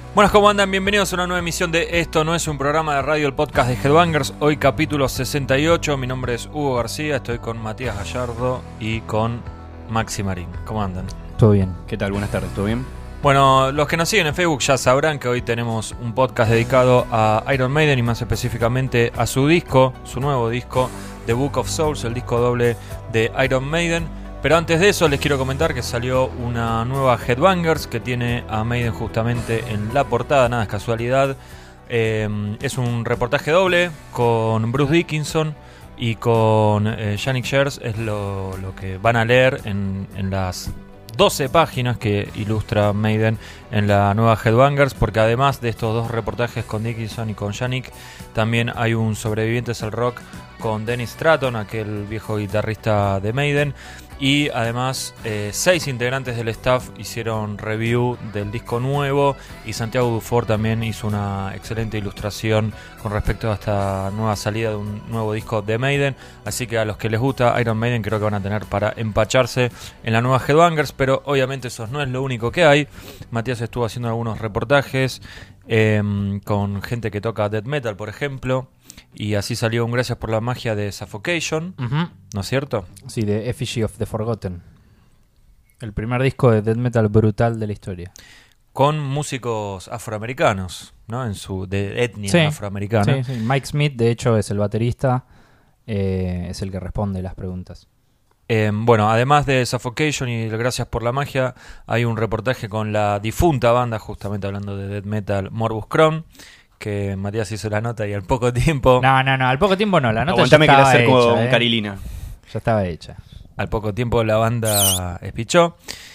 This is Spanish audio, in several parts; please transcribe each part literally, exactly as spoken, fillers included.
Buenas, ¿cómo andan? Bienvenidos a una nueva emisión de Esto No Es Un Programa de Radio, el podcast de Headbangers. Hoy capítulo sesenta y ocho, mi nombre es Hugo García, estoy con Matías Gallardo y con Maxi Marín. ¿Cómo andan? Todo bien. ¿Qué tal? Buenas tardes, ¿todo bien? Bueno, los que nos siguen en Facebook ya sabrán que hoy tenemos un podcast dedicado a Iron Maiden y más específicamente a su disco, su nuevo disco, The Book of Souls, el disco doble de Iron Maiden. Pero antes de eso les quiero comentar que salió una nueva Headbangers que tiene a Maiden justamente en la portada, nada es casualidad. Eh, es un reportaje doble con Bruce Dickinson y con eh, Yannick Gers, es lo, lo que van a leer en, en las doce páginas que ilustra Maiden en la nueva Headbangers, porque además de estos dos reportajes con Dickinson y con Yannick, también hay un Sobrevivientes al Rock con Dennis Stratton, aquel viejo guitarrista de Maiden. Y además eh, seis integrantes del staff hicieron review del disco nuevo y Santiago Dufour también hizo una excelente ilustración con respecto a esta nueva salida de un nuevo disco de Maiden. Así que a los que les gusta Iron Maiden creo que van a tener para empacharse en la nueva Headbangers, pero obviamente eso no es lo único que hay. Matías estuvo haciendo algunos reportajes eh, con gente que toca death metal, por ejemplo. Y así salió un Gracias por la Magia de Suffocation, uh-huh. ¿No es cierto? Sí, de Effigy of the Forgotten. El primer disco de death metal brutal de la historia. Con músicos afroamericanos, ¿no? En su de etnia sí, afroamericana. Sí, sí. Mike Smith, de hecho, es el baterista, eh, es el que responde las preguntas. Eh, bueno, además de Suffocation y Gracias por la Magia, hay un reportaje con la difunta banda, justamente hablando de death metal, Morbus Crohn, que Matías hizo la nota y al poco tiempo... No, no, no, al poco tiempo no, la nota Aguantame ya estaba que la hecha. acerco con eh. Carilina. Ya estaba hecha. Al poco tiempo la banda espichó.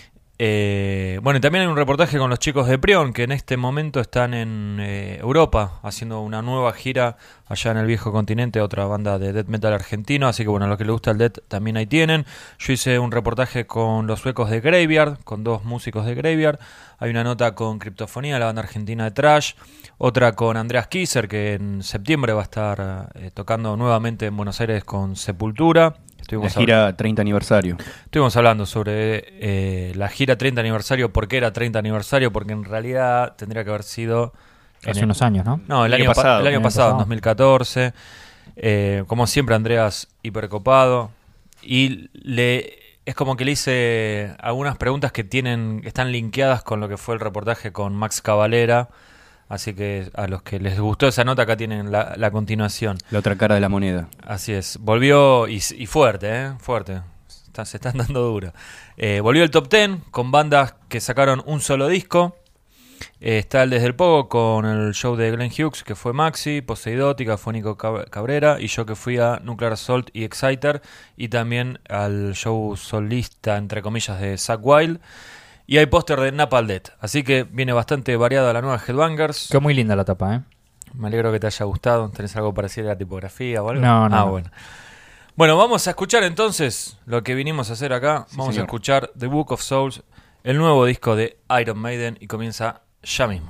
Eh, bueno, y también hay un reportaje con los chicos de Prion, que en este momento están en eh, Europa, haciendo una nueva gira allá en el viejo continente, otra banda de death metal argentino, así que bueno, a los que les gusta el death también ahí tienen. Yo hice un reportaje con los suecos de Graveyard, con dos músicos de Graveyard. Hay una nota con Criptofonía, la banda argentina de thrash, otra con Andreas Kisser, que en septiembre va a estar eh, tocando nuevamente en Buenos Aires con Sepultura. Estuvimos la gira hablando, treinta aniversario. Estuvimos hablando sobre eh, la gira treinta aniversario, por qué era treinta aniversario, porque en realidad tendría que haber sido... Hace unos años, ¿no? No, el, el año, año pasado, pa- el año, el año pasado, pasado, en dos mil catorce. Eh, como siempre, Andreas hipercopado. Y le es como que le hice algunas preguntas que tienen están linkeadas con lo que fue el reportaje con Max Cavalera. Así que a los que les gustó esa nota, acá tienen la, la continuación. La otra cara de la moneda. Así es. Volvió y, y fuerte, ¿eh? Fuerte. Está, se están dando duro. Eh, volvió el Top diez con bandas que sacaron un solo disco. Eh, está el Desde el Pogo con el show de Glenn Hughes, que fue Maxi, Poseidótica, fue Nico Cabrera, y yo que fui a Nuclear Assault y Exciter, y también al show solista, entre comillas, de Zakk Wylde. Y hay póster de Napalm Death, así que viene bastante variada la nueva Headbangers. Qué muy linda la tapa, ¿eh? Me alegro que te haya gustado. ¿Tenés algo parecido a la tipografía o algo? No, no. Ah, no. bueno. Bueno, vamos a escuchar entonces lo que vinimos a hacer acá. Sí, vamos señor. a escuchar The Book of Souls, el nuevo disco de Iron Maiden, y comienza ya mismo.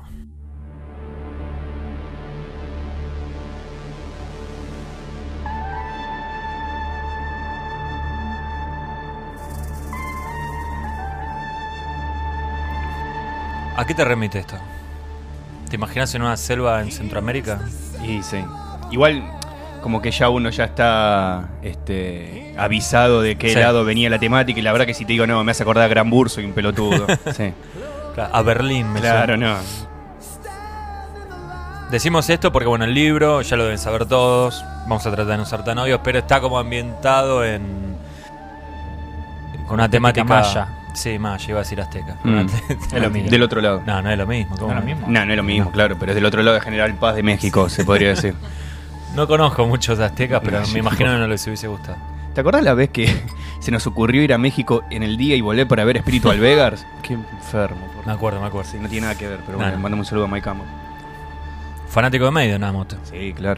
¿A qué te remite esto? ¿Te imaginas en una selva en Centroamérica? Y sí. Igual, como que ya uno ya está este, avisado de qué sí. lado venía la temática. Y la verdad que si te digo, no, me hace acordar a Gran Bur, soy un pelotudo. Sí. Claro, a Berlín, me Claro, suena. no. Decimos esto porque, bueno, el libro, ya lo deben saber todos. Vamos a tratar de no ser tan obvios, pero está como ambientado en... con una temática... maya. Sí, maya, iba a decir azteca. Mm. Es lo mismo. Del otro lado. No, no es lo mismo. ¿Cómo ¿No es lo mismo? No, no es lo mismo, No. claro, pero es del otro lado de General Paz de México, se podría decir. No conozco muchos aztecas, pero No, me sí. imagino que no les hubiese gustado. ¿Te acordás la vez que se nos ocurrió ir a México en el día y volver para ver Spiritual Beggars? Qué enfermo. Por... Me acuerdo, me acuerdo. Sí, no tiene nada que ver, pero No, bueno, no. mandamos un saludo a Mike Amo. Fanático de Maiden, nada más. Sí, claro.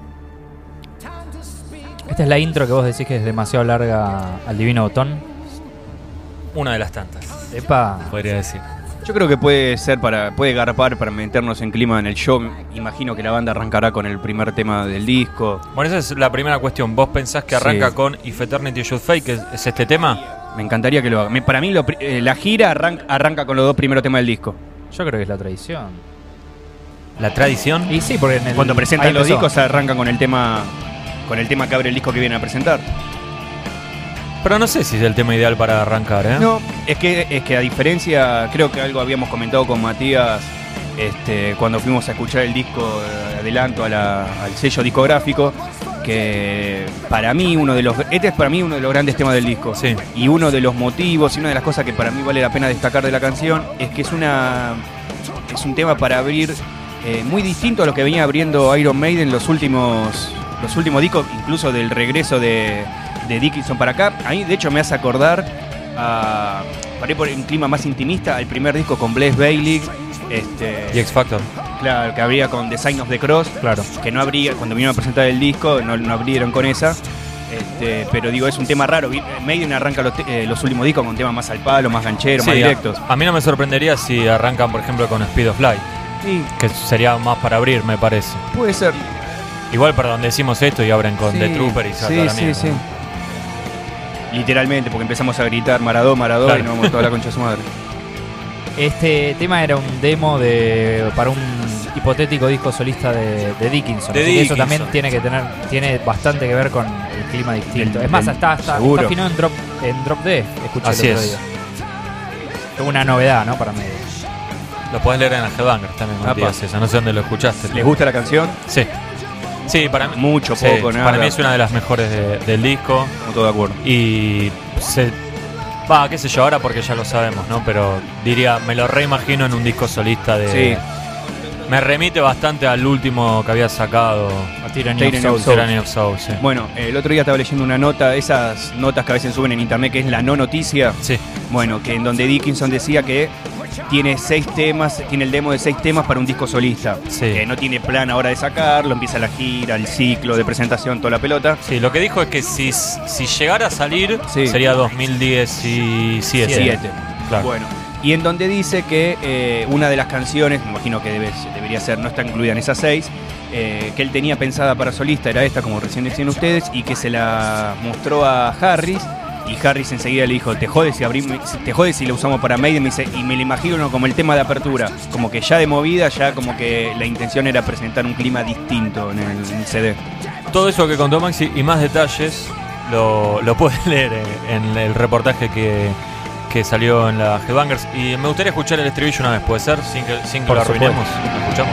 Esta es la intro que vos decís que es demasiado larga al Divino Botón. Una de las tantas, Epa. podría decir. Yo creo que puede ser para, puede garpar para meternos en clima en el show. Imagino que la banda arrancará con el primer tema del disco. Bueno, esa es la primera cuestión. ¿Vos pensás que arranca Sí. con If Eternity Should Fade, que es, es este tema? Me encantaría que lo haga. Me- Para mí lo pri- eh, la gira arran- arranca con los dos primeros temas del disco. Yo creo que es la tradición. la tradición. Y sí, porque en el, Cuando presentan ahí los empezó. discos arrancan con el tema con el tema que abre el disco que vienen a presentar. Pero no sé si es el tema ideal para arrancar, ¿eh? No, es que, es que a diferencia, creo que algo habíamos comentado con Matías este, cuando fuimos a escuchar el disco de adelanto a la- al sello discográfico, que para mí uno de los este es para mí uno de los grandes temas del disco. Sí. Y uno de los motivos y una de las cosas que para mí vale la pena destacar de la canción es que es una es un tema para abrir eh, muy distinto a lo que venía abriendo Iron Maiden los últimos los últimos discos, incluso del regreso de, de Dickinson para acá. A mí de hecho me hace acordar a, para ir por un clima más intimista, al primer disco con Blaze Bayley, este, Y X Factor. claro, que abría con The Sign of the Cross, Claro. que no abría, cuando vinieron a presentar el disco, no, no abrieron con esa. Este, pero digo, es un tema raro. Vi- Maiden arranca los, te- eh, los últimos discos con temas más al palo, más gancheros, Sí, más a, directos. a mí no me sorprendería si arrancan, por ejemplo, con Speed of Light, Sí, que sería más para abrir, me parece. puede ser. Igual, perdón, decimos esto y abren con Sí, The Trooper y salta sí, la sí, mierda. sí. Literalmente, porque empezamos a gritar Maradó, Maradó Claro. y nos vamos toda la concha de su madre. Este tema era un demo de para un hipotético disco solista de, de Dickinson. De así que eso Dickinson. también tiene que tener tiene bastante que ver con el clima distinto. Del- es más, del- está, está, seguro. está afinado en Drop, en Drop D, escuché Así el otro es. día. Es una novedad, ¿no? Para mí. Lo podés leer en la Headbangers también, Apa. Matías, esa. No sé dónde lo escuchaste. ¿Les gusta la canción? Sí. Sí, para mí. Mucho, sí, poco, nada. Para mí es una de las mejores de- del disco. Estamos todos de acuerdo. Y se. Va, qué sé yo, ahora porque ya lo sabemos, ¿no? Pero diría, me lo reimagino en un disco solista de. Sí. Me remite bastante al último que había sacado. A Tyranny Tyranny of of Souls. Souls. Tyranny of Souls, sí. Bueno, el otro día estaba leyendo una nota, esas notas que a veces suben en internet, que es la no noticia. Sí. Bueno, que en donde Dickinson decía que tiene seis temas, tiene el demo de seis temas para un disco solista. Sí. Que no tiene plan ahora de sacarlo, empieza la gira, el ciclo de presentación, toda la pelota. Sí, lo que dijo es que si, si llegara a salir, Sí. sería dos mil diecisiete. Siete. Claro. Bueno, y en donde dice que eh, una de las canciones, me imagino que debe, debería ser, no está incluida en esas seis, eh, que él tenía pensada para solista era esta, como recién decían ustedes, y que se la mostró a Harris. Y Harris enseguida le dijo, te jodes si abrimos, te jodes si lo usamos para Maiden, me dice, y me lo imagino como el tema de apertura, como que ya de movida, ya como que la intención era presentar un clima distinto en el, en el C D. Todo eso que contó Maxi y más detalles lo, lo puedes leer en, en el reportaje que, que salió en la Headbangers. Y me gustaría escuchar el estribillo una vez, ¿puede ser? Sin que, sin que Por lo supuesto. arruinemos. ¿Lo escuchamos?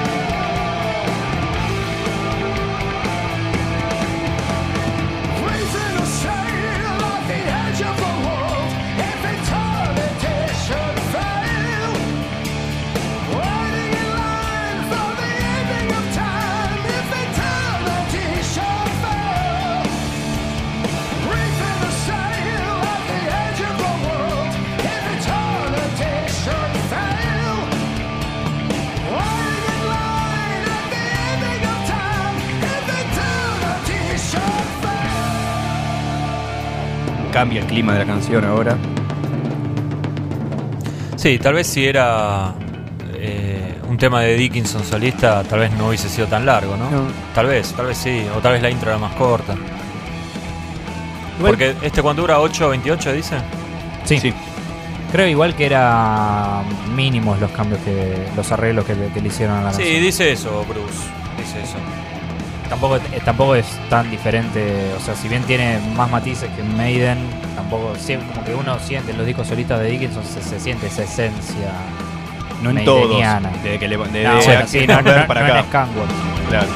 Raising a sail off the edge of the world, if eternity should fail. Waiting in line for the ending of time, if eternity should fail. Raising a sail off the edge of the world, if eternity should fail. Waiting in line at the ending of time, if eternity should fail. Cambia el clima de la canción ahora. Sí, tal vez si era eh, un tema de Dickinson solista, tal vez no hubiese sido tan largo, ¿no? No. Tal vez, tal vez sí. O tal vez la intro era más corta. Igual- Porque este cuando dura ocho veintiocho, dice. Sí. Sí. Creo igual que era mínimos los cambios que los arreglos que le, que le hicieron a la Sí, canción. dice eso, Bruce. Dice eso. Tampoco, eh, tampoco es tan diferente, o sea, si bien tiene más matices que Maiden, tampoco, sí, como que uno siente en los discos solistas de Dickinson, se, se siente esa esencia No en todos. maideniana. Desde que le de, No, de- bueno, de- sí, de- no, no, no, para no acá. en Skyward. Claro.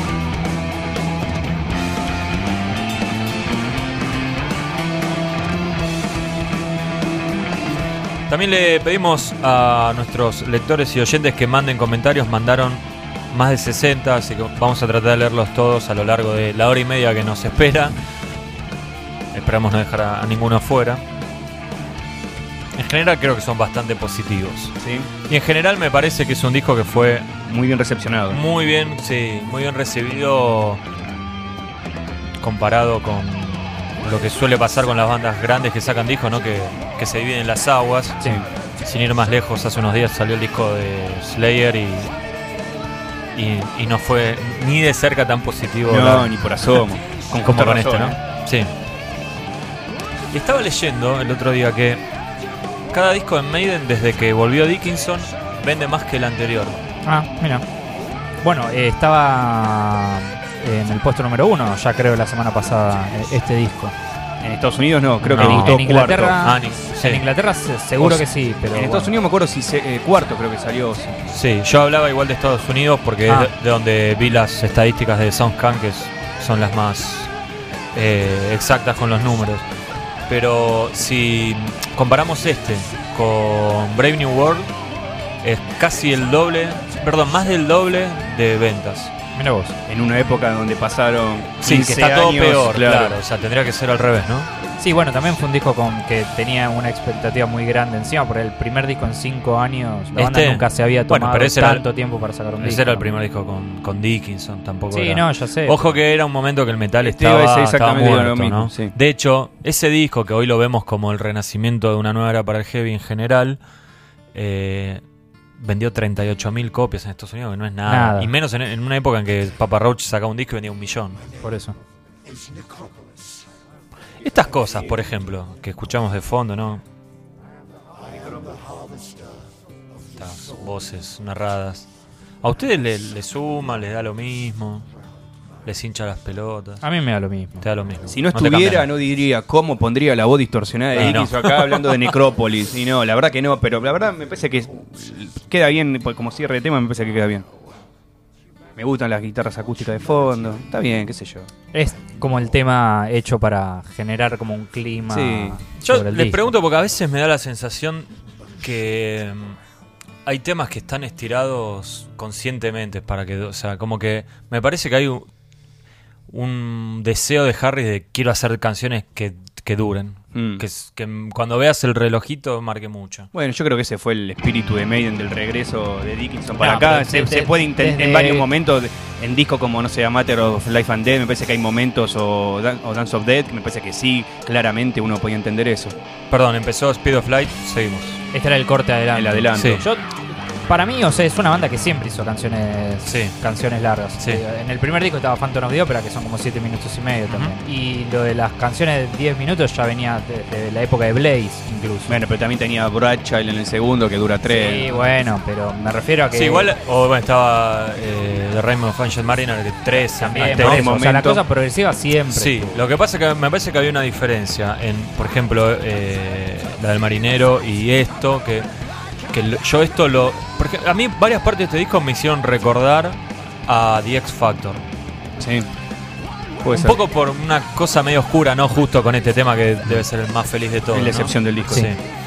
También le pedimos a nuestros lectores y oyentes que manden comentarios. Mandaron más de sesenta, así que vamos a tratar de leerlos todos a lo largo de la hora y media que nos espera. Esperamos no dejar a, a ninguno afuera. En general creo que son bastante positivos. Sí. Y en general me parece que es un disco que fue Muy bien recepcionado. muy bien, sí, muy bien recibido comparado con lo que suele pasar con las bandas grandes que sacan discos, ¿no? Que, que se dividen las aguas. Sí. Sin ir más lejos, hace unos días salió el disco de Slayer y, y, y no fue ni de cerca tan positivo No, la- ni por asomo. Con como justa con razón, este, ¿no? ¿eh? Sí. Y estaba leyendo el otro día que cada disco de Maiden, desde que volvió Dickinson, vende más que el anterior. Ah, mira. Bueno, eh, estaba en el puesto número uno, ya creo la semana pasada, eh, este disco. En Estados Unidos no, creo No. que En, debutó en Inglaterra, cuarto. Ah, ni- sí. en Inglaterra se- seguro O sea, que sí, pero en Estados bueno. Unidos me acuerdo si se, eh, cuarto creo que salió. sí. Sí, yo hablaba igual de Estados Unidos porque Ah. es de, de donde vi las estadísticas de SoundScan, que es- son las más eh, exactas con los números. Pero si comparamos este con Brave New World, es casi el doble, perdón, más del doble de ventas. Mirá vos. En una época donde pasaron Sí, quince que está todo años, peor, claro. O sea, tendría que ser al revés, ¿no? Sí, bueno, también fue un disco con que tenía una expectativa muy grande encima, porque el primer disco en cinco años, la banda Este- nunca se había bueno, tomado pero ese era- tanto tiempo para sacar un disco. Ese era el primer disco con, con Dickinson, tampoco Sí, era- no, ya sé. Ojo que era un momento que el metal Este estaba, iba a ser estaba exactamente lo muerto, mismo, ¿no? sí. De hecho, ese disco que hoy lo vemos como el renacimiento de una nueva era para el heavy en general, eh, vendió treinta y ocho mil copias en Estados Unidos, que no es nada. Nada. Y menos en, en una época en que Papa Roach sacaba un disco y vendía un millón. Por eso. Estas cosas, por ejemplo, que escuchamos de fondo, ¿no? Estas voces narradas. ¿A ustedes le, le suma, les da lo mismo? ¿Les hincha las pelotas? A mí me da lo mismo. Te da lo mismo. Si no te cambia estuviera, nada. no diría cómo pondría la voz distorsionada de Y no. Dickinson acá hablando de Necrópolis. Y no, la verdad que no, pero la verdad me parece que queda bien, pues, como cierre de tema me parece que queda bien. Me gustan las guitarras acústicas de fondo, está bien, qué sé yo. Es como el tema hecho para generar como un clima. Sí. Yo sobre el les disco. pregunto porque a veces me da la sensación que mm, hay temas que están estirados conscientemente para que, o sea, como que me parece que hay un, un deseo de Harris de quiero hacer canciones que, que duren, Mm. que, s- que mm, cuando veas el relojito marque mucho. Bueno, yo creo que ese fue el espíritu de Maiden del regreso de Dickinson para No, acá. pero Se, de- se puede intentar desde- en varios momentos, en discos como, no sé, A Matter of Life and Death, me parece que hay momentos, o, Dan- o Dance of Death, que me parece que sí, claramente uno podía entender eso. Perdón, empezó Speed of Light, seguimos. Este era el corte adelante. El adelanto. Sí. Yo, para mí, o sea, es una banda que siempre hizo canciones Sí. canciones largas. Sí. Eh, En el primer disco estaba Phantom of the Opera, que son como siete minutos y medio también. Y lo de las canciones de diez minutos ya venía de, de la época de Blaze, incluso. Bueno, pero también tenía Bradshaw en el segundo, que dura tres. Sí, bueno, pero me refiero a que... Sí, igual, o bueno, estaba eh, The Rainbow of Angel Mariner, que tres También, hasta por ese eso, o sea, la momento- cosa progresiva siempre. Sí, estuvo. lo que pasa es que me parece que había una diferencia en, por ejemplo, eh, la del marinero y esto, que, que lo- yo esto lo... Porque a mí varias partes de este disco me hicieron recordar a The X Factor. Sí. Puede Un ser. poco por una cosa medio oscura, ¿no? Justo con este tema que debe ser el más feliz de todos. Es la ¿no? excepción del disco. Sí.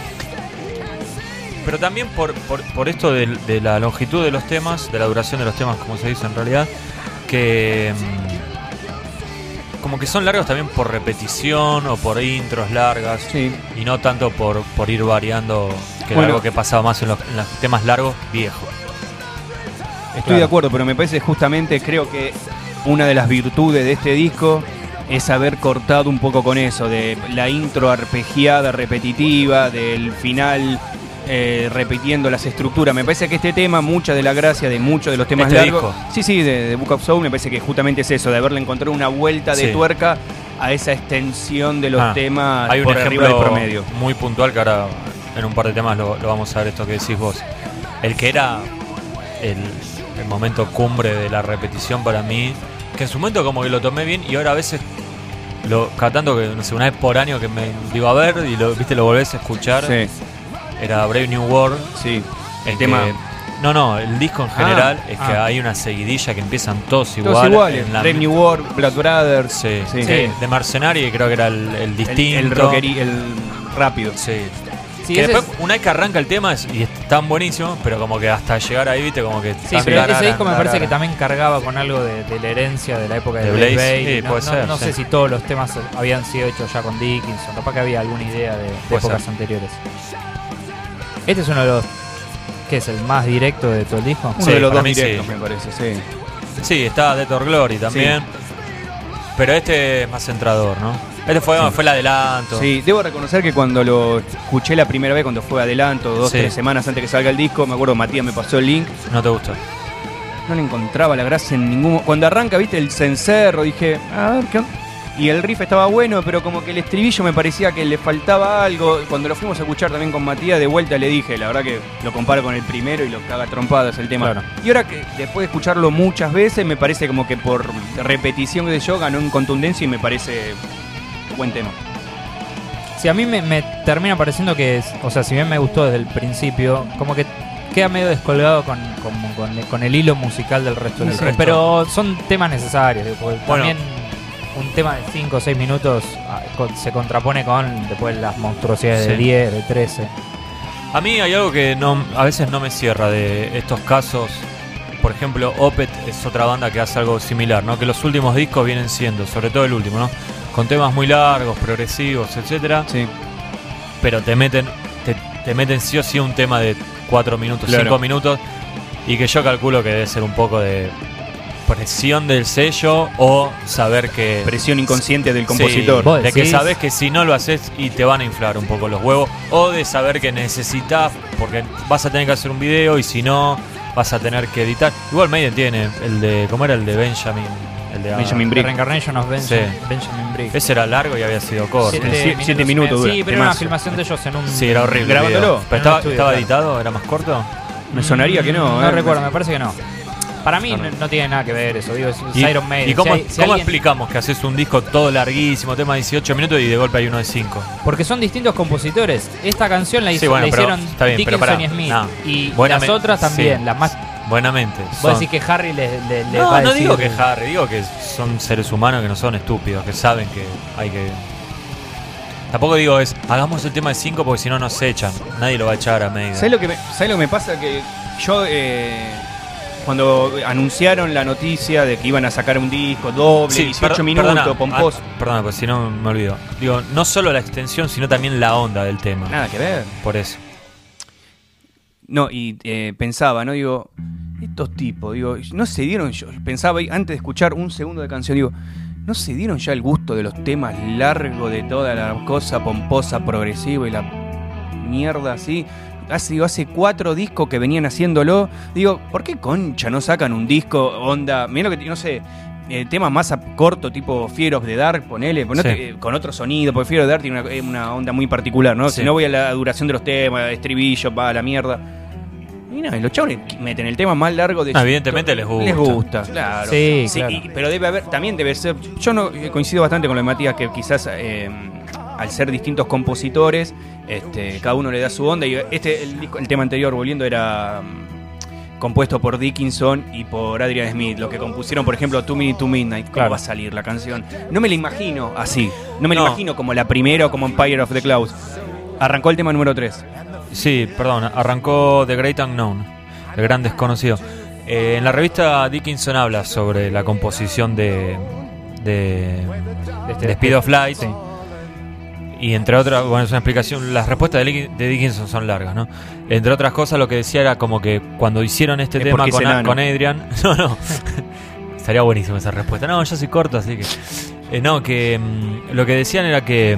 Pero también por, por, por esto de, de la longitud de los temas, de la duración de los temas, como se dice en realidad, que mm, como que son largos también por repetición o por intros largas, Sí. y no tanto por, por ir variando, que era Bueno. algo que pasaba más en los, en los temas largos viejos. Estoy Claro. de acuerdo, pero me parece justamente, creo que una de las virtudes de este disco es haber cortado un poco con eso, de la intro arpegiada, repetitiva, del final eh, repitiendo las estructuras. Me parece que este tema, mucha de la gracia de muchos de los temas ¿Este largos... disco? Sí, sí, de, de Book of Soul, me parece que justamente es eso, de haberle encontrado una vuelta de Sí. tuerca a esa extensión de los Ah, temas Hay un por arriba del ejemplo promedio. muy puntual que ahora en un par de temas lo, lo vamos a ver, esto que decís vos. El que era el, el momento cumbre de la repetición para mí, que en su momento como que lo tomé bien y ahora a veces lo cada tanto que no sé, una vez por año que me digo a ver y lo viste lo volvés a escuchar, Sí, era Brave New World. sí. En tema- que- no, no, el disco en general es que ah. hay una seguidilla que empiezan todos igual. Todos iguales. en la- Brave New World, Blood Brothers. Sí, Sí. sí, de Mercenary creo que era el, el El, distinto. el rockeri- el rápido. Sí. Sí, que ese después, una vez que arranca el tema es, y es tan buenísimo, pero como que hasta llegar ahí, viste, como que... Sí, pero ese disco me parece que también cargaba con algo de, de la herencia de la época de, De Blaze. Blaze, Bayley. sí, no puede no- ser, no sí. sé si todos los temas habían sido hechos ya con Dickinson, capaz que había alguna idea de, de Puede épocas ser. anteriores. Este es uno de los... ¿Qué es? ¿El más directo de todo el disco? Uno Sí, de los para dos mí sí. directos, me parece, sí. Sí, está Death or Glory también. Pero este es más centrador, ¿no? Este fue, Sí. fue el adelanto. Sí, debo reconocer que cuando lo escuché la primera vez, cuando fue adelanto, dos, Sí. tres semanas antes que salga el disco, me acuerdo, Matías me pasó el link, ¿No te gustó? no le encontraba la gracia en ningún... Cuando arranca, viste, el cencerro, dije, a ver, ¿qué onda? Y el riff estaba bueno, pero como que el estribillo me parecía que le faltaba algo. Cuando lo fuimos a escuchar también con Matías, de vuelta le dije, la verdad que lo comparo con el primero y lo caga trompadas el tema. Claro. Y ahora que después de escucharlo muchas veces, me parece como que por repetición de yo ganó en contundencia y me parece buen tema. Sí, a mí me, me termina pareciendo que, es, o sea, si bien me gustó desde el principio, como que queda medio descolgado con, con, con, con el hilo musical del resto del disco. resto. Pero son temas necesarios, porque Bueno. también un tema de cinco o seis minutos ah, con- se contrapone con después las monstruosidades de Sí. diez, de trece. A mí hay algo que no, a veces no me cierra de estos casos. Por ejemplo, Opeth es otra banda que hace algo similar, ¿no? Que los últimos discos vienen siendo, sobre todo el último, ¿no? Con temas muy largos, progresivos, etcétera. Sí. Pero te meten, te, te meten sí o sí un tema de cuatro minutos, Claro. cinco minutos. Y que yo calculo que debe ser un poco de presión del sello o saber que... Presión inconsciente del Sí, compositor. Vos de que decís- sabes que si no lo haces y te van a inflar un poco los huevos, o de saber que necesitas, porque vas a tener que hacer un video y si no vas a tener que editar. Igual Maiden tiene el de, ¿cómo era el de Benjamin? El de Benjamin The Brick. Reincarnation of Benjamin, Sí. Benjamin Brick. Ese era largo y había sido corto. Siete- siete minutos dura, Sí, pero era una temazo. filmación de ellos en un... Sí, era horrible. el Grabándolo. video. En un Pero estaba, estudio, estaba claro. editado, era más corto. Me sonaría que no. No ¿eh? recuerdo, me parece que no. Para mí No, no, no. no tiene nada que ver eso, digo, es es ¿Y, Iron Maiden. ¿y cómo, Si hay- si cómo alguien- explicamos que haces un disco todo larguísimo, tema de dieciocho minutos y de golpe hay uno de cinco? Porque son distintos compositores. Esta canción la, hizo, Sí, bueno, la pero hicieron está bien, pero Dickinson pará, y Smith. no. Y Buenamente- las otras también, sí. las más... Buenamente. Vos son- decís que Harry les, les, les No, va a no decir... digo que Harry, digo que son seres humanos que no son estúpidos, que saben que hay que... Tampoco digo es, hagamos el tema de cinco porque si no nos echan. Nadie lo va a echar a Maiden. ¿Sabes lo que me, ¿sabes lo que me pasa? Que yo, eh, cuando anunciaron la noticia de que iban a sacar un disco doble, Sí, dieciocho per- minutos, perdona, pomposo, ah, perdona, pues si no me olvido. Digo, no solo la extensión, sino también la onda del tema. nada que ver. Por eso. No, y eh, pensaba, ¿no? Digo, estos tipos, digo, no se dieron, yo pensaba ahí, antes de escuchar un segundo de canción, digo, no se dieron ya el gusto de los temas largos, de toda la cosa pomposa, progresiva y la mierda así. Hace, digo, hace cuatro discos que venían haciéndolo. Digo, ¿por qué concha no sacan un disco onda? Mira lo que, no sé, eh, temas más a corto, tipo Fear of the Dark, ponele, no Sí. te- eh, con otro sonido, porque Fear of the Dark tiene una, eh, una onda muy particular, ¿no? Sí. Si no voy a la duración de los temas, estribillo, va a la mierda. Y no, y los chavales meten el tema más largo de... No, evidentemente les gusta. Les gusta, claro. Sí, claro. y- pero debe haber, también debe ser... Yo no eh, coincido bastante con lo de Matías, que quizás eh, al ser distintos compositores, este, cada uno le da su onda. Y este, el, disco- el tema anterior, volviendo, era mm, compuesto por Dickinson y por Adrian Smith. Los que compusieron, por ejemplo, Two Minutes to Midnight. ¿Cómo Claro. va a salir la canción? No me la imagino así. No me la No. imagino como la primera o como Empire of the Clouds. Arrancó el tema número tres. Sí, perdón, arrancó The Great Unknown, el gran desconocido. Eh, en la revista Dickinson habla sobre la composición de, de, este- de Speed of Light. Sí. Y entre otras, bueno, es una explicación, las respuestas de, Lick- de Dickinson son largas, ¿no? Entre otras cosas, lo que decía era como que cuando hicieron este Es tema porque es con, A- enano. con Adrian, no, no, estaría buenísima esa respuesta. No, yo soy corto, así que... eh, no, que mm, lo que decían era que...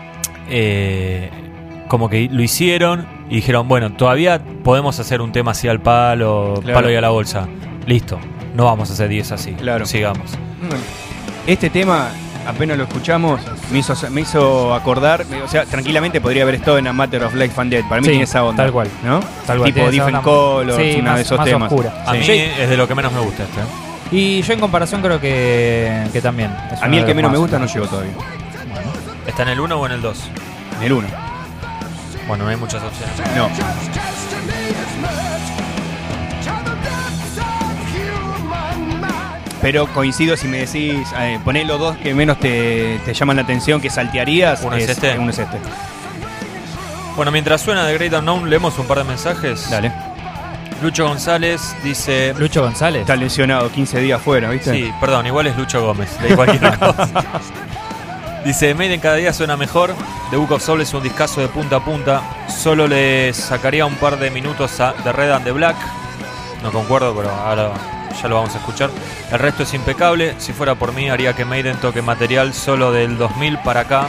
eh, como que lo hicieron y dijeron, bueno, todavía podemos hacer un tema así al palo, Claro. palo y a la bolsa. Listo, no vamos a hacer diez así. Claro. Sigamos. Este tema, apenas lo escuchamos, me hizo, me hizo acordar, o sea, tranquilamente podría haber estado en A Matter of Life and Death. Para mí Sí, tiene esa onda. tal cual. ¿No? Tal cual, Tipo tiene esa Different onda- Colors, sí, uno más- de esos más temas. oscura. A Sí. mí Yo- es de lo que menos me gusta este. ¿eh? Y yo en comparación creo que, que también. es A uno mí de el que los menos me más. gusta no llegó todavía. ¿Está en el uno o en el dos? En el uno. Bueno, no hay muchas opciones. No. Just destiny is merged to the depths of human mind. Pero coincido si me decís, eh, poné los dos que menos te, te llaman la atención, que saltearías. Uno es este. Uno es este. Bueno, mientras suena The Great Unknown, leemos un par de mensajes. Dale. Lucho González dice... Lucho González. Está lesionado, quince días fuera, ¿viste? Sí, perdón, igual es Lucho Gómez, leí cualquier cosa. Dice, Maiden cada día suena mejor. The Book of Souls es un discazo de punta a punta. Solo le sacaría un par de minutos a The Red and the Black. No concuerdo, pero ahora ya lo vamos a escuchar. El resto es impecable. Si fuera por mí, haría que Maiden toque material solo del dos mil para acá.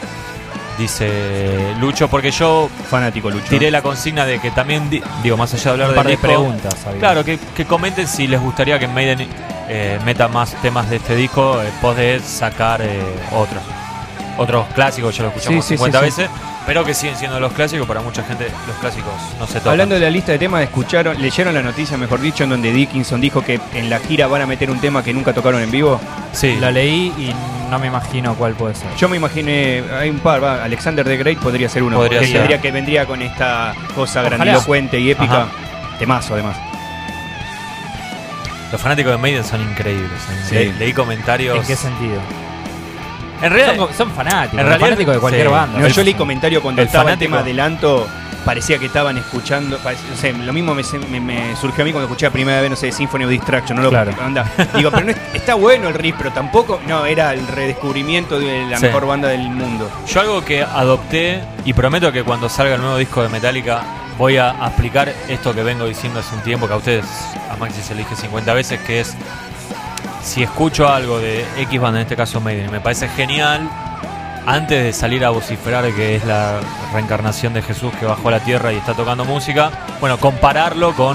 Dice Lucho, porque yo Fanático Lucho. tiré la consigna de que también, di- digo, más allá de hablar Un del par de disco, preguntas. había. claro, que, que comenten si les gustaría que Maiden eh, meta más temas de este disco, eh, pos de sacar eh, otros. Otros clásicos, ya lo escuchamos Sí, sí, cincuenta sí, veces, pero que siguen siendo los clásicos. Para mucha gente los clásicos no se tocan. Hablando de la lista de temas, escucharon, leyeron la noticia, mejor dicho, en donde Dickinson dijo que en la gira van a meter un tema que nunca tocaron en vivo. Sí, La leí y no me imagino cuál puede ser. Yo me imaginé, hay un par, va, Alexander the Great podría ser uno, Podría porque ser. tendría que vendría con esta cosa Ojalá. grandilocuente y épica. Ajá. Temazo, además. los fanáticos de Maiden son increíbles. ¿eh? Sí. Le- leí comentarios. ¿En qué sentido? En realidad, Son, son fanáticos, en son realidad- fanáticos de cualquier sí. banda. No, El- yo leí comentario cuando el estaba fanático- el tema adelanto, parecía que estaban escuchando, parec- no sé, lo mismo me, se- me- me surgió a mí cuando escuché la primera vez, no sé, Symphony of Distraction, no lo Claro. anda. Digo, pero no es- está bueno el riff, pero tampoco, no, era el redescubrimiento de la Sí. mejor banda del mundo. yo algo que adopté y prometo que cuando salga el nuevo disco de Metallica voy a explicar esto que vengo diciendo hace un tiempo, que a ustedes, a Maxi se lo dije cincuenta veces, que es si escucho algo de X banda, en este caso Maiden, y me parece genial, antes de salir a vociferar que es la reencarnación de Jesús que bajó a la tierra y está tocando música, bueno, compararlo con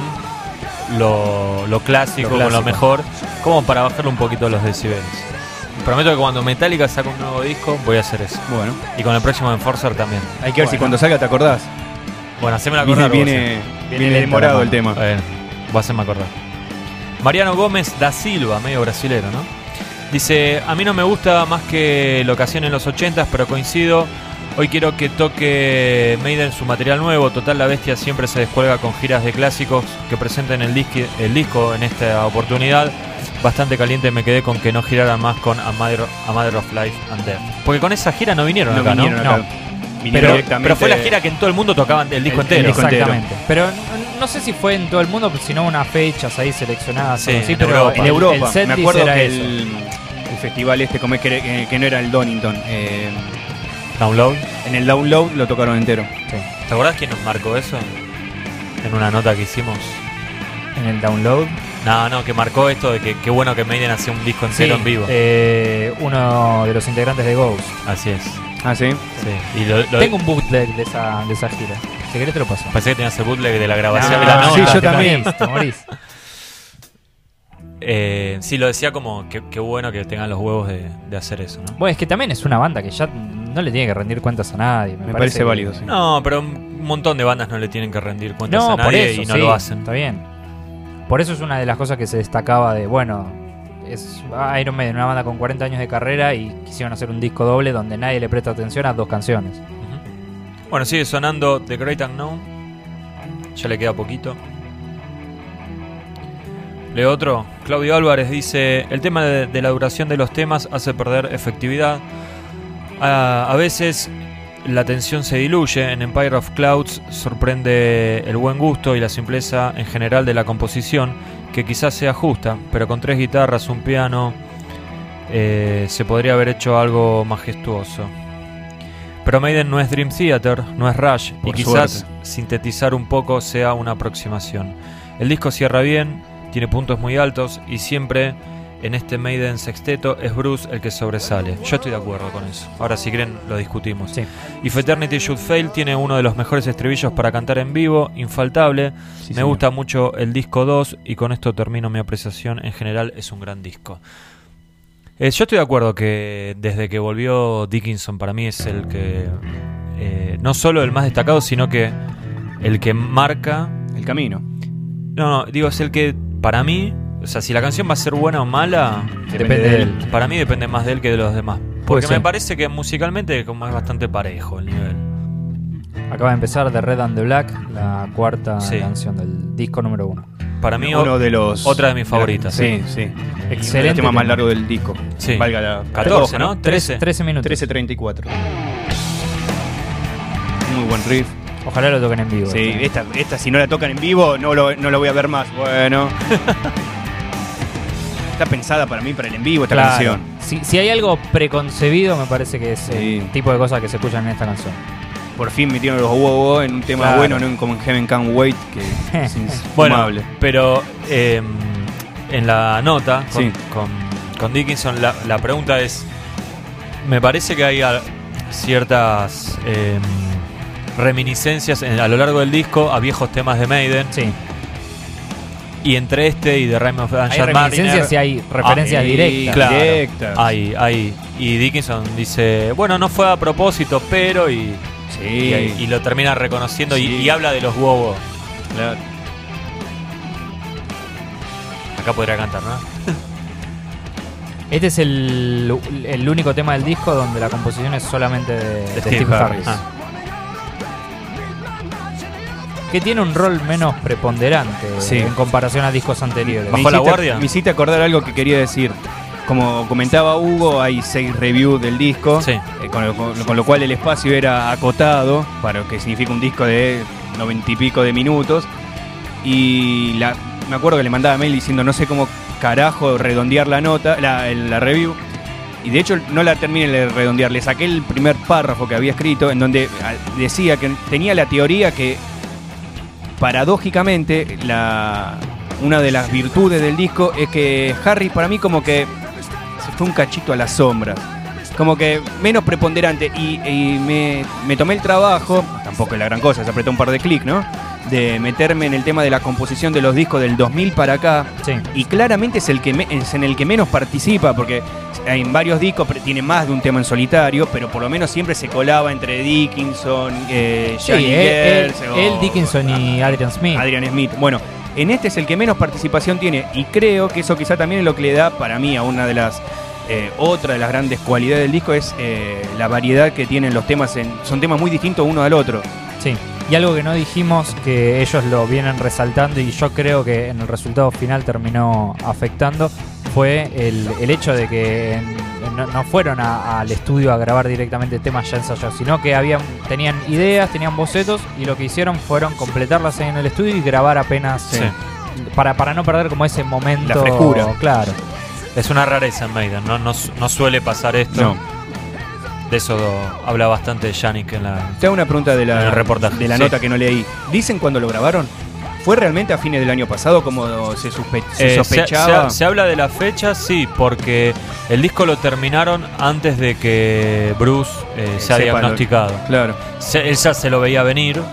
lo, lo clásico, Lo con lo clásico. mejor, como para bajarle un poquito los decibeles. Prometo que cuando Metallica saca un nuevo disco voy a hacer eso. Bueno, Y con el próximo Enforcer también. hay que ver si Bueno. cuando salga te acordás. Bueno, haceme Viene, acordar. vos, viene, eh. viene lenta demorado la el tema. Bueno, voy a hacerme acordar. Mariano Gómez da Silva, medio brasilero, ¿no? Dice, a mí no me gusta más que lo que hacían en los ochentas, pero coincido. Hoy quiero que toque Maiden su material nuevo. Total, la bestia siempre se descuelga con giras de clásicos que presenten el, disqui- el disco en esta oportunidad. Bastante caliente me quedé con que no giraran más con A Matter, A Matter of Life and Death. Porque con esa gira no vinieron No acá, vinieron ¿no? acá. No. Vinieron Pero, directamente- pero fue la gira que en todo el mundo tocaban el disco El- el entero. disco entero. Exactamente. Pero no, no sé si fue en todo el mundo, sino unas fechas ahí seleccionadas. Sí, o así, en pero Europa. En el- Europa, el setlist me acuerdo era que eso. el, el festival este, como es que, que- que no era el Donington, eh, Download. en el Download lo tocaron entero. Sí. ¿Te acordás quién nos marcó eso? En una nota que hicimos. En el download. No, no, que marcó esto de que qué bueno que Maiden hacía un disco entero Sí, en vivo. eh, uno de los integrantes de Ghost. Así es. Ah, sí. Sí. Y lo, lo- Tengo un bootleg de esa, de esa gira. Si querés te lo paso. pensé que tenías el bootleg de la grabación No, de la Ah, nota. sí, yo te también. morís, te morís. Eh, sí, lo decía como que qué bueno que tengan los huevos de, de hacer eso, ¿no? Bueno, es que también es una banda que ya no le tiene que rendir cuentas a nadie. Me, Me parece que- válido, sí. No, pero un montón de bandas no le tienen que rendir cuentas No, a por nadie eso, y no sí, lo hacen. Está bien. Por eso es una de las cosas que se destacaba de, bueno, es Iron Maiden, una banda con cuarenta años de carrera y quisieron hacer un disco doble donde nadie le presta atención a dos canciones. Ujú. Bueno, sigue sonando The Great Unknown. Ya le queda poquito. Leo otro. Claudio Álvarez dice: el tema de, de la duración de los temas hace perder efectividad. A, a veces la tensión se diluye. En Empire of Clouds sorprende el buen gusto y la simpleza en general de la composición, que quizás sea justa, pero con tres guitarras, un piano, eh, se podría haber hecho algo majestuoso. Pero Maiden no es Dream Theater, no es Rush, y Por quizás suerte. sintetizar un poco sea una aproximación. El disco cierra bien, tiene puntos muy altos, y siempre en este Maiden sexteto es Bruce el que sobresale. Yo estoy de acuerdo con eso. Ahora si quieren lo discutimos. Sí. If Eternity Should Fail tiene uno de los mejores estribillos para cantar en vivo, infaltable. Sí, Me señor. gusta mucho el disco dos y con esto termino mi apreciación. En general es un gran disco. Eh, yo estoy de acuerdo que desde que volvió Dickinson para mí es el que eh, no solo el más destacado, sino que el que marca. El camino. No, no, digo, es el que para mí, o sea, si la canción va a ser buena o mala, Depende de él. para mí depende más de él que de los demás. Porque ser. me parece que musicalmente como es bastante parejo el nivel. Acaba de empezar The Red and the Black, la cuarta Sí. canción del disco número uno. Para mí Uno de los. otra de mis favoritas. Sí, sí. Excelente El tema más tema. largo del disco. Sí. Valga la catorce, paradoja, ¿no? trece. trece minutos. trece treinta y cuatro. Muy buen riff. Ojalá lo toquen en vivo. Sí, este. esta, esta si no la tocan en vivo, no lo, no lo voy a ver más. Bueno. Está pensada para mí para el en vivo esta Claro. canción. Si, si hay algo preconcebido, me parece que es Sí. el tipo de cosas que se escuchan en esta canción. Por fin metieron los huevos en un tema Claro. bueno, no como en Heaven Can't Wait, que es Bueno, infumable. pero eh, en la nota con, Sí. con, con Dickinson la, la pregunta es, me parece que hay a- ciertas eh, reminiscencias en- a lo largo del disco a viejos temas de Maiden. Sí. Y entre este y The Rime of the Hay Ancient reminiscencias Mariner, y hay referencias Ah, directas. claro, directas. hay, hay. Y Dickinson dice, bueno, no fue a propósito, pero... Y, Sí. y, y lo termina reconociendo y, Sí. y habla de los huevos. Claro. Acá podría cantar, ¿no? Este es el, el único tema del disco donde la composición es solamente de, de Steve Steve Harris. Harris. Ah. Que tiene un rol menos preponderante Sí. en comparación a discos anteriores. ¿Bajó Me la hiciste- guardia? Me hiciste acordar algo que quería decir. Como comentaba Hugo, hay seis reviews del disco, Sí. eh, con, lo, con- con lo cual el espacio era acotado, para lo que significa un disco de noventa y pico de minutos. Y la, me acuerdo que le mandaba mail diciendo no sé cómo carajo redondear la nota, la, el- la review. Y de hecho no la terminé de redondear, le saqué el primer párrafo que había escrito en donde ah, decía que tenía la teoría que paradójicamente la, una de las virtudes del disco es que Harris para mí como que se fue un cachito a las sombras, como que menos preponderante y, y me, me tomé el trabajo, tampoco es la gran cosa, se apretó un par de clics, ¿no? De meterme en el tema de la composición de los discos del dos mil para acá. Sí. Y claramente es el que me- es en el que menos participa, porque en varios discos pre- tiene más de un tema en solitario, pero por lo menos siempre se colaba entre Dickinson, eh, Sí, Johnny él, él- Gers, o- él, Dickinson y Adrian Smith. Adrian Smith. Bueno, en este es el que menos participación tiene y creo que eso quizá también es lo que le da para mí a una de las eh, otra de las grandes cualidades del disco es eh, la variedad que tienen los temas. En, son temas muy distintos uno al otro. Sí. Y algo que no dijimos, que ellos lo vienen resaltando y yo creo que en el resultado final terminó afectando, fue el, el hecho de que en- no, no fueron a- al estudio a grabar directamente temas ya ensayados, sino que habían, tenían ideas, tenían bocetos y lo que hicieron fueron completarlas en el estudio y grabar apenas Sí. para, para no perder como ese momento. La frescura. Claro. Es una rareza en Maiden, no, no, su- no suele pasar esto. No. De eso habla bastante Yannick en la... Te hago una pregunta de En la, el reportaje, de la sí. nota que no leí. ¿Dicen cuándo lo grabaron? ¿Fue realmente a fines del año pasado como se, suspe- se Eh, se, sospechaba? se- se habla de la fecha, sí, porque el disco lo terminaron antes de que Bruce eh, sea Sepa lo- diagnosticado. Claro. Se- él ya se lo veía venir.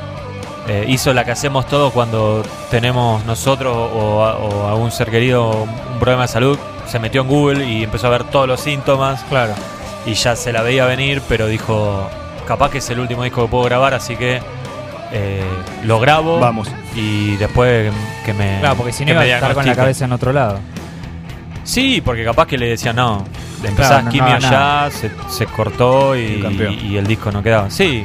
Eh, hizo la que hacemos todos cuando tenemos nosotros o, a- o algún ser querido un problema de salud. Se metió en Google y empezó a ver todos los síntomas. Claro. Y ya se la veía venir, pero dijo, capaz que es el último disco que puedo grabar, así que eh, lo grabo. Vamos. Y después que me Claro, porque si no que iba a me estar con la diagnostiquen. cabeza en otro lado. Sí, porque capaz que le decían, no, le empezás Claro, no, quimio no, ya, se, se cortó y, Un campeón. y el disco no quedaba. Sí,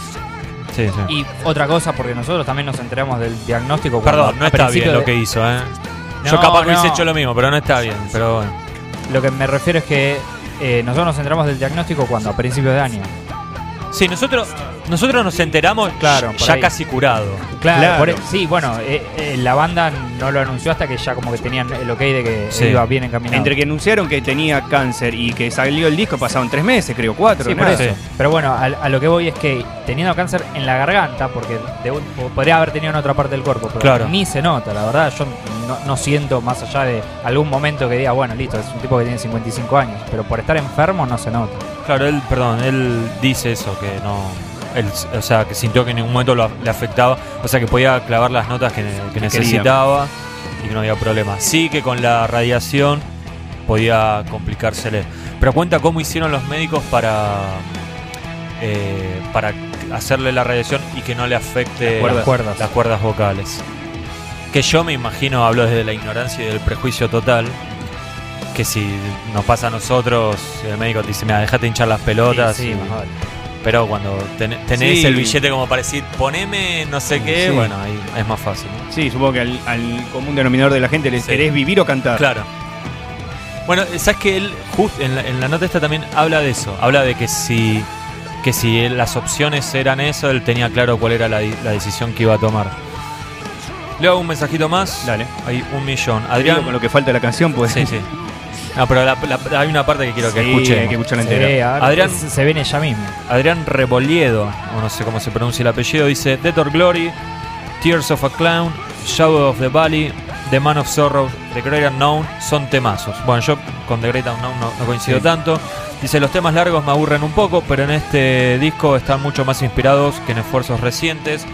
sí, sí. Y otra cosa, porque nosotros también nos enteramos del diagnóstico. cuando Perdón, no a está bien principio lo de- que hizo, ¿eh? Yo No, capaz que hubiese no. hecho lo mismo, pero no está bien. Pero bueno. Lo que me refiero es que eh, nosotros nos enteramos del diagnóstico cuando a principios de año. Sí, nosotros nosotros nos enteramos Claro, por ya ahí. casi curado. Claro, Claro. por e- sí, bueno, eh, eh, la banda no lo anunció hasta que ya como que tenían el ok de que Sí. iba bien encaminado. Entre que anunciaron que tenía cáncer y que salió el disco pasaron tres meses, creo, cuatro. Sí, ¿no? por eso. Sí. Pero bueno, a, a lo que voy es que teniendo cáncer en la garganta, porque de un- podría haber tenido en otra parte del cuerpo, pero Claro. ni se nota, la verdad. Yo no, no siento más allá de algún momento que diga, bueno, listo, es un tipo que tiene cincuenta y cinco años, pero por estar enfermo no se nota. Claro, él, perdón, él dice eso, que no... Él, o sea, que sintió que en ningún momento lo, le afectaba. O sea, que podía clavar las notas que, que necesitaba y que no había problema. Sí que con la radiación podía complicársele. Pero cuenta cómo hicieron los médicos para... eh, para hacerle la radiación y que no le afecte Las cuerdas. Las cuerdas. las cuerdas vocales. Que yo me imagino, hablo desde la ignorancia y del prejuicio total, que si nos pasa a nosotros, el médico te dice, mira, dejate hinchar las pelotas. Sí, sí, y- más vale. pero cuando ten- tenés Sí. el billete como para decir, poneme no sé qué, Sí. bueno, ahí es más fácil, ¿no? Sí, supongo que al, al común denominador de la gente le Sí. querés vivir o cantar. Claro. Bueno, sabes que él justo en la, en la nota esta también habla de eso, habla de que si que si las opciones eran eso, él tenía claro cuál era la, la decisión que iba a tomar. Le hago un mensajito más. Dale. Hay un millón. Digo, Adrián. con lo que falta de la canción, pues. Sí, sí. No, pero la- la- hay una parte que quiero que Sí, escuche. hay que escucharla Se, entera. ve, ahora Adrián- se, se ven ella misma. Adrián Rebolledo, o no sé cómo se pronuncia el apellido, dice Death or Glory, Tears of a Clown, Shadow of the Valley, The Man of Sorrow, The Great Unknown, son temazos. Bueno, yo con The Great Unknown no, no coincido Sí. tanto. Dice, los temas largos me aburren un poco, pero en este disco están mucho más inspirados que en esfuerzos recientes.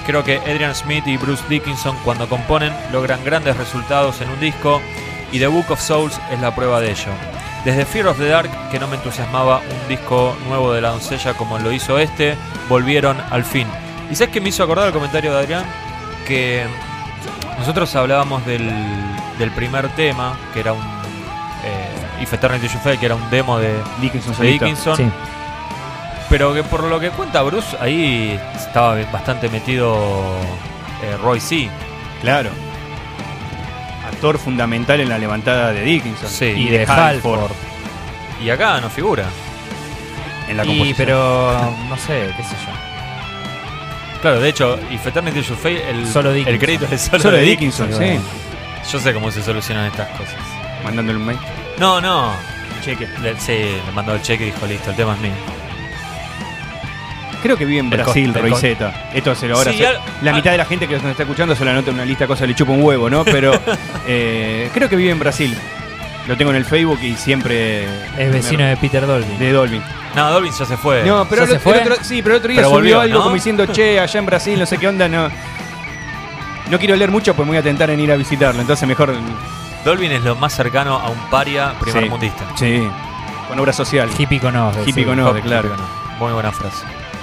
Creo que Adrian Smith y Bruce Dickinson, cuando componen, logran grandes resultados en un disco, y The Book of Souls es la prueba de ello. Desde Fear of the Dark, que no me entusiasmaba un disco nuevo de la doncella como lo hizo este, volvieron al fin. ¿Y sabes qué me hizo acordar el comentario de Adrián? Que nosotros hablábamos del, del primer tema, que era un eh, If Eternity Should Fail, que era un demo de Dickinson. de solito. Dickinson, Sí. pero que por lo que cuenta Bruce, ahí estaba bastante metido eh, Roy C. Claro. Actor fundamental en la levantada de Dickinson. Sí. Y de Halford. Y acá no figura. En la Y, composición. pero no sé, qué sé yo. Claro, de hecho, If Eternity Should Fail, el, Solo Dickinson. el crédito es solo, Solo de de Dickinson. Dickinson, sí. Yo sé cómo se solucionan estas cosas. Mandándole un mail. No, no. Cheque. Le, sí, le mandó el cheque y dijo, listo, el tema es mío. Creo que vive en El Brasil, coste, el Roy Z. Esto se lo ahora Sí, se- al- La al- mitad de la gente que nos está escuchando se la anota en una lista, cosa le chupa un huevo, ¿no? Pero eh, creo que vive en Brasil. Lo tengo en el Facebook y siempre. Es vecino me- de Peter Dolby. de Dolby. No, Dolby ya se fue. No, pero ¿Ya el, se el fue? otro, sí, pero el otro día Pero subió volvió, algo ¿no? como diciendo, che, allá en Brasil, no sé qué onda, no. No quiero leer mucho, pues me voy a tentar en ir a visitarlo. Entonces mejor. Dolby es lo más cercano a un paria primermundista. Sí. Con obra social. Hippie con Oz, Hippie sí. con Oz. No, claro. Muy buena frase.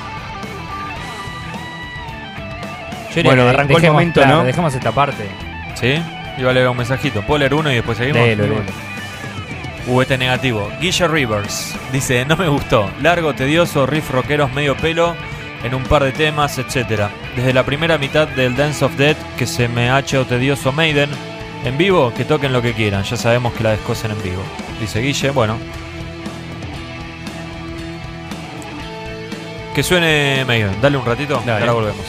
Yo diría Bueno, que arrancó el dejemos- momento, claro, ¿no? Dejemos esta parte. ¿Sí? Iba a leer un mensajito. ¿Puedo leer uno y después seguimos? Léelo, léelo. V T negativo. Guille Rivers dice, no me gustó. Largo, tedioso, riff rockeros medio pelo en un par de temas, etcétera. Desde la primera mitad del Dance of Death que se me ha hecho tedioso Maiden. En vivo, que toquen lo que quieran. Ya sabemos que la descosen en vivo. Dice Guille, bueno. Que suene Maiden. Dale un ratito y Dale. ahora volvemos.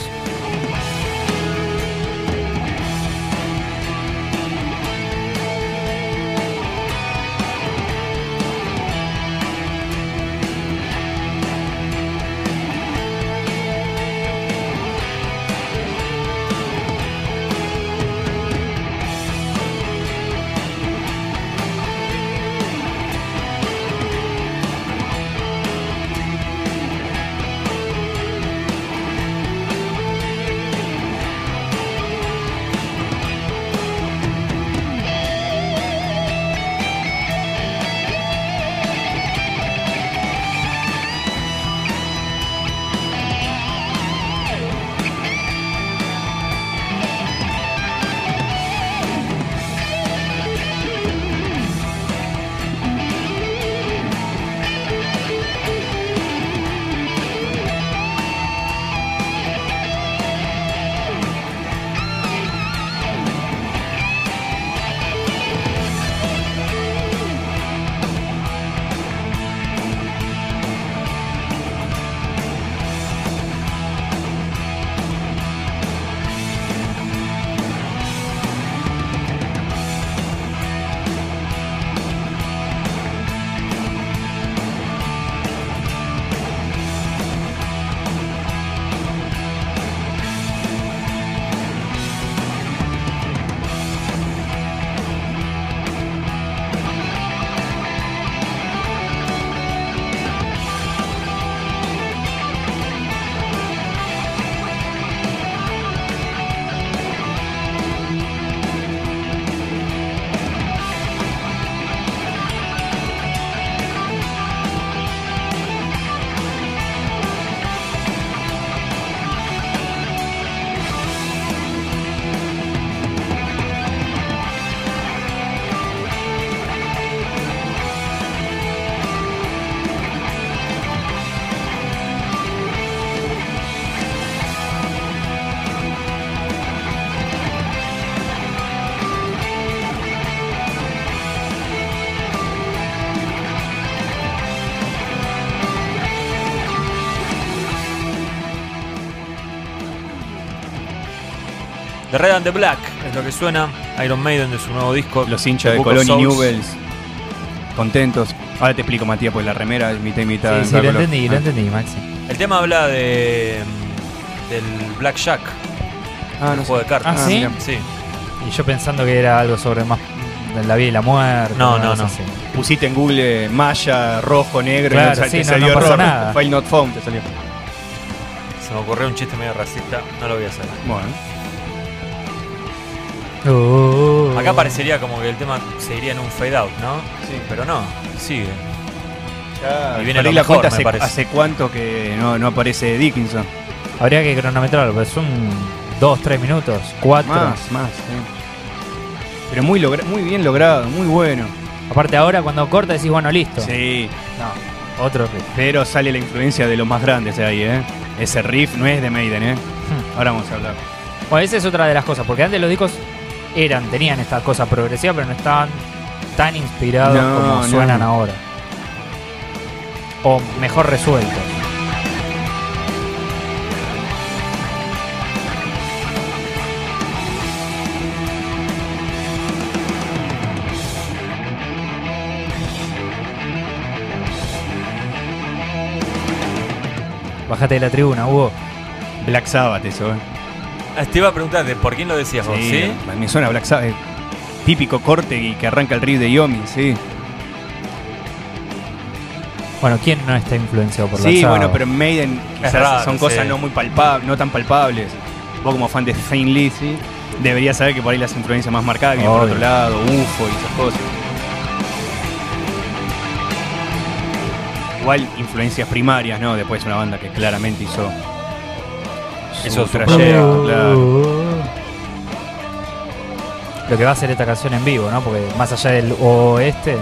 The Red and the Black es lo que suena. Iron Maiden de su nuevo disco. Los hinchas The de Book of Colón y Souls. Newells contentos. Ahora te explico, Matías, pues la remera es mitad y mitad. Sí, sí, cada lo color. entendí, lo Ah. entendí, Maxi. El tema habla de del Black Jack, Ah, el no juego sé. de cartas. Ah, ¿sí? mira. Sí. Y yo pensando que era algo sobre más de la vida y la muerte. No, una no, cosa no. así. Pusiste en Google maya, rojo, negro, Claro, y no, sí, te no- salió no pasó error. nada. File not found, te salió. Se me ocurrió un chiste medio racista, no lo voy a hacer. Bueno. Oh. Acá parecería como que el tema seguiría en un fade out, ¿no? Sí. Pero no, sigue. Ya, Y viene perdí lo la mejor, cuenta me hace, parece. hace cuánto que no, no aparece Dickinson. Habría que cronometrarlo, pero son dos, tres minutos, cuatro. Más, más. sí. Pero muy, logra muy bien logrado, muy bueno. Aparte ahora cuando corta decís, bueno, listo. Sí. No, otro riff. Pero sale la influencia de los más grandes de ahí, ¿eh? Ese riff no es de Maiden, ¿eh? Hmm. Ahora vamos a hablar. Bueno, esa es otra de las cosas, porque antes los discos eran, tenían estas cosas progresivas, pero no estaban tan inspirados No, como no. suenan ahora. O mejor resueltos. Bájate de la tribuna, Hugo. Black Sabbath eso, ¿eh? Ah, te iba a preguntar, ¿de por quién lo decías vos? ¿Sí? Me suena Black Sabbath. eh, Típico corte y que arranca el riff de Yomi, sí. Bueno, ¿quién no está influenciado por la Sí, Sabbath? bueno, pero en Maiden quizás raro, son cosas sí. no muy palpables, no tan palpables. Vos como fan de Thin Lizzy deberías saber que por ahí las influencias más marcadas vienen por Obvio. otro lado, U F O y esas cosas. Igual influencias primarias, ¿no? Después una banda que claramente hizo Hizo su trayecto, claro. Lo que va a hacer esta canción en vivo, ¿no? Porque más allá del oeste.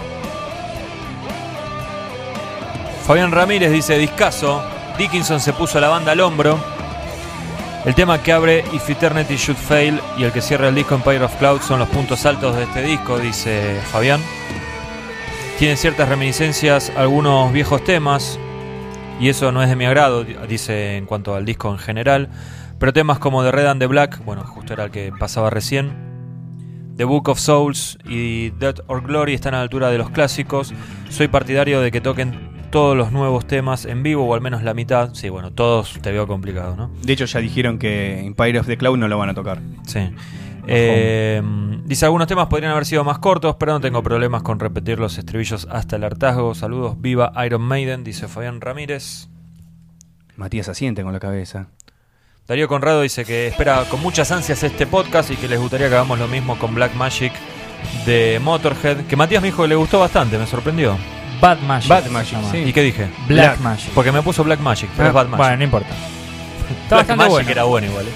Fabián Ramírez dice, discaso, Dickinson se puso la banda al hombro. El tema que abre If Eternity Should Fail y el que cierra el disco Empire of Clouds son los puntos altos de este disco, dice Fabián. Tienen ciertas reminiscencias a algunos viejos temas y eso no es de mi agrado, dice en cuanto al disco en general. Pero temas como The Red and the Black, bueno, justo era el que pasaba recién, The Book of Souls y Death or Glory están a la altura de los clásicos. Soy partidario de que toquen todos los nuevos temas en vivo, o al menos la mitad. Sí, bueno, todos te veo complicado, ¿no? De hecho ya dijeron que Empire of the Cloud no lo van a tocar. Sí. Eh, dice, algunos temas podrían haber sido más cortos, pero no tengo problemas con repetir los estribillos hasta el hartazgo. Saludos, viva Iron Maiden, dice Fabián Ramírez. Matías asiente con la cabeza. Darío Conrado dice que espera con muchas ansias este podcast y que les gustaría que hagamos lo mismo con Black Magic de Motorhead, que Matías me dijo que le gustó bastante, me sorprendió. Bad Magic. Bad se Magic, llama. sí. ¿Y qué dije? Black, Black. Magic. Porque me puso Black Magic, pero Ah, es Bad Magic. Bueno, no importa. Está Black bastante Magic bueno. era bueno igual, ¿eh?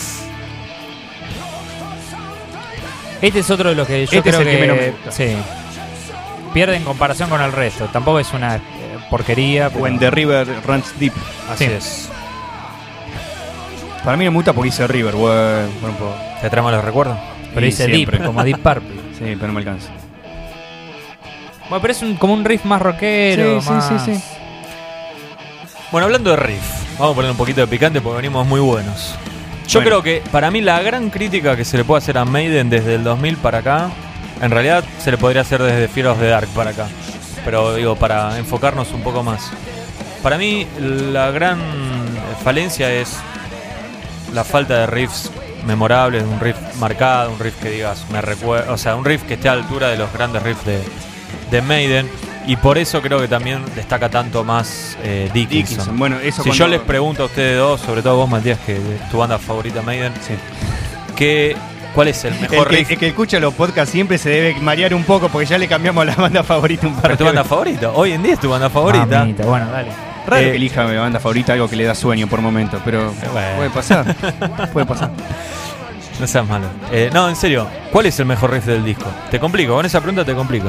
Este es otro de los que yo Este es creo el que que, menos me gusta. sí, pierde en comparación con el resto. Tampoco es una eh, porquería. Pero... When the River Runs Deep. Así Sí. es. Para mí no me gusta porque dice River, bueno, por un poco. ¿Te traemos los recuerdos? pero Y dice siempre. Deep, como Deep Purple. Sí, pero no me alcanza. Bueno, pero es un, como un riff más rockero. Sí, sí, más... sí, sí. Bueno, hablando de riff, vamos a poner un poquito de picante porque venimos muy buenos. Yo Bueno. creo que para mí la gran crítica que se le puede hacer a Maiden desde el dos mil para acá, en realidad se le podría hacer desde Fear of the Dark para acá. Pero digo, para enfocarnos un poco más. Para mí la gran falencia es la falta de riffs memorables, un riff marcado, un riff que digas, me recuerda, o sea, un riff que esté a la altura de los grandes riffs de, de Maiden. Y por eso creo que también destaca tanto más eh, Dickinson. Dickinson. Bueno, eso Si cuando- yo les pregunto a ustedes dos, sobre todo vos, Matías, que es tu banda favorita Maiden, Sí. que, ¿cuál es el El mejor que, riff? el que escucha los podcasts siempre se debe marear un poco porque ya le cambiamos la banda favorita un par ¿Pero de tu banda veces. favorita? Hoy en día es tu banda favorita. Mamita, bueno, dale. Raro Eh, que elija mi banda favorita algo que le da sueño por momento, pero bueno. puede pasar. Puede pasar. No seas malo. Eh, no, en serio, ¿cuál es el mejor riff del disco? Te complico, con esa pregunta te complico.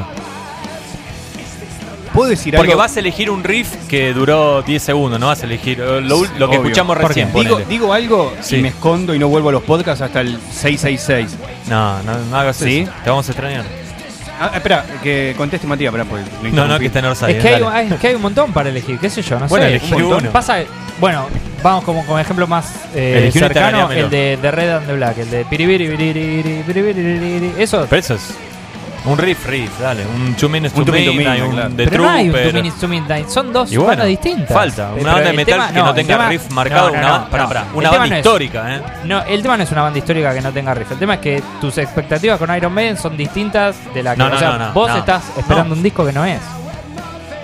¿Puedo decir Porque algo? vas a elegir un riff que duró diez segundos, no vas a elegir eh, lo, ul- lo que Obvio. escuchamos Porque recién. Digo, ponele. digo algo Sí. y me escondo y no vuelvo a los podcasts hasta el seiscientos sesenta y seis. No, no, no hagas ¿Sí? eso. Te vamos a extrañar. Ah, espera, que conteste Matías, espera, porque lo No, no, interrumpí. que está en Orsay. Es que, hay, hay- es que hay un montón para elegir, qué sé yo, no Bueno, sé. elegí un montón. uno. Pasa, bueno, vamos como con ejemplo más eh, Elegí un cercano, italiano, el de, de Red and the Black, el de piribiri, piribiri, piribiri, eso. Pero eso es un riff, riff, dale. Un Two Minutes Un to Two Minutes to Midnight, Midnight, un claro. The Pero no hay un Trooper. Two Minutes to Midnight, son dos Y bueno, bandas distintas. falta. Una Pero banda de el metal tema- que no, no el tenga tema- riff marcado. no, no, una, no, banda- pará, no. pará, El una tema banda no es- histórica, ¿eh? No, el tema no es una banda histórica que no tenga riff. El tema es que tus expectativas con Iron Maiden son distintas de la que. No, o no, sea, no, no, vos no. estás esperando No. un disco que no es.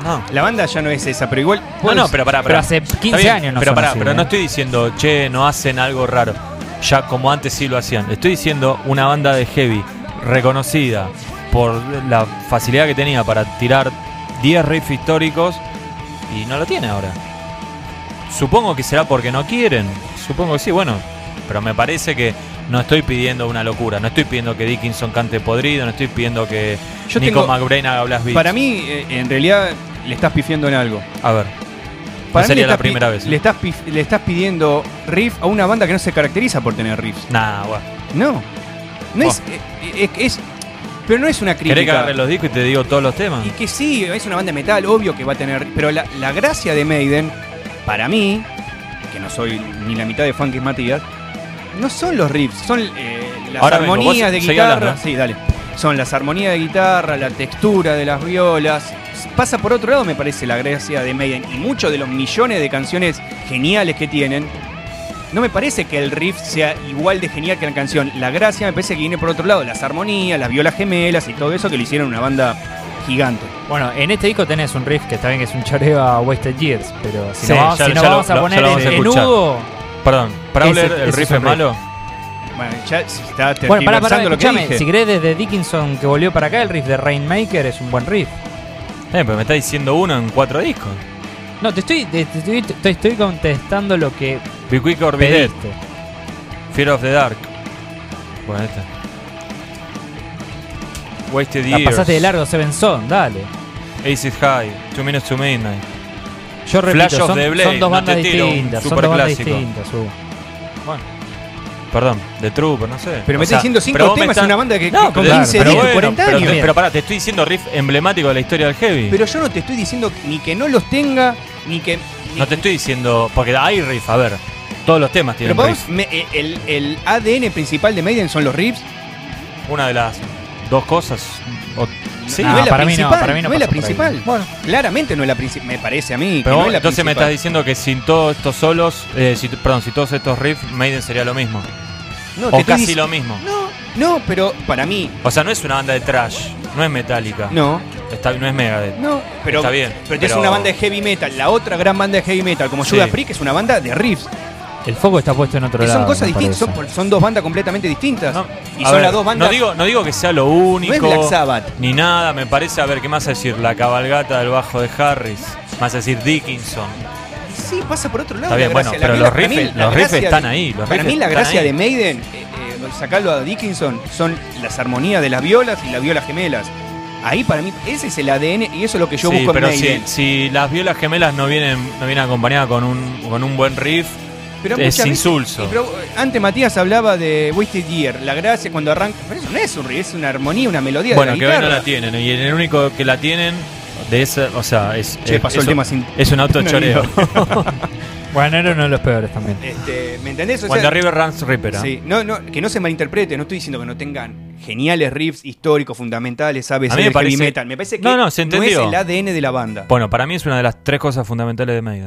No. La banda ya no es esa, pero igual. No, no, pero pará, Pero pará. hace Está quince bien, años no Pero son pará, así, pero ¿eh? no estoy diciendo, che, no hacen algo raro. Ya como antes sí lo hacían. Estoy diciendo una banda de heavy reconocida por la facilidad que tenía para tirar diez riffs históricos y no lo tiene ahora. Supongo que será porque no quieren. Supongo que sí, bueno. Pero me parece que no estoy pidiendo una locura. No estoy pidiendo que Dickinson cante podrido. No estoy pidiendo que Yo Nico tengo- McBrain haga blast beats. Para mí, eh, en realidad, le estás pifiando en algo. A ver. Para no mí sería le la estás pi- primera vez. Le estás, pif- le estás pidiendo riff a una banda que no se caracteriza por tener riffs. Nah, bueno. No. No es, eh, eh, es. Pero no es una ¿Querés que crítica. agarre los discos y te digo todos los temas? Y que sí, es una banda de metal, obvio que va a tener. Pero la, la gracia de Maiden, para mí, que no soy ni la mitad de fan que es Matías, no son los riffs, son eh, las Ahora vengo, armonías vos de seguí guitarra. hablando, ¿eh? Sí, dale. Son las armonías de guitarra, la textura de las violas. Pasa por otro lado, me parece, la gracia de Maiden. Y muchos de los millones de canciones geniales que tienen, no me parece que el riff sea igual de genial que la canción. La gracia me parece que viene por otro lado, las armonías, las violas gemelas y todo eso que lo hicieron una banda gigante. Bueno, en este disco tenés un riff que está bien que es un choreo a Wasted Years, pero si Sí, no vamos, ya- si no ya lo- vamos a lo- ya poner lo vamos a en, en escuchar. Hugo. Perdón, Prowler, Ese- el ese riff es un es malo. Bueno, ya se está Bueno, para, para, tergiversando lo que escúchame, dije. si querés desde Dickinson que volvió para acá, el riff de Rainmaker es un buen riff. Eh, pero me está diciendo uno en cuatro discos. No, te estoy, te, te estoy, te estoy contestando lo que Be Quick or Be Dead, pediste. Fear of the Dark. Bueno, este. Wasted La Years. pasaste de largo, Seven Son, dale. Acid High, Two Minutes to Midnight. Yo repito, Flash of son, the Blade, son dos no bandas te tiro un distintas, son dos bandas superclásico. distintas, Hugo. Bueno. Perdón, The Trooper, no sé. Pero me O sea, está diciendo cinco pero vos me temas estás- en una banda que, No, que con pero- quince, pero diez, bueno, cuarenta pero, años. te- pero pará, te estoy diciendo riff emblemático de la historia del heavy. Pero yo no te estoy diciendo ni que no los tenga, ni que... ni- no te estoy diciendo. Porque hay riff, a ver. Todos los temas Pero tienen para riff. vos, me- eh, el, el A D N principal de Maiden son los riffs. Una de las dos cosas. o- sí, no Ah, es la para mí no, principal. para mí no es la pasa por ahí. principal. Bueno. Claramente no es la principal. Me parece a mí que Pero no vos, es la entonces me principal. estás diciendo que sin todos estos solos, eh, si, perdón, si todos estos riffs, Maiden sería lo mismo. No, te O estoy casi dic- lo mismo. No, no, pero para mí, O sea, no es una banda de trash, no es Metallica. no. Está, no es Megadeth. No, pero, Está bien, pero tienes pero- una banda de heavy metal, la otra gran banda de heavy metal como Sí. Judas Priest, que es una banda de riffs. El foco está puesto en otro Que lado. son cosas me distintas, son, parece. son dos bandas completamente distintas. No, y a son ver, las dos bandas. No digo, no digo que sea lo no único. es Black Sabbath. Ni nada, me parece, a ver, ¿qué más decir? La cabalgata del bajo de Harris. Más decir Dickinson. Sí, pasa por otro lado. Está bien, la bueno, gracia. pero La- los para mí, riffs- la los riffs gracia están de- ahí, los Para riffs mí la están gracia ahí. de Maiden, eh, eh, sacarlo a Dickinson, son las armonías de las violas y las violas gemelas. Ahí para mí, ese es el A D N y eso es lo que yo Sí, busco en pero si, Maiden. si las violas gemelas no vienen, no vienen acompañadas con un, con un buen riff, Pero es muchas veces- insulso. y pero, eh, antes Matías hablaba de Wasted Year, la gracia cuando arranca. Pero eso no es un riff, es una armonía, una melodía bueno, de que la hoy guitarra. no la tienen. Y el único que la tienen de esa, o sea, es, Che, es, pasó es el un- tema sin. es un autochoreo. Bueno, era uno de los peores también. Este, ¿Me entendés? O Cuando sea, River Runs Reaper. ¿eh? sí, no, no, que no se malinterprete, no estoy diciendo que no tengan geniales riffs históricos, fundamentales, A B C A mí me del heavy parece- metal. Me parece que No, no, se es entendió. el A D N de la banda. Bueno, para mí es una de las tres cosas fundamentales de Maiden.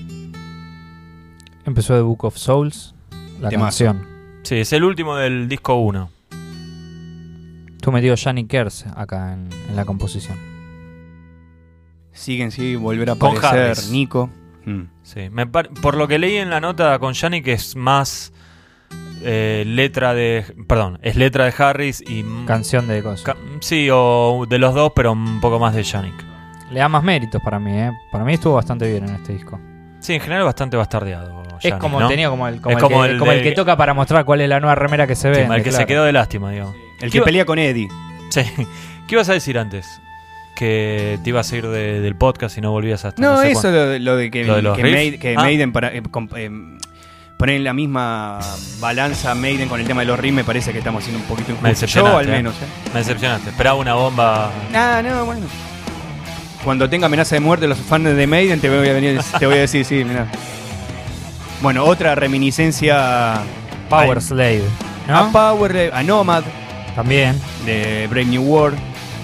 Empezó The Book of Souls, la Temazo. canción. Sí, es el último del disco uno. Tú metido Johnny Kers acá en, en la composición. Siguen, sí, volver a Con aparecer Harris. Nico. Mm. Sí, me par- por lo que leí en la nota con Yannick es más eh, letra de... Perdón, es letra de Harris y... m- Canción de cosas. ca- sí, o de los dos, pero un poco más de Yannick. Le da más méritos para mí, ¿eh? Para mí estuvo bastante bien en este disco. Sí, en general bastante bastardeado. es Yannick, como ¿no? tenía como el, como Es el como que, el como el de- que toca para mostrar cuál es la nueva remera que se Sí, ve. el que se quedó de lástima, digo. El ¿Qué que iba- pelea con Eddie. Sí. ¿Qué ibas a decir antes? Que te ibas a ir de- del podcast y no volvías hasta No, no sé eso cuándo. lo, de- lo de que, ¿Lo de los que, riffs? Maid- que Ah. Maiden para eh, com- eh, poner en la misma balanza Maiden con el tema de los riffs me parece que estamos haciendo un poquito Me injusto. Yo decepcionaste, al eh. menos, ¿eh? Me decepcionaste. Esperaba una bomba. Ah, no, bueno. Cuando tenga amenaza de muerte los fans de Maiden te voy a venir, te voy a decir, sí, mirá. Bueno, otra reminiscencia Power a, Slave, ¿no? a Power, a Nomad También. de Brave New World.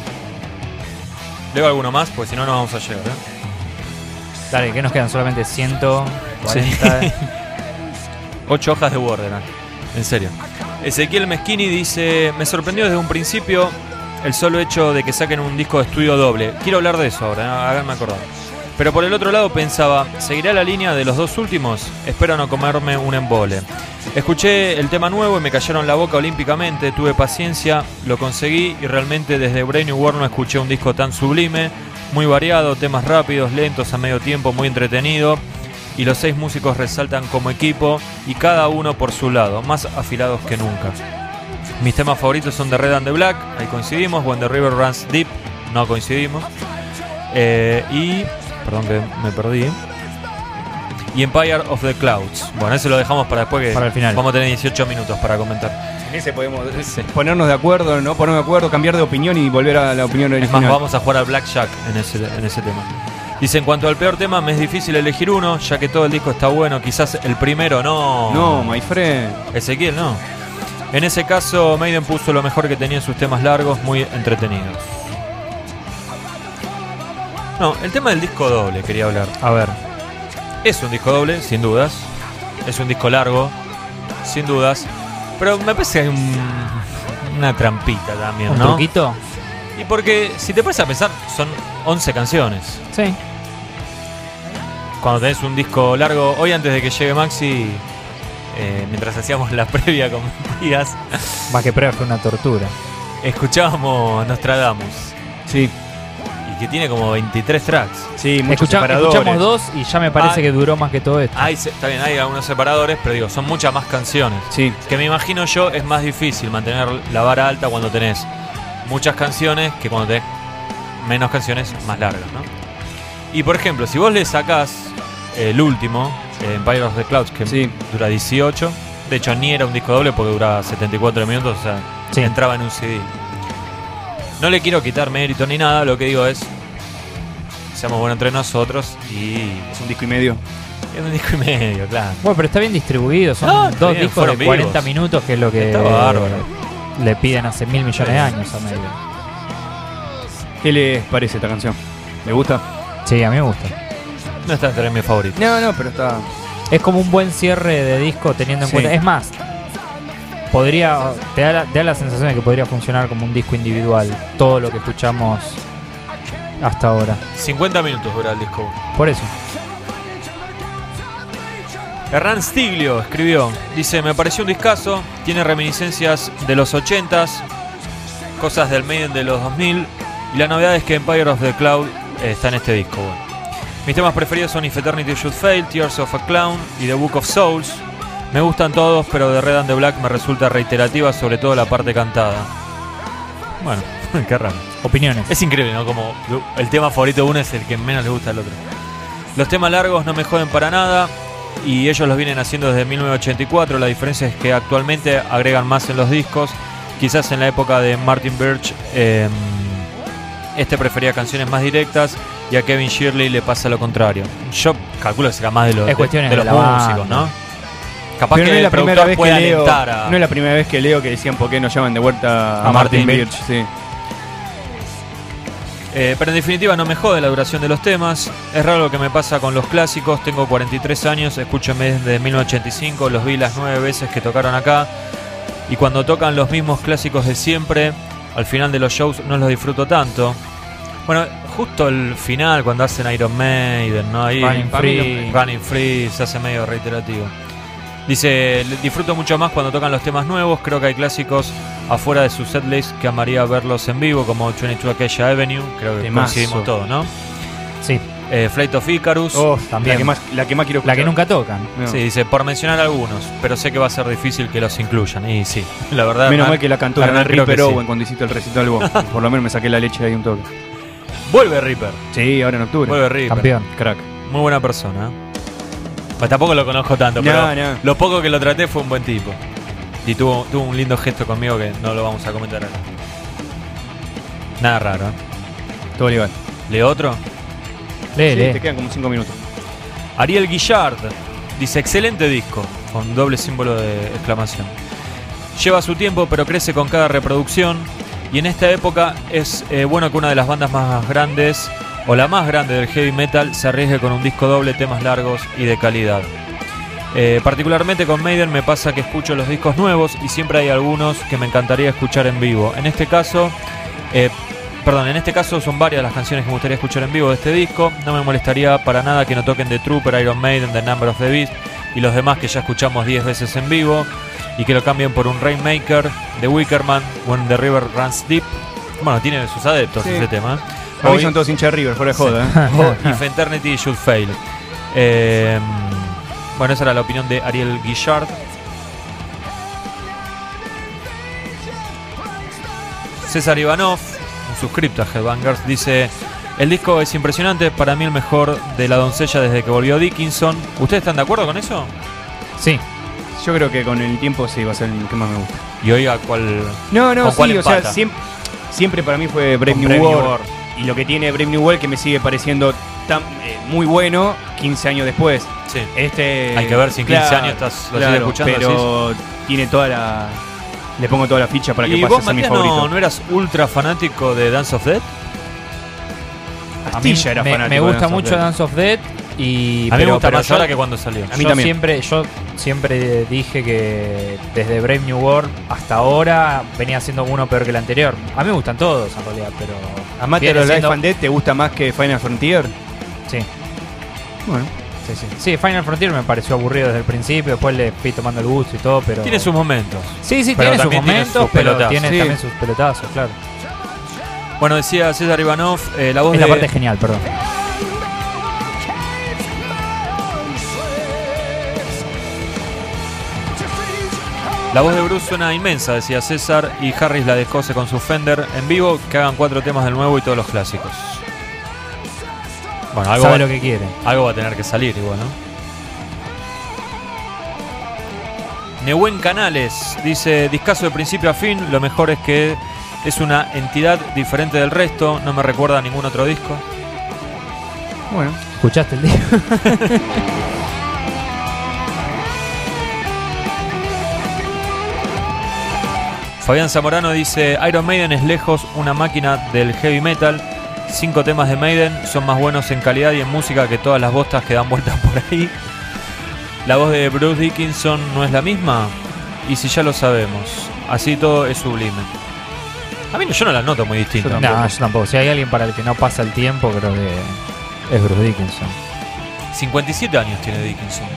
Leo alguno más, porque si no, no vamos a llegar. ¿eh? Dale, que nos quedan solamente ciento cuarenta. Ocho hojas de Borderland. En serio. Ezequiel Meschini dice: me sorprendió desde un principio el solo hecho de que saquen un disco de estudio doble. Quiero hablar de eso ahora, ¿eh? Háganme acordar. Pero por el otro lado pensaba, ¿seguirá la línea de los dos últimos? Espero no comerme un embole. Escuché el tema nuevo y me cayeron la boca olímpicamente, tuve paciencia, lo conseguí y realmente desde Brave New World no escuché un disco tan sublime, muy variado, temas rápidos, lentos a medio tiempo, muy entretenido, y los seis músicos resaltan como equipo y cada uno por su lado, más afilados que nunca. Mis temas favoritos son The Red and the Black, ahí coincidimos, When the River Runs Deep, no coincidimos, eh, y... perdón que me perdí. Y Empire of the Clouds. Bueno, ese lo dejamos para después, que Para el final. vamos a tener dieciocho minutos para comentar. En ese podemos Sí. ponernos de acuerdo, no ponernos de acuerdo, cambiar de opinión y volver a la opinión Es original. más, vamos a jugar al Blackjack en ese, en ese tema. Dice, en cuanto al peor tema, me es difícil elegir uno, ya que todo el disco está bueno. Quizás el primero no. No, my friend. Ezequiel, no. En ese caso, Maiden puso lo mejor que tenía en sus temas largos, muy entretenidos. No, el tema del disco doble quería hablar. A ver. Es un disco doble, sin dudas. Es un disco largo, sin dudas. Pero me parece que hay un, una trampita también, ¿Un ¿no? truquito? Y porque si te pones a pensar, son once canciones. Sí. Cuando tenés un disco largo, hoy antes de que llegue Maxi, eh, mientras hacíamos la previa con Díaz, Más que prueba, fue una tortura. escuchábamos Nostradamus. Sí, Y que tiene como veintitrés tracks. sí, muchos Escucha- separadores. escuchamos dos y ya me parece Ah. que duró más que todo esto. Hay, se- está bien, hay algunos separadores, pero digo, son muchas más canciones. Sí, Que me imagino yo es más difícil mantener la vara alta cuando tenés muchas canciones que cuando tenés menos canciones más largas, ¿no? Y por ejemplo, si vos le sacás el último, eh, Empire of the Clouds, que Sí. dura dieciocho, de hecho ni era un disco doble porque duraba setenta y cuatro minutos, o sea, Sí. entraba en un C D. No le quiero quitar mérito ni nada, lo que digo es, seamos buenos entre nosotros y es un disco y medio. es un disco y medio, claro. Bueno, pero está bien distribuido. Son Ah, está dos bien, discos fueron de cuarenta vivos. minutos, que es lo que Está bárbaro. le piden hace mil millones de Sí. años a medio. ¿Qué les parece esta canción? ¿Le gusta? Sí, a mí me gusta. No está entre mis favoritos. No, no, pero está... Es como un buen cierre de disco teniendo en Sí. cuenta. Es más, podría te da, la, te da la sensación de que podría funcionar como un disco individual. Todo lo que escuchamos hasta ahora. cincuenta minutos dura el disco. Por eso. Hernán Stiglio escribió, dice, me pareció un discazo, tiene reminiscencias de los ochentas, cosas del Maiden de los dos mil, y la novedad es que Empire of the Cloud eh, está en este disco. Bueno. Mis temas preferidos son If Eternity Should Fail, Tears of a Clown y The Book of Souls. Me gustan todos, pero The Red and the Black me resulta reiterativa, sobre todo la parte cantada. Bueno, qué raro. Opiniones. Es increíble, ¿no? Como el tema favorito de uno es el que menos le gusta al otro. Los temas largos no me joden para nada y ellos los vienen haciendo desde mil novecientos ochenta y cuatro. La diferencia es que actualmente agregan más en los discos. Quizás en la época de Martin Birch eh, este prefería canciones más directas y a Kevin Shirley le pasa lo contrario. Yo calculo que será más de los, Es cuestiones de, de de los la músicos, banda. ¿no? Capaz Pero que no es el la primera productor vez que puede leo, alentar a... no es la primera vez que leo que decían por qué nos llaman de vuelta a, A Martin Martin Birch. Birch. Sí. Eh, pero en definitiva no me jode la duración de los temas. Es raro lo que me pasa con los clásicos. Tengo cuarenta y tres años, escucho desde mil novecientos ochenta y cinco, los vi las nueve veces que tocaron acá. Y cuando tocan los mismos clásicos de siempre, al final de los shows no los disfruto tanto. Bueno, justo el final, cuando hacen Iron Maiden, ¿no? Ahí, Running para mí, Free. Running Free, se hace medio reiterativo. Dice, disfruto mucho más cuando tocan los temas nuevos. Creo que hay clásicos afuera de su setlist que amaría verlos en vivo, como veintidós Acacia Avenue. Creo que Temazo. coincidimos todos, ¿no? Sí. Eh, Flight of Icarus. Oh, También. La que más, la que más quiero La que escuchar. nunca tocan. No. Sí, dice, por mencionar algunos, pero sé que va a ser difícil que los incluyan. Y sí, la verdad. Menos Hernán- mal que la cantó Hernán Hernán creo que Ripper sí. Owen cuando hiciste el recital vos. Por lo menos me saqué la leche ahí un toque. Vuelve Reaper. Sí, ahora en octubre. Vuelve Reaper. Campeón. Crack. Muy buena persona. ¿eh? Pues tampoco lo conozco tanto, No, pero no. lo poco que lo traté fue un buen tipo. Y tuvo, tuvo un lindo gesto conmigo que no lo vamos a comentar ahora. Nada raro, ¿eh? Todo legal. ¿Leo otro? Lee, Sí, lee. te quedan como cinco minutos. Ariel Guillard dice, excelente disco, con doble símbolo de exclamación. Lleva su tiempo, pero crece con cada reproducción. Y en esta época es eh, bueno que una de las bandas más grandes, o la más grande del heavy metal, se arriesgue con un disco doble, temas largos y de calidad. Eh, particularmente con Maiden me pasa que escucho los discos nuevos y siempre hay algunos que me encantaría escuchar en vivo. En este caso, Eh, perdón, en este caso son varias las canciones que me gustaría escuchar en vivo de este disco. No me molestaría para nada que no toquen The Trooper, Iron Maiden, The Number of the Beast y los demás que ya escuchamos diez veces en vivo, y que lo cambien por un Rainmaker, The Wickerman, When the River Runs Deep. Bueno, tiene sus adeptos Sí. ese tema. Hoy Hoy- son todos hinchas de River, fuera de joda. ¿eh? o If Eternity Should Fail. Eh, bueno, esa era la opinión de Ariel Guillard. César Ivanov, un suscripto a Headbangers, dice: el disco es impresionante, para mí el mejor de La Doncella desde que volvió Dickinson. ¿Ustedes están de acuerdo con eso? Sí. Yo creo que con el tiempo sí va a ser el que más me gusta. Y oiga, ¿cuál? No, no, ¿Con cuál sí, o sea, empata? siempre, siempre para mí fue Brave Con New Brave New World. World. Y lo que tiene Brave New World que me sigue pareciendo tan, eh, muy bueno quince años después. Sí. Este, Hay que ver si en quince claro, años estás, lo claro, sigues escuchando. pero tiene toda la... Le pongo toda la ficha para que ¿Y pase vos, a ser mi Matías, favorito. no, no eras ultra fanático de Dance of Death? A mí Astilla era me, fanático me de gusta Dance of mucho Death. Dance of Death y A mí me pero- gusta pero más yo- ahora que cuando salió. A mí yo también. siempre, yo siempre dije que desde Brave New World hasta ahora venía siendo uno peor que el anterior. A mí me gustan todos en realidad, pero ¿A Matter viene of Life siendo- and Death te gusta más que Final Frontier? sí, Bueno. sí, sí. Sí, Final Frontier me pareció aburrido desde el principio, después le fui tomando el gusto y todo, pero Tiene sus momentos. sí, sí, pero tiene sus también tiene momentos, sus pero pelotazos. tiene Sí. también sus pelotazos, claro. Bueno, decía César Ivanov, eh, la voz Es de... la parte genial, perdón. La voz de Bruce suena inmensa, decía César, y Harris la descose con su Fender en vivo, que hagan cuatro temas del nuevo y todos los clásicos. Bueno, algo, Sabe va, lo que quiere. algo va a tener que salir igual, ¿no? Nehuen Canales dice: discazo de principio a fin, lo mejor es que es una entidad diferente del resto, no me recuerda a ningún otro disco. Bueno. ¿Escuchaste el día? Fabián Zamorano dice: Iron Maiden es lejos una máquina del heavy metal. Cinco temas de Maiden son más buenos en calidad y en música que todas las bostas que dan vueltas por ahí. La voz de Bruce Dickinson no es la misma. Y si ya lo sabemos, así todo es sublime. A mí no, yo no la noto muy distinta. Yo tampoco. No, yo tampoco. Si hay alguien para el que no pasa el tiempo, creo que es Bruce Dickinson. cincuenta y siete años tiene Dickinson.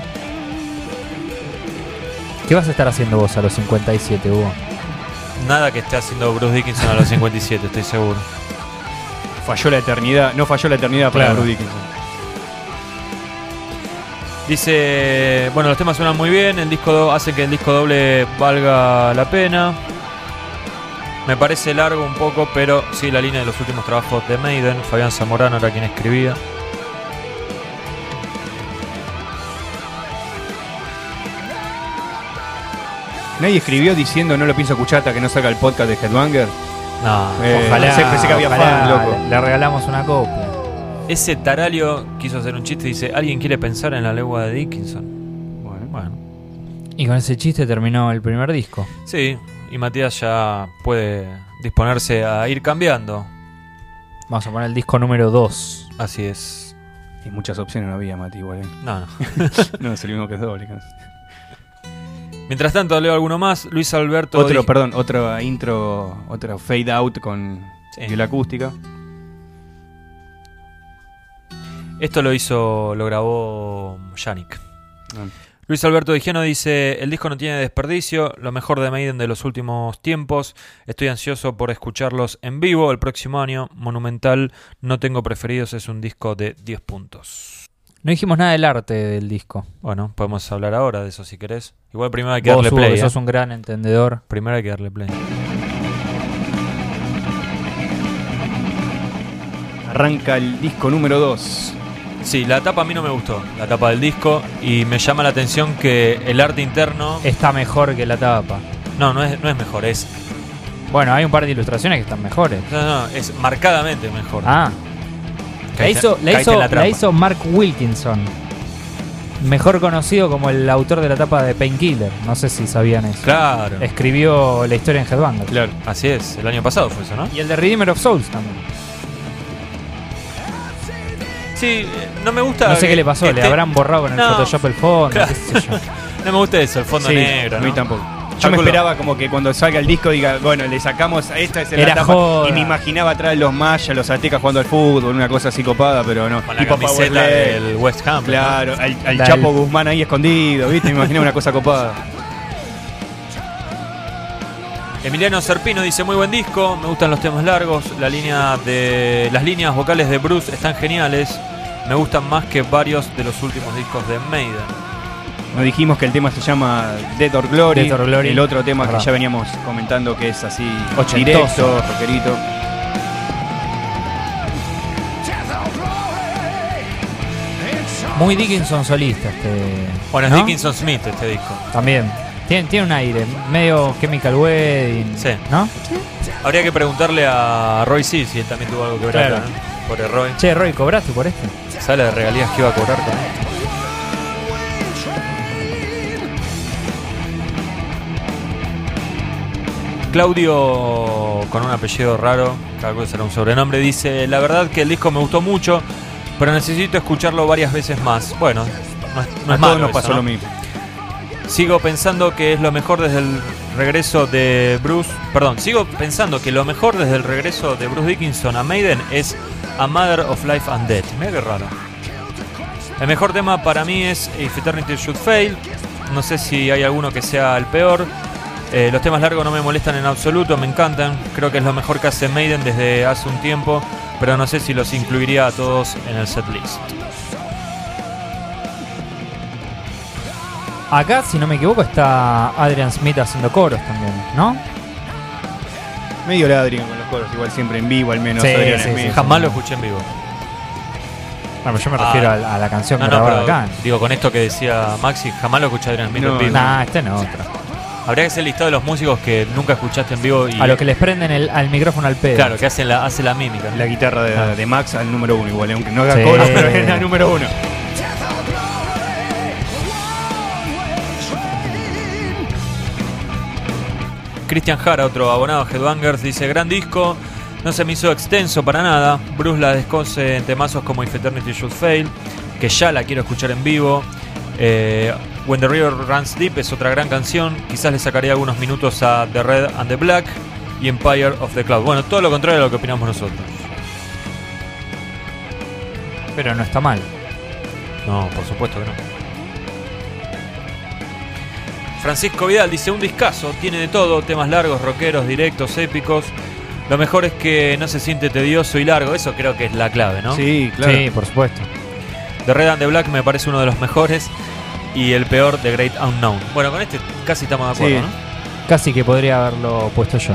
¿Qué vas a estar haciendo vos a los cincuenta y siete, Hugo? Nada que esté haciendo Bruce Dickinson a los cincuenta y siete, estoy seguro. Falló la eternidad. No falló la eternidad para Claro. Bruce Dickinson. Dice: bueno, los temas suenan muy bien, el disco do- hace que el disco doble valga la pena. Me parece largo un poco, pero sí la línea de los últimos trabajos de Maiden. Fabián Zamorano era quien escribía. Nadie escribió diciendo no lo pienso escuchar hasta que no salga el podcast de Headbanger. No, Eh, Ojalá, pensé- pensé que había ojalá fan, loco. le regalamos una copia. ese Taralio quiso hacer un chiste y dice: ¿alguien quiere pensar en la lengua de Dickinson? Bueno. Bueno, Y con ese chiste terminó el primer disco. sí, y Matías ya puede disponerse a ir cambiando. Vamos a poner el disco número dos. Así es. Y muchas opciones no había, Mati, igual. ¿eh? No, no. No, es el mismo que es doble. casi. Mientras tanto, leo alguno más. Luis Alberto. Otro, di- perdón, otra intro, otra fade out con Sí. viola acústica. Esto lo hizo, lo grabó Yannick. Ah. Luis Alberto Dijeno dice: el disco no tiene desperdicio, lo mejor de Maiden de los últimos tiempos. Estoy ansioso por escucharlos en vivo el próximo año. Monumental, no tengo preferidos, es un disco de diez puntos. No dijimos nada del arte del disco. Bueno, podemos hablar ahora de eso si querés. Igual primero hay que Vos, darle Hugo, play. que ¿eh? sos un gran entendedor. Primero hay que darle play. Arranca el disco número dos. Sí, la tapa a mí no me gustó, la tapa del disco, y me llama la atención que el arte interno... Está mejor que la tapa. No, no es, no es mejor, es... Bueno, hay un par de ilustraciones que están mejores. No, no, es marcadamente mejor. Ah, la Caíste- hizo, la, caíste hizo, en la la trampa. hizo Mark Wilkinson. Mejor conocido como el autor de la tapa de Painkiller. No sé si sabían eso. Claro, Escribió la historia en Headbanger. Claro. así es, el año pasado fue eso, ¿no? Y el de Redeemer of Souls también. Sí, eh, no me gusta... No sé que- qué le pasó, que le esté- habrán borrado con el No. Photoshop el fondo, Claro. qué sé yo. No me gusta eso, el fondo Sí, negro, a mí ¿no? tampoco. Yo me Calculo. esperaba como que cuando salga el disco diga, bueno, le sacamos a esta es la Era tapa. joda. Y me imaginaba atrás los mayas, los aztecas jugando al fútbol, una cosa así copada, pero no. Con la Tipo camiseta Powerplay. del West Ham. ¿no? Claro, al, al Dale. Chapo Guzmán ahí escondido, ¿viste? Me imaginé una cosa copada. Emiliano Serpino dice muy buen disco, me gustan los temas largos, la línea de las líneas vocales de Bruce están geniales, me gustan más que varios de los últimos discos de Maiden. Nos dijimos que el tema se llama Dead or Glory. Dead or Glory. El otro tema Verdad. que ya veníamos comentando que es así Ochentoso. directo, rockerito. Muy Dickinson solista este. Bueno, es ¿no? Dickinson Smith este disco. También. Tiene, tiene un aire, medio Chemical Wedding. Sí. ¿No? Habría que preguntarle a Roy C si él también tuvo algo que ver Claro. acá, ¿no? Pobre Roy. Che, Roy, ¿cobraste por este? ¿Sabe de regalías que iba a cobrar con esto? Claudio, con un apellido raro, cada cosa será un sobrenombre, dice: la verdad que el disco me gustó mucho, pero necesito escucharlo varias veces más. Bueno, no es, no A es todos malo nos eso, pasó ¿no? lo mismo. Sigo pensando que es lo mejor desde el regreso de Bruce. Perdón, sigo pensando que lo mejor desde el regreso de Bruce Dickinson a Maiden es A Matter of Life and Death. Mira qué raro. El mejor tema para mí es If Eternity Should Fail. No sé si hay alguno que sea el peor. Eh, los temas largos no me molestan en absoluto, me encantan. Creo que es lo mejor que hace Maiden desde hace un tiempo, pero no sé si los incluiría a todos en el setlist. Acá, si no me equivoco, está Adrian Smith haciendo coros también, ¿no? Medio ladrigan con los coros, igual siempre en vivo al menos. Sí, Adrian sí, Smith. sí. Jamás lo escuché en vivo. Bueno, yo me Ah. refiero a, a la canción No, no, grabada pero acá. digo, con esto que decía Maxi, jamás lo escuché a Adrian Smith No, en vivo. Nah, este no otra. Habría que hacer el listado de los músicos que nunca escuchaste en vivo y A los que les prenden el, al micrófono al pedo. claro, que hacen la, hace la mímica. La guitarra de, Ah. de Max al número uno, igual, aunque no haga Sí. coros, pero es la número uno. Christian Jara, otro abonado a Headbangers, dice: gran disco, no se me hizo extenso para nada. Bruce la descose en temazos como If Eternity Should Fail, que ya la quiero escuchar en vivo. Eh, When the River Runs Deep es otra gran canción. Quizás le sacaría algunos minutos a The Red and the Black y Empire of the Cloud. Bueno, todo lo contrario de lo que opinamos nosotros. Pero no está mal. No, por supuesto que no. Francisco Vidal dice: un discazo, tiene de todo, temas largos, rockeros, directos, épicos. Lo mejor es que no se siente tedioso y largo, eso creo que es la clave, ¿no? Sí, claro. Sí, por supuesto. The Red and the Black me parece uno de los mejores y el peor, The Great Unknown. Bueno, con este casi estamos de acuerdo, Sí. ¿no? Casi que podría haberlo puesto yo.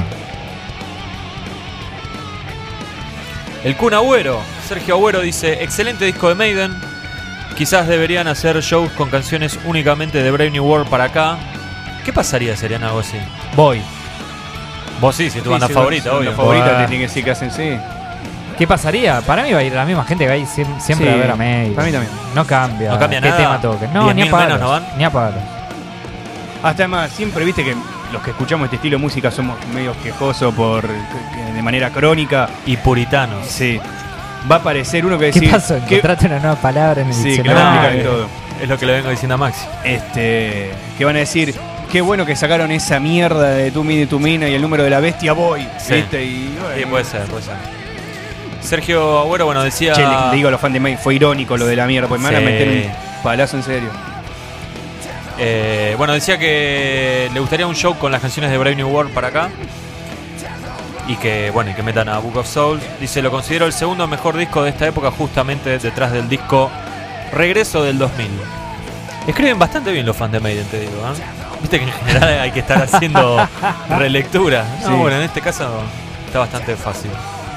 El Kun Agüero, Sergio Agüero dice: excelente disco de Maiden. Quizás deberían hacer shows con canciones únicamente de Brave New World para acá. ¿Qué pasaría si harían algo así? Voy. Vos sí, si tu Sí, banda sí, favorita, la obvio. favorita Buah. te tiene que decir que hacen sí. ¿Qué pasaría? Para mí va a ir la misma gente que va a ir siem- siempre Sí, a ver a May. para mí también. No cambia. No cambia ¿Qué nada. tema toque? No, diez ni a mil palos. menos no van. Ni a palos. Hasta además, siempre viste que los que escuchamos este estilo de música somos medio quejosos por de manera crónica. Y puritanos. Sí. Va a aparecer uno que ¿Qué decir. pasó? que- Encontraste una nueva palabra en el Sí, que lo va a diccionario. explicar en eh. todo. Es lo que le vengo diciendo a Maxi. Este, que van a decir, qué bueno que sacaron esa mierda de tu mina y tu mina y el número de la bestia voy. Sí. ¿Viste? Y, bueno, Sí, puede ser, puede ser. Sergio Agüero, bueno, decía... Che, le, le digo a los fans de May, fue irónico lo de la mierda, pues me van a Sí. meter un palazo en serio. eh, bueno, decía que le gustaría un show con las canciones de Brave New World para acá. Y que, bueno, y que metan a Book of Souls. Dice: lo considero el segundo mejor disco de esta época, justamente detrás del disco Regreso del dos mil. Escriben bastante bien los fans de Maiden, te digo, ¿eh? Viste que en general hay que estar haciendo relectura. No, Sí. bueno, en este caso está bastante fácil.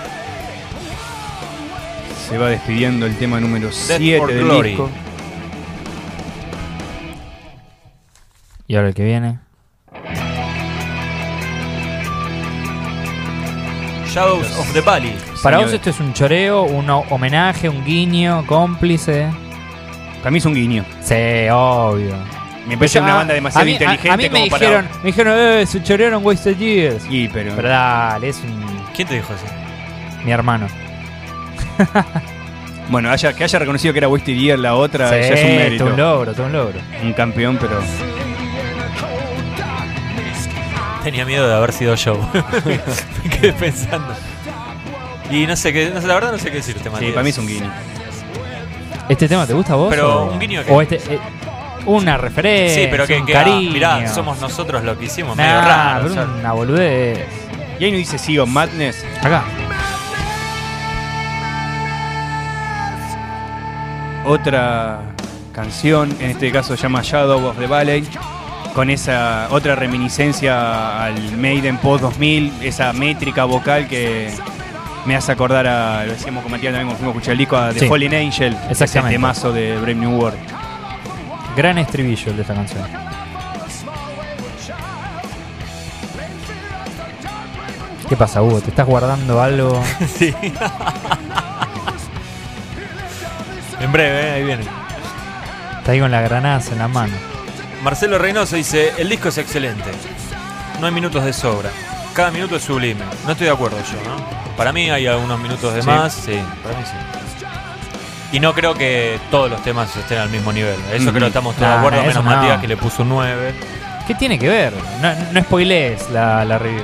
Se va despidiendo el tema número or siete del Glory. disco. Y ahora el que viene. Shadows of the Valley. Para vos Señores. esto es un choreo, un ho- homenaje, un guiño, cómplice. Para mí es un guiño. Sí, obvio. Me parece Yo- una a- banda demasiado a mí, inteligente a, a mí me como para- dijeron, me dijeron, eh, se chorearon Wasted Years. Y, pero, Pero dale, es un, ¿Quién te dijo así? mi hermano. bueno, haya, que haya reconocido que era Wasted Year la otra, Sí, ya es un mérito. todo un logro, todo un logro. Un campeón, pero Tenía miedo de haber sido yo. Me quedé pensando. Y no sé qué, no sé, la verdad no sé qué decirte, Sí, Matías. para mí es un guiño. ¿Este tema te gusta a vos? Pero, o, ¿un guiño qué? o este, eh, una referencia, Sí, pero que, un que ah, cariño. mirá, somos nosotros lo que hicimos, Nah, medio raro. pero o sea. una boludez. Y ahí nos dice Sea of Madness. Acá. Otra canción, en este caso se llama Shadow of the Valley, con esa otra reminiscencia al Maiden post dos mil, esa métrica vocal que me hace acordar a, lo decíamos con Matías también cuando fuimos a escuchar el disco, a The Sí. Fallen Angel, ese Exactamente. temazo de Brave New World. Gran estribillo el de esta canción. ¿Qué pasa, Hugo? ¿Te estás guardando algo? Sí. En breve, eh, ahí viene. Está ahí con la granaza en la mano. Marcelo Reynoso dice, el disco es excelente. No hay minutos de sobra. Cada minuto es sublime. No estoy de acuerdo yo, ¿no? Para mí hay algunos minutos de Sí. más. Sí, para mí sí. Y no creo que todos los temas estén al mismo nivel. Eso Ujú. creo que estamos todos de Nah, acuerdo, eso menos no. Matías que le puso un nueve. ¿Qué tiene que ver? No, no spoilees la, la review.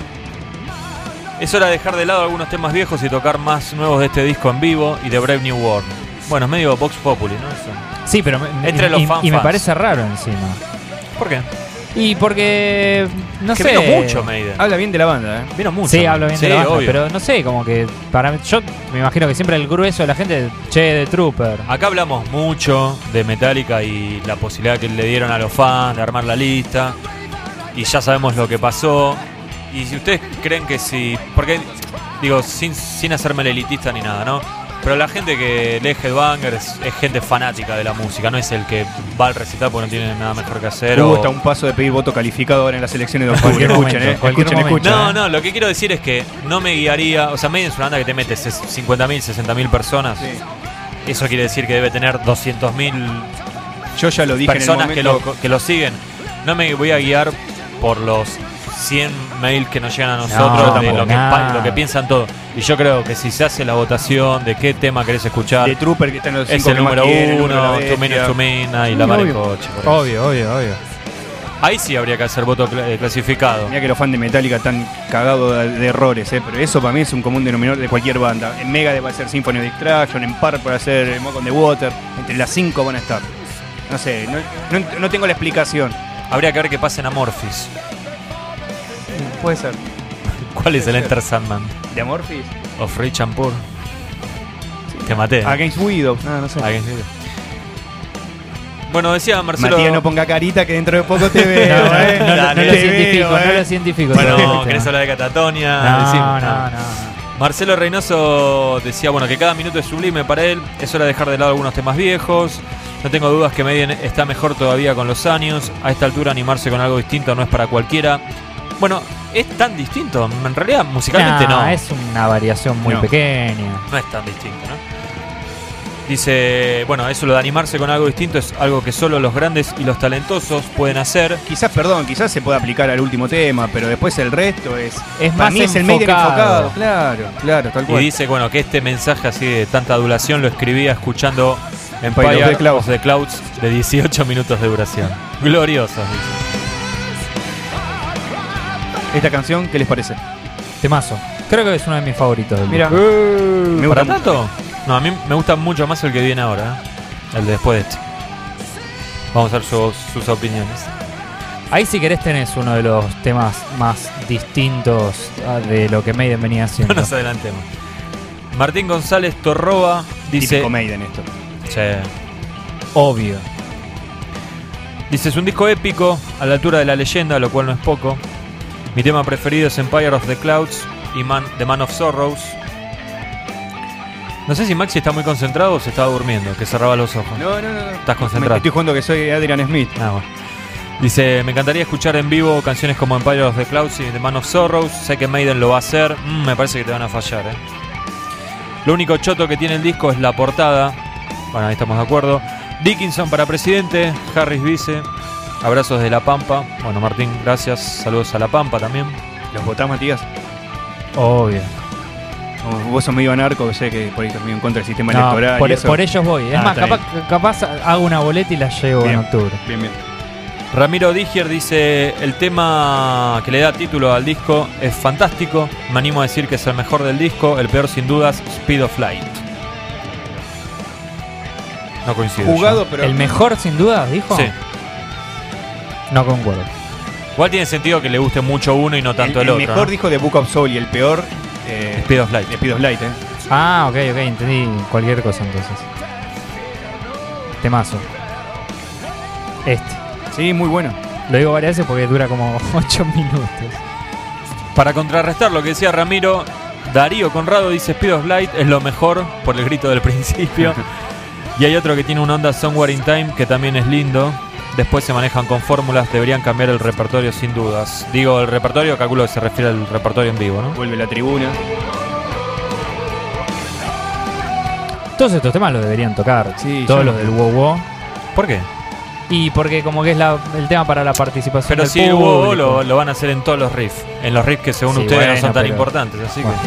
Es hora de dejar de lado algunos temas viejos y tocar más nuevos de este disco en vivo y de Brave New World. Bueno, es medio Vox Populi, ¿no? Eso. Sí, pero me, Entre y, los y- fan y me fans. parece raro encima. ¿Por qué? Y porque, no que sé. vino mucho Maiden. Habla bien de la banda, ¿eh? Vino mucho. Sí, Maiden. hablo bien Sí, de la banda, obvio. pero no sé, como que para mí, yo me imagino que siempre el grueso de la gente, che, de Trooper. Acá hablamos mucho de Metallica y la posibilidad que le dieron a los fans de armar la lista. Y ya sabemos lo que pasó. Y si ustedes creen que si... Porque, digo, sin, sin hacerme el elitista ni nada, ¿no? Pero la gente que lee Headbanger es, es gente fanática de la música. No es el que va al recital porque no tiene nada mejor que hacer. Hugo o- está a un paso de pedir voto calificado ahora en las elecciones de octubre. Cualquier Escuchen, momento, ¿eh? cualquier Escuchen, momento. escuchen. No, no, lo que quiero decir es que no me guiaría... O sea, Maiden es una banda que te mete cincuenta mil, sesenta mil personas. Sí. Eso quiere decir que debe tener doscientos mil Yo ya lo dije personas en que el lo, momento. que lo siguen. No me voy a guiar por los cien mails que nos llegan a nosotros No, de lo que, nada. pa- lo que piensan todos. Y yo creo que si se hace la votación de qué tema querés escuchar, De Trooper, que está en los es cinco el que más número quieren, el número uno, de la Too Many bestia. Too Many y Sí, la Mar en obvio. Coche. por eso. Obvio, obvio, obvio. Ahí sí habría que hacer voto cl- eh, clasificado. Mira que los fans de Metallica están cagados de, de errores, ¿eh? Pero eso para mí es un común denominador de cualquier banda. En Megadeth va a ser Symphony of Destruction, en Purple va a ser Smoke on the Water. Entre las cinco van a estar. No sé, no, no, no tengo la explicación. Habría que ver que pasen a Morphis. Puede ser. ¿Cuál es el ser. Enter Sandman? ¿De Amorphis? Of Rich and Poor. Te maté. ¿eh? Against Widow. No, no sé. Against Widow. Bueno, decía Marcelo. Matías, no ponga carita que dentro de poco te veo. No, no, ¿eh? no, no, no Te lo veo, científico, ¿eh? no lo científico. Bueno, todavía. ¿querés hablar de Catatonia? No, Decime. no, no, no. Marcelo Reynoso decía, bueno, que cada minuto es sublime para él. Es hora de dejar de lado algunos temas viejos. No tengo dudas que Maiden está mejor todavía con los años. A esta altura animarse con algo distinto no es para cualquiera. Bueno, es tan distinto. En realidad, musicalmente Nah, no. es una variación muy No. pequeña. No es tan distinto, ¿no? Dice, bueno, eso lo de animarse con algo distinto es algo que solo los grandes y los talentosos pueden hacer. Quizás, perdón, quizás se pueda aplicar al último tema, pero después el resto es. Es para más mí es el Maiden enfocado. enfocado. Claro, claro, tal Y cual. dice, bueno, que este mensaje así de tanta adulación lo escribía escuchando Empire Empire of the Clouds. of the Clouds de dieciocho minutos de duración. Gloriosos, dice. Esta canción, ¿qué les parece? Temazo. Creo que es uno de mis favoritos. del Mira, disco. me ¿Para gusta tanto? No, a mí me gusta mucho más el que viene ahora, ¿eh? El de después de este. Vamos a ver sus, sus opiniones. Ahí si querés tenés uno de los temas más distintos ah, de lo que Maiden venía No haciendo. nos adelantemos. Martín González Torroba dice... típico Maiden esto. Che. Obvio. Dice, es un disco épico, a la altura de la leyenda, lo cual no es poco. Mi tema preferido es Empire of the Clouds y Man, The Man of Sorrows. No sé si Maxi está muy concentrado o se estaba durmiendo, que cerraba los ojos. No, no, no. no. Estás concentrado. Me estoy jugando que soy Adrian Smith. Ah, bueno. Dice, me encantaría escuchar en vivo canciones como Empire of the Clouds y The Man of Sorrows. Sé que Maiden lo va a hacer. Mm, me parece que te van a fallar, ¿eh? Lo único choto que tiene el disco es la portada. Bueno, ahí estamos de acuerdo. Dickinson para presidente, Harris vice. Abrazos de La Pampa. Bueno, Martín, gracias. Saludos a La Pampa también. ¿Los votás, Matías? Obvio. O vos sos medio anarco, sé que por ahí estás medio en contra del sistema No, electoral. por, y eso. por ellos voy. Es Ah, más, está capaz, capaz hago una boleta y la llevo Bien. en octubre. Bien, bien. Ramiro Digier dice: el tema que le da título al disco es fantástico. Me animo a decir que es el mejor del disco. El peor sin dudas, Speed of Light. No coincido. Jugado, yo. pero. El mejor, sin duda, dijo. Sí. No concuerdo. Igual tiene sentido que le guste mucho uno y no tanto el, el otro. mejor ¿no? dijo de Book of Soul y el peor. Eh, Speed of Light. Speed of Light, eh. Ah, ok, ok, entendí cualquier cosa entonces. Temazo. Este. Sí, muy bueno. Lo digo varias veces porque dura como ocho minutos. Para contrarrestar lo que decía Ramiro, Darío Conrado dice: Speed of Light es lo mejor por el grito del principio. Y hay otro que tiene una onda Somewhere in Time que también es lindo. Después se manejan con fórmulas, deberían cambiar el repertorio sin dudas. Digo, el repertorio, calculo que se refiere al repertorio en vivo, ¿no? Vuelve la tribuna. Todos estos temas los deberían tocar. Sí, Todos yo- los del wow wow. ¿Por qué? Y porque como que es la- el tema para la participación Pero del si el público. WoW lo, lo van a hacer en todos los riffs. En los riffs que según Sí, ustedes no bueno, son tan pero- importantes, así Bueno.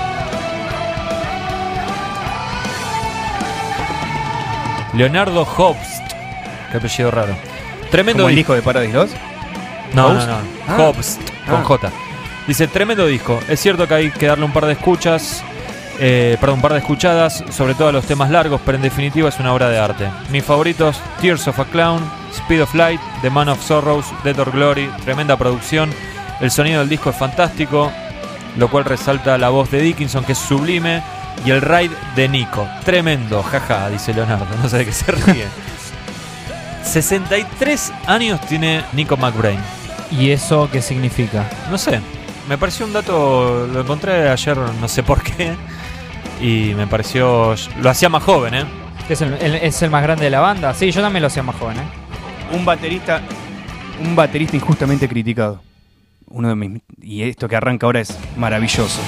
que... Leonardo Hobst. Qué apellido raro. Tremendo Como el disco. disco de Paradise Lost. No, no, Host. no. Ah. Hobst, con Ah. J. Dice: tremendo disco. Es cierto que hay que darle un par de escuchas. Eh, perdón, un par de escuchadas, sobre todo a los temas largos, pero en definitiva es una obra de arte. Mis favoritos: Tears of a Clown, Speed of Light, The Man of Sorrows, Death or Glory. Tremenda producción. El sonido del disco es fantástico, lo cual resalta la voz de Dickinson, que es sublime, y el ride de Nico. Tremendo, jaja, dice Leonardo. No sé de qué se ríe. sesenta y tres años tiene Nico McBrain. ¿Y eso qué significa? No sé, me pareció un dato, lo encontré ayer, no sé por qué, y me pareció, lo hacía más joven, ¿eh? ¿Es el, el- es el más grande de la banda? Sí, yo también lo hacía más joven, ¿eh? Un baterista. Un baterista injustamente criticado. Uno de mis. Y esto que arranca ahora es maravilloso.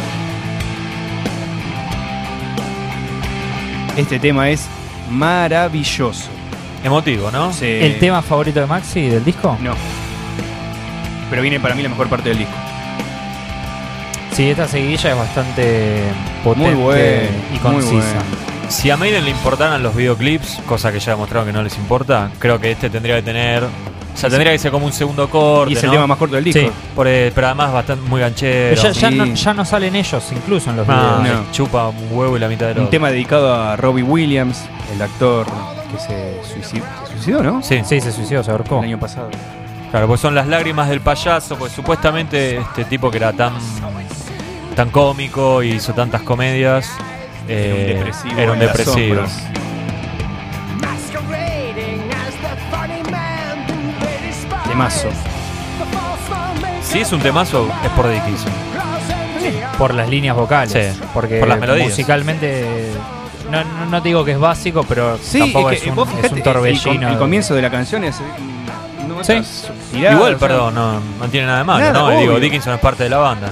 Este tema es maravilloso. Emotivo, ¿no? Se- ¿El tema favorito de Maxi del disco? No. Pero viene para mí la mejor parte del disco. Sí, esta seguidilla es bastante potente Muy bueno. y concisa. Muy bueno. Si a Maiden le importaran los videoclips, cosa que ya demostraron que no les importa, creo que este tendría que tener, o sea, tendría que ser como un segundo corte, Y es el ¿no? tema más corto del disco. Sí. Por, eh, pero además bastante muy ganchero. Pero ya, ya Sí. no, ya no salen ellos incluso en los Ah, videos. No. chupa un huevo y la mitad del Un otro. tema dedicado a Robbie Williams, el actor que se suicidó, se suicidó, ¿no? Sí, Sí, se suicidó, se ahorcó. El año pasado. claro, pues son las lágrimas del payaso, pues supuestamente este tipo que era tan tan cómico y hizo tantas comedias, Era un eh, depresivo. era un en las depresivo. sombras. Masquerading as the funny man who paid his spies. Temazo. The false man Si es un temazo, es por Dickinson. Por las líneas vocales. Sí, porque por las melodías. musicalmente. No, no, no te digo que es básico, pero Sí, tampoco es es, que un, vos es fijate, un el, com- torbellino. el comienzo de la canción es. mm, notas Sí. tiradas, Igual, o sea, perdón, no, no tiene nada de malo, Nada, ¿no? Digo, obvio. Dickinson es parte de la banda.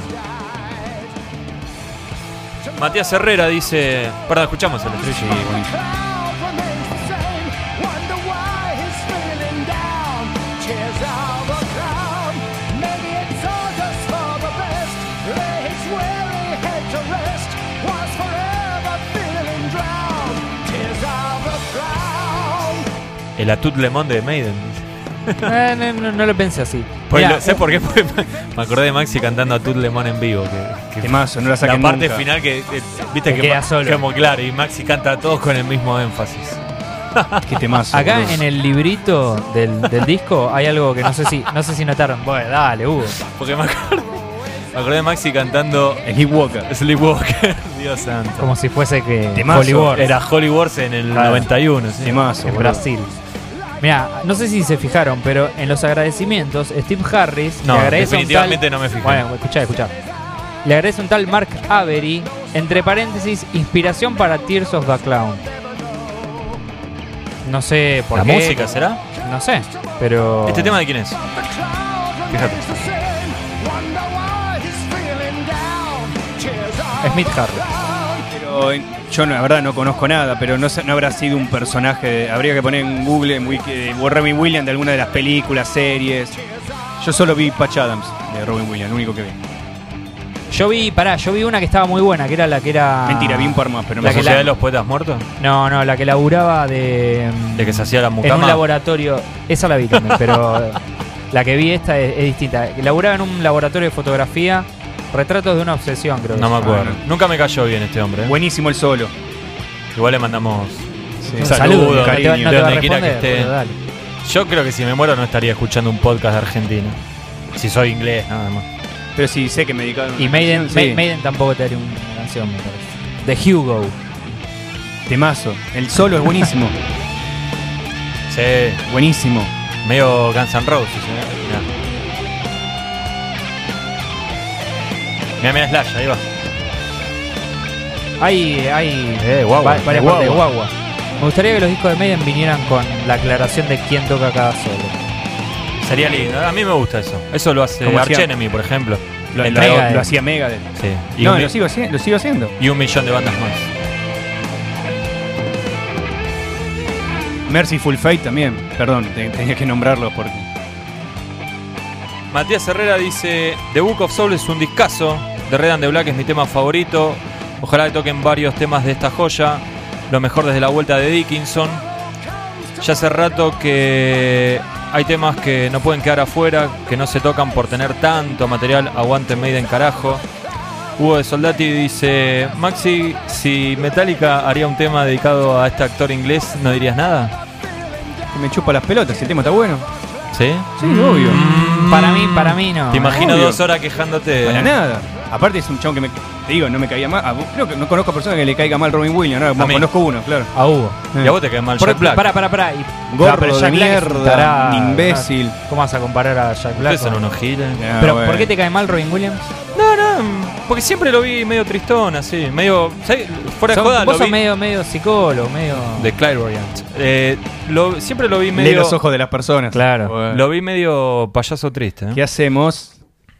Matías Herrera dice... Perdón, escuchamos el estribillo. Sí, buenísimo. El Atut Lemon de Maiden. Eh, no, no, no lo pensé así. Pues Mirá, lo- ¿Sabes por qué? Porque me acordé de Maxi cantando Atut Lemon en vivo. Que, que Temazo, no la la saquen parte nunca. final que, que- viste Que que, queda Ma- solo. como claro, y Maxi canta a todos con el mismo énfasis. Qué temazo. Acá boludo. en el librito del, del disco hay algo que no sé si no sé si notaron. Bueno, dale, Hugo. Porque me acordé, me acordé de Maxi cantando El Sleepwalker. Sleepwalker. Dios santo. Como si fuese que Temazo. Hollywood Era Holy Wars en el Claro. noventa y uno. Sí. Temazo, en boludo. Brasil. Mira, no sé si se fijaron, pero en los agradecimientos Steve Harris No, le agradece a un definitivamente tal, no me fijé. Bueno, escuchá, escuchá. Le agradece un tal Mark Avery, entre paréntesis, inspiración para Tears of the Clown. No sé por ¿La qué. música será? No sé, pero ¿Este tema de quién es? Fíjate. Smith Harris. Pero eh, yo no, la verdad no conozco nada, pero no, sé- no habrá sido un personaje. de- habría que poner en Google en Wiki, eh, Robin Williams de alguna de las películas, series. Yo solo vi Patch Adams de Robin Williams, lo único que vi. Yo vi, pará, yo vi una que estaba muy buena, que era la que era... Mentira, vi un par más, pero no ¿La La me que Sociedad la- de los Poetas Muertos? No, no, la que laburaba de... ¿De que se hacía la En un mucama? laboratorio... Esa la vi también, pero la que vi esta es, es distinta. Laburaba en un laboratorio de fotografía, retratos de una obsesión, creo. No que me se acuerdo. Ah, Nunca me cayó bien este hombre. ¿eh? Buenísimo el solo. Igual le mandamos Sí. un Un saludo, saludo, no te, va- cariño. no te de va a donde quiera que responder, esté. pero dale. Yo creo que si me muero no estaría escuchando un podcast de Argentina. Si soy inglés, nada más. Pero sí, sé que me dedicaron Y una Maiden, canción, sí. Ma- Maiden tampoco te haría una canción, me parece. De Hugo. Temazo. El solo es buenísimo. Sí, Buenísimo. medio Guns N' Roses. ¿eh? Mirá, mirá Slash, ahí va. Hay, hay Eh, guagua, va- varias guagua. partes de guagua. Me gustaría que los discos de Maiden vinieran con la aclaración de quién toca cada solo. Sería lindo. A mí me gusta eso. Eso lo hace Como Arch hacía- Enemy, por ejemplo. Lo, El lo- Megadeth. lo hacía Megadeth. Sí. Y, No, un, lo sigo, haci- lo sigo haciendo. y un millón de bandas más. Merciful Fate también. Perdón, te- tenía que nombrarlo porque. Matías Herrera dice: The Book of Soul es un discazo. The Red and the Black es mi tema favorito. Ojalá que toquen varios temas de esta joya. Lo mejor desde la vuelta de Dickinson. Ya hace rato que hay temas que no pueden quedar afuera, que no se tocan por tener tanto material. Aguante Maiden, carajo. Hugo de Soldati dice: Maxi, si Metallica haría un tema dedicado a este actor inglés, ¿no dirías nada? Que me chupa las pelotas, si el tema está bueno. ¿Sí? Sí, obvio. Mm. Para mí, para mí no. Te imagino obvio. dos horas quejándote. Para nada. Aparte es un chabón que me. Te digo, no me caía mal. Ah, creo que no conozco a personas que le caiga mal Robin Williams. No, mí. conozco uno, claro. A Hugo. Y a vos te cae mal Por- Jack Black. Pará, pará, pará. Y- Gordo Ah, pero de Jack Black es un mierda, tarado. imbécil. ¿Cómo vas a comparar a Jack Black? Ustedes son con- unos giles. Ah, Pero, bueno. ¿por qué te cae mal Robin Williams? No, no, porque siempre lo vi medio tristón, así, medio. ¿sabes? Fuera de Sos- joda, vos lo sos vi. medio, medio psicólogo, medio... De Clairvoyant. Eh, lo, siempre lo vi Lee medio. los ojos de las personas. Claro. Bueno. Lo vi medio payaso triste. ¿eh? ¿Qué hacemos?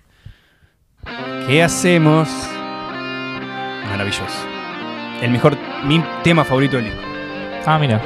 ¿Qué hacemos? Maravilloso. El mejor, mi tema favorito del disco. Ah, mira.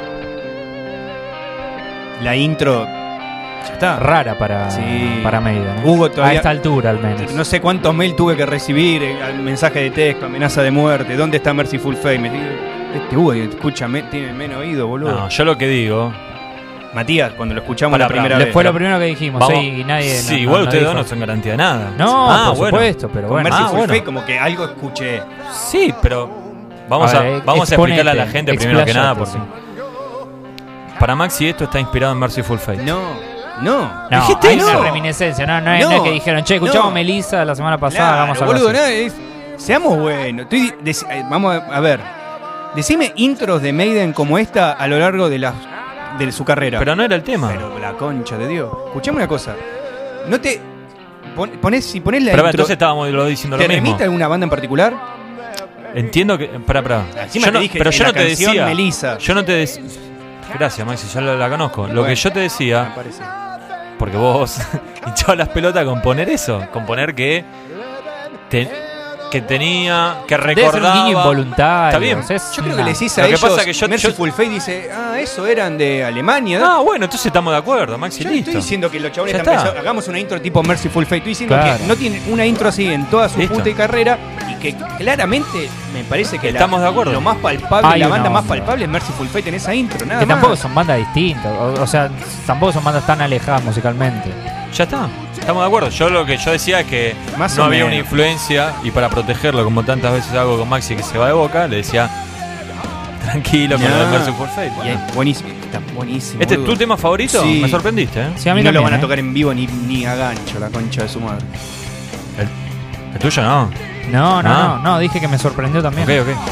La intro. Ya está. Rara para, Sí. para Maiden. ¿eh? Hugo todavía- A esta altura, al menos. No sé cuántos mails tuve que recibir, eh, mensaje de texto, amenaza de muerte, ¿dónde está Merciful Fate? Me digo, este Hugo, escúchame, tiene menos oído, boludo. No, yo lo que digo. Matías, cuando lo escuchamos Pará, la pará, primera Le- vez. fue lo primero que dijimos, Vamos- sí, y nadie... sí, no- igual no- no ustedes dijo. dos no son garantía de nada. No, Ah, por bueno. supuesto, pero Con bueno. Merciful Ah, bueno. Fate como que algo escuché. Sí, pero. Vamos A a, ver, vamos a exponete, explicarle a la gente primero que nada. explayate, Porque para Maxi esto está inspirado en Merciful Fate. No, no. No, ¿Dijiste hay eso? una reminiscencia, no, no, es, No, no es que dijeron, che, escuchamos no. Melissa la semana pasada, Claro, vamos a boludo, hablar nada, es- seamos buenos. Estoy dec- eh, vamos a, a ver. Decime intros de Maiden como esta a lo largo de, la, de su carrera. Pero no era el tema. Pero la concha de Dios. Escuchame una cosa. No te. pon- Ponés, si ponés la Pero bueno, intro. entonces estábamos lo diciendo ¿Te lo mismo. remite a alguna banda en particular? Entiendo que. Pará, pará. Encima Yo te no- dije pero en yo la no te canción decía. Melissa. Yo no te decía. Gracias, Maxi, ya la, la conozco. Lo Bueno. que yo te Me decía, parece. porque vos hinchabas las pelotas con poner eso, con poner que. te- que tenía. que Debe ser un recordaba. guiño involuntario. Está bien. o sea, es Yo creo una- que le decís Lo a que ellos. pasa que yo- Merciful Fate dice, ah, eso eran de Alemania. Ah, bueno, entonces estamos de acuerdo, Maxi, Yo no listo. estoy diciendo que los chavales Ya están está. pensando, hagamos una intro tipo Merciful Fate. Estoy diciendo Claro. que no tienen una intro así en toda su Listo. puta carrera y que claramente me parece que la- Estamos de acuerdo. lo más palpable, Hay la una banda más onda. palpable es Merciful Fate en esa intro, nada Que más. tampoco son bandas distintas, o, o sea, tampoco son bandas tan alejadas musicalmente. Ya está, estamos de acuerdo. Yo lo que yo decía es que Más no o había menos. una influencia y para protegerlo, como tantas veces hago con Maxi que se va de boca, le decía tranquilo con Ya. lo de Merciful Fate. Y Bueno. es buenísimo, está buenísimo. ¿Este es boludo. tu tema favorito? Sí. Me sorprendiste, ¿eh? Sí, a mí Y no lo también, van a ¿eh? tocar en vivo ni, ni a gancho, la concha de su madre. El tuyo no. No, no, Ah. no, no, dije que me sorprendió también. Ok, ok.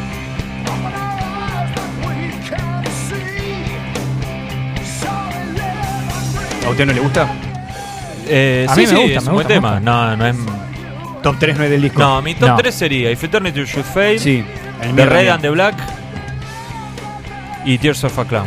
¿A usted no le gusta? Eh, A sí, mí me sí, gusta, es me un buen gusta, me tema. gusta. No, no es. Top tres no es del disco. No, mi top No. tres sería If Eternity Should Fade, Sí. el The mío Red también. and the Black y Tears of a Clown.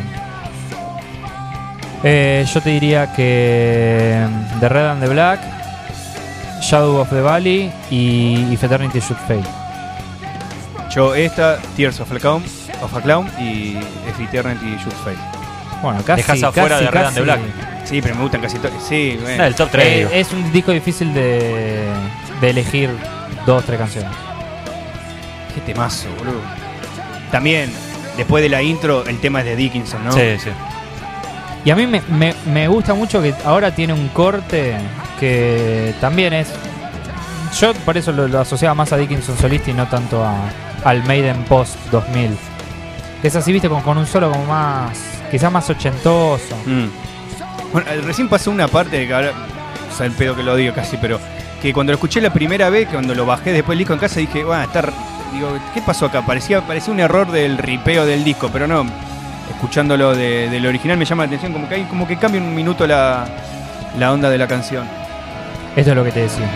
Eh, yo te diría que mm, The Red and the Black, Shadow of the Valley y If Eternity Should Fade. Yo esta, Tears of a Clown, of a Clown y If Eternity Should Fade. Bueno, casi, Dejás afuera casi, de Red and the casi. Black. Sí, pero me gustan casi todos. Sí, bueno. No, el top tres. Eh, es un disco difícil de, de elegir dos, tres canciones. Qué temazo, boludo. También, después de la intro, el tema es de Dickinson, ¿no? Sí, sí. Y a mí me, me, me gusta mucho que ahora tiene un corte que también es... Yo por eso lo, lo asociaba más a Dickinson solista y no tanto a, al Maiden Post dos mil. Que es así, viste, con, con un solo como más... quizás más ochentoso. Mm. Bueno, recién pasó una parte que ahora... O sea, el pedo que lo digo casi, pero... Que cuando lo escuché la primera vez, cuando lo bajé después del disco en casa, dije, bueno, está... Digo, ¿qué pasó acá? Parecía, parecía un error del ripeo del disco, pero no. Escuchándolo de, del original me llama la atención, como que hay, como que cambia un minuto la, la onda de la canción. Esto es lo que te decía.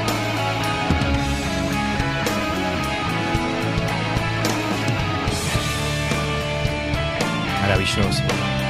Maravilloso.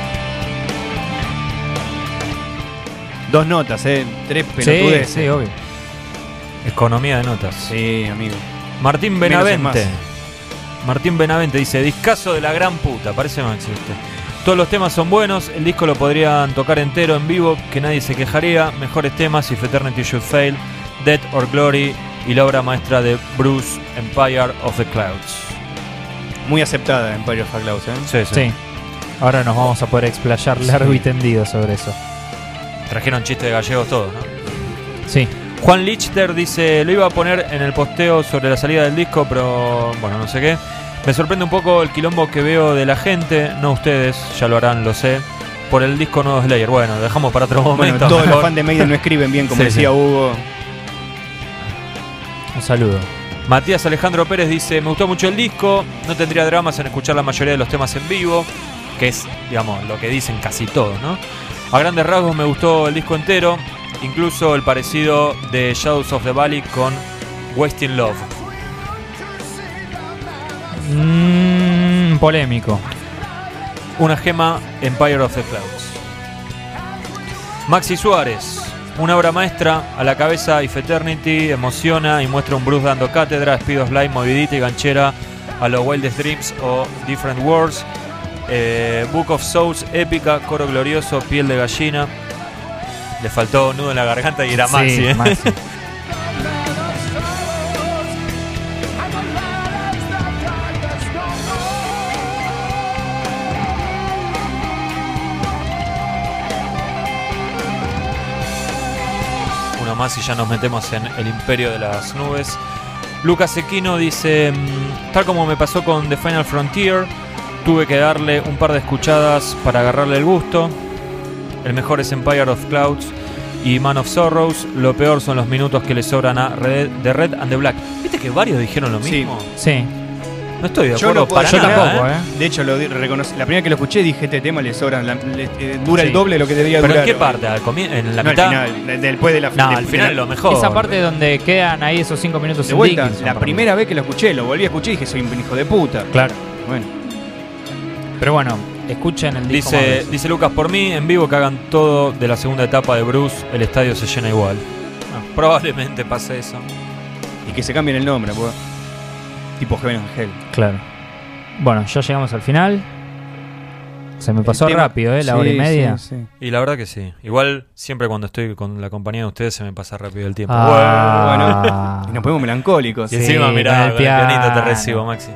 Dos notas, eh, tres pelotudes. Sí, sí, obvio. Economía de notas. Sí, amigo. Martín Menos es Benavente. más. Martín Benavente dice, discazo de la gran puta, parece Maxi usted. Todos los temas son buenos, el disco lo podrían tocar entero en vivo, que nadie se quejaría. Mejores temas, If Eternity Should Fail, Death or Glory y la obra maestra de Bruce, Empire of the Clouds. Muy aceptada Empire of the Clouds, ¿eh? Sí, sí. Sí. Ahora nos vamos a poder explayar largo y tendido sobre eso. Trajeron chistes de gallegos todos, ¿no? Sí. Juan Lichter dice, lo iba a poner en el posteo sobre la salida del disco, pero bueno, no sé qué. Me sorprende un poco el quilombo que veo de la gente, no ustedes, ya lo harán, lo sé, por el disco nuevo Slayer. Bueno, dejamos para otro momento. Bueno, todos mejor. los fans de Maiden no escriben bien, como Sí, decía sí. Hugo. Un saludo. Matías Alejandro Pérez dice, me gustó mucho el disco, no tendría dramas en escuchar la mayoría de los temas en vivo, que es, digamos, lo que dicen casi todos, ¿no? A grandes rasgos me gustó el disco entero, incluso el parecido de Shadows of the Valley con Wasting Love. Mmm, polémico. Una gema, Empire of the Clouds. Maxi Suárez, una obra maestra, a la cabeza If Eternity, emociona y muestra un Bruce dando cátedra, Speed of Light, movidita y ganchera a los Wildest Dreams o Different Worlds. Eh, Book of Souls, épica, coro glorioso, piel de gallina. Le faltó nudo en la garganta y era Sí, Maxi, ¿eh? Maxi. Uno más y ya nos metemos en el imperio de las nubes. Lucas Equino dice, tal como me pasó con The Final Frontier, tuve que darle un par de escuchadas para agarrarle el gusto. El mejor es Empire of Clouds y Man of Sorrows. Lo peor son los minutos que le sobran a Red, The Red and the Black. ¿Viste que varios dijeron lo Sí. mismo? Sí. No estoy de Yo acuerdo no puedo- para yo nada, tampoco, ¿eh? ¿eh? De hecho, lo di- reconocí. La primera que lo escuché dije, este tema le sobran, la- le- eh, dura Sí. el doble de lo que debería ¿Pero durar. en qué parte? ¿Al comi- ¿En la No, mitad? al final, de- después de la No, de- al de final la- es lo mejor. Esa parte donde quedan ahí esos cinco minutos De sin vuelta, Dickinson, la para mí. primera vez que lo escuché, lo volví a escuchar y dije, soy un hijo de puta. Claro. Bueno, Pero bueno, escuchen el disco. más Dice, veces. dice Lucas, por mí, en vivo que hagan todo de la segunda etapa de Bruce, el estadio se llena igual. Ah, probablemente pase eso. y que se cambien el nombre, pues. Tipo Heaven and Hell. Claro. Bueno, ya llegamos al final. Se me pasó El tema- rápido, ¿eh? La Sí, hora y media. sí, sí. Y la verdad que sí. Igual, siempre cuando estoy con la compañía de ustedes se me pasa rápido el tiempo. Ah. Y nos ponemos melancólicos. Y Sí, encima, mirá, con el con el pianito te piano. recibo, Maxi.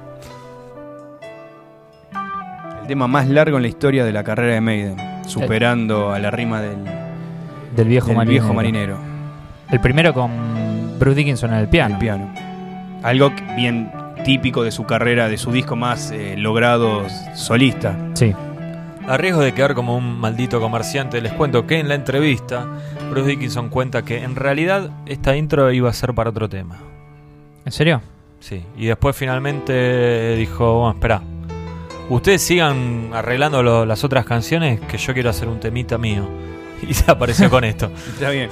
El tema más largo en la historia de la carrera de Maiden, superando a la rima del, Del viejo del marinero. viejo marinero. El primero con Bruce Dickinson en el piano. El piano. Algo que- bien típico de su carrera, de su disco más eh, logrado solista. Sí. A riesgo de quedar como un maldito comerciante, les cuento que en la entrevista Bruce Dickinson cuenta que en realidad esta intro iba a ser para otro tema. ¿En serio? Sí, y después finalmente dijo, bueno, espera, ustedes sigan arreglando lo- las otras canciones que yo quiero hacer un temita mío. Y se apareció con esto. Está bien.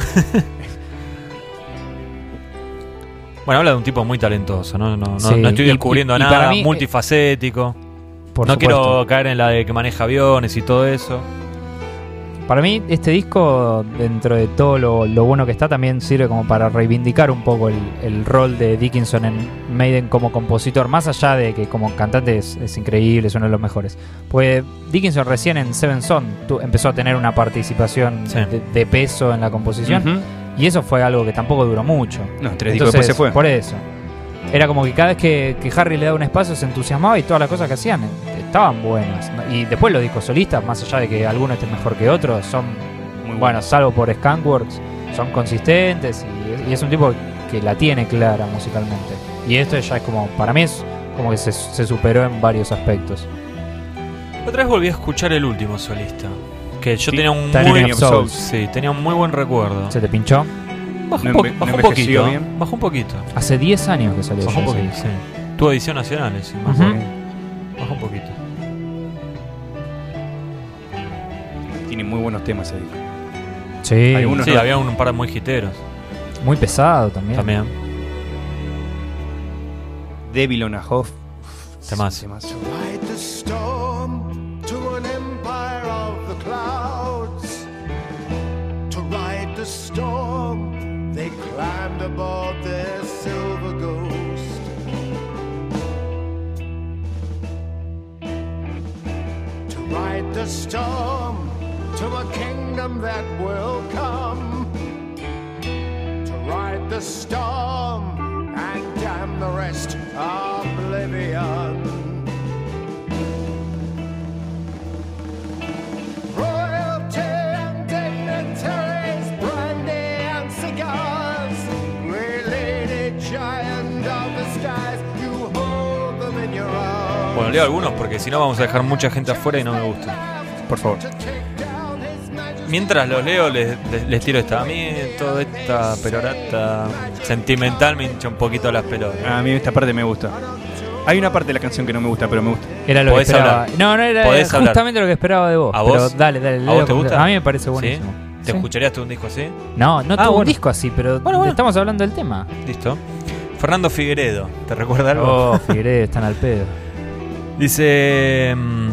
Bueno, habla de un tipo muy talentoso, no, no, no, Sí, no estoy y- descubriendo y- y para nada, mí, multifacético. Por no supuesto. quiero caer en la de que maneja aviones y todo eso. Para mí, este disco, dentro de todo lo, lo bueno que está, también sirve como para reivindicar un poco el, el rol de Dickinson en Maiden como compositor, más allá de que como cantante es, es increíble, es uno de los mejores. Pues Dickinson recién en Seven Son tu- empezó a tener una participación Sí. de, de peso en la composición. Ujú. Y eso fue algo que tampoco duró mucho. No, tres discos después se fue. Por eso. Era como que cada vez que, que Harry le daba un espacio se entusiasmaba y todas las cosas que hacían estaban buenas. Y después los discos solistas, más allá de que algunos estén mejor que otros, son muy buenos, salvo por Skunkworks, son consistentes y, y es un tipo que la tiene clara musicalmente. Y esto ya es como, para mí es como que se, se superó en varios aspectos. Otra vez volví a escuchar el último solista, que yo Sí, tenía un Tyranny muy of Souls. sí, tenía un muy buen recuerdo. ¿Se te pinchó? Bajó, No un, po- enve- bajó no un envejeció poquito. bien. Bajó un poquito. Hace diez años que salió Bajó un ya ese poquito, disco. sí. Tuvo edición nacional, sí, me Ujú. acuerdo. Bajó un poquito. Tiene muy buenos temas ese disco. Sí, Algunos- Sí, no. había un par muy hiteros muy pesado también. también. Devil on a Huff. Temazo. Temazo. Ride the storm to an empire of the clouds. To ride the storm, they climbed aboard their silver ghost. To ride the storm to a kingdom that will come. To ride the storm and damn the rest oblivion. Royalty and dignitaries, brandy and cigars. Related giant of the skies, you hold them in your arms. Bueno, leo algunos porque si no vamos a dejar mucha gente afuera y no me gusta. Por favor. To take down his majesty. Mientras los leo, les, les- les tiro esta. A mí toda esta perorata sentimental me hincha un poquito las pelotas. A mí esta parte me gusta. Hay una parte de la canción que no me gusta, pero me gusta. Era lo que Podés esperaba. hablar. No, no, era Podés justamente lo que esperaba de vos. ¿A Pero vos? dale, dale. ¿A leo vos te como- gusta? A mí me parece ¿Sí? buenísimo. ¿Te Sí. escucharías tú un disco así? No, no Ah, tuvo un bueno. disco así, pero Bueno, bueno. estamos hablando del tema. Listo. Fernando Figueredo, ¿te recuerda algo? Oh, Figueredo, están al pedo. Dice. mm,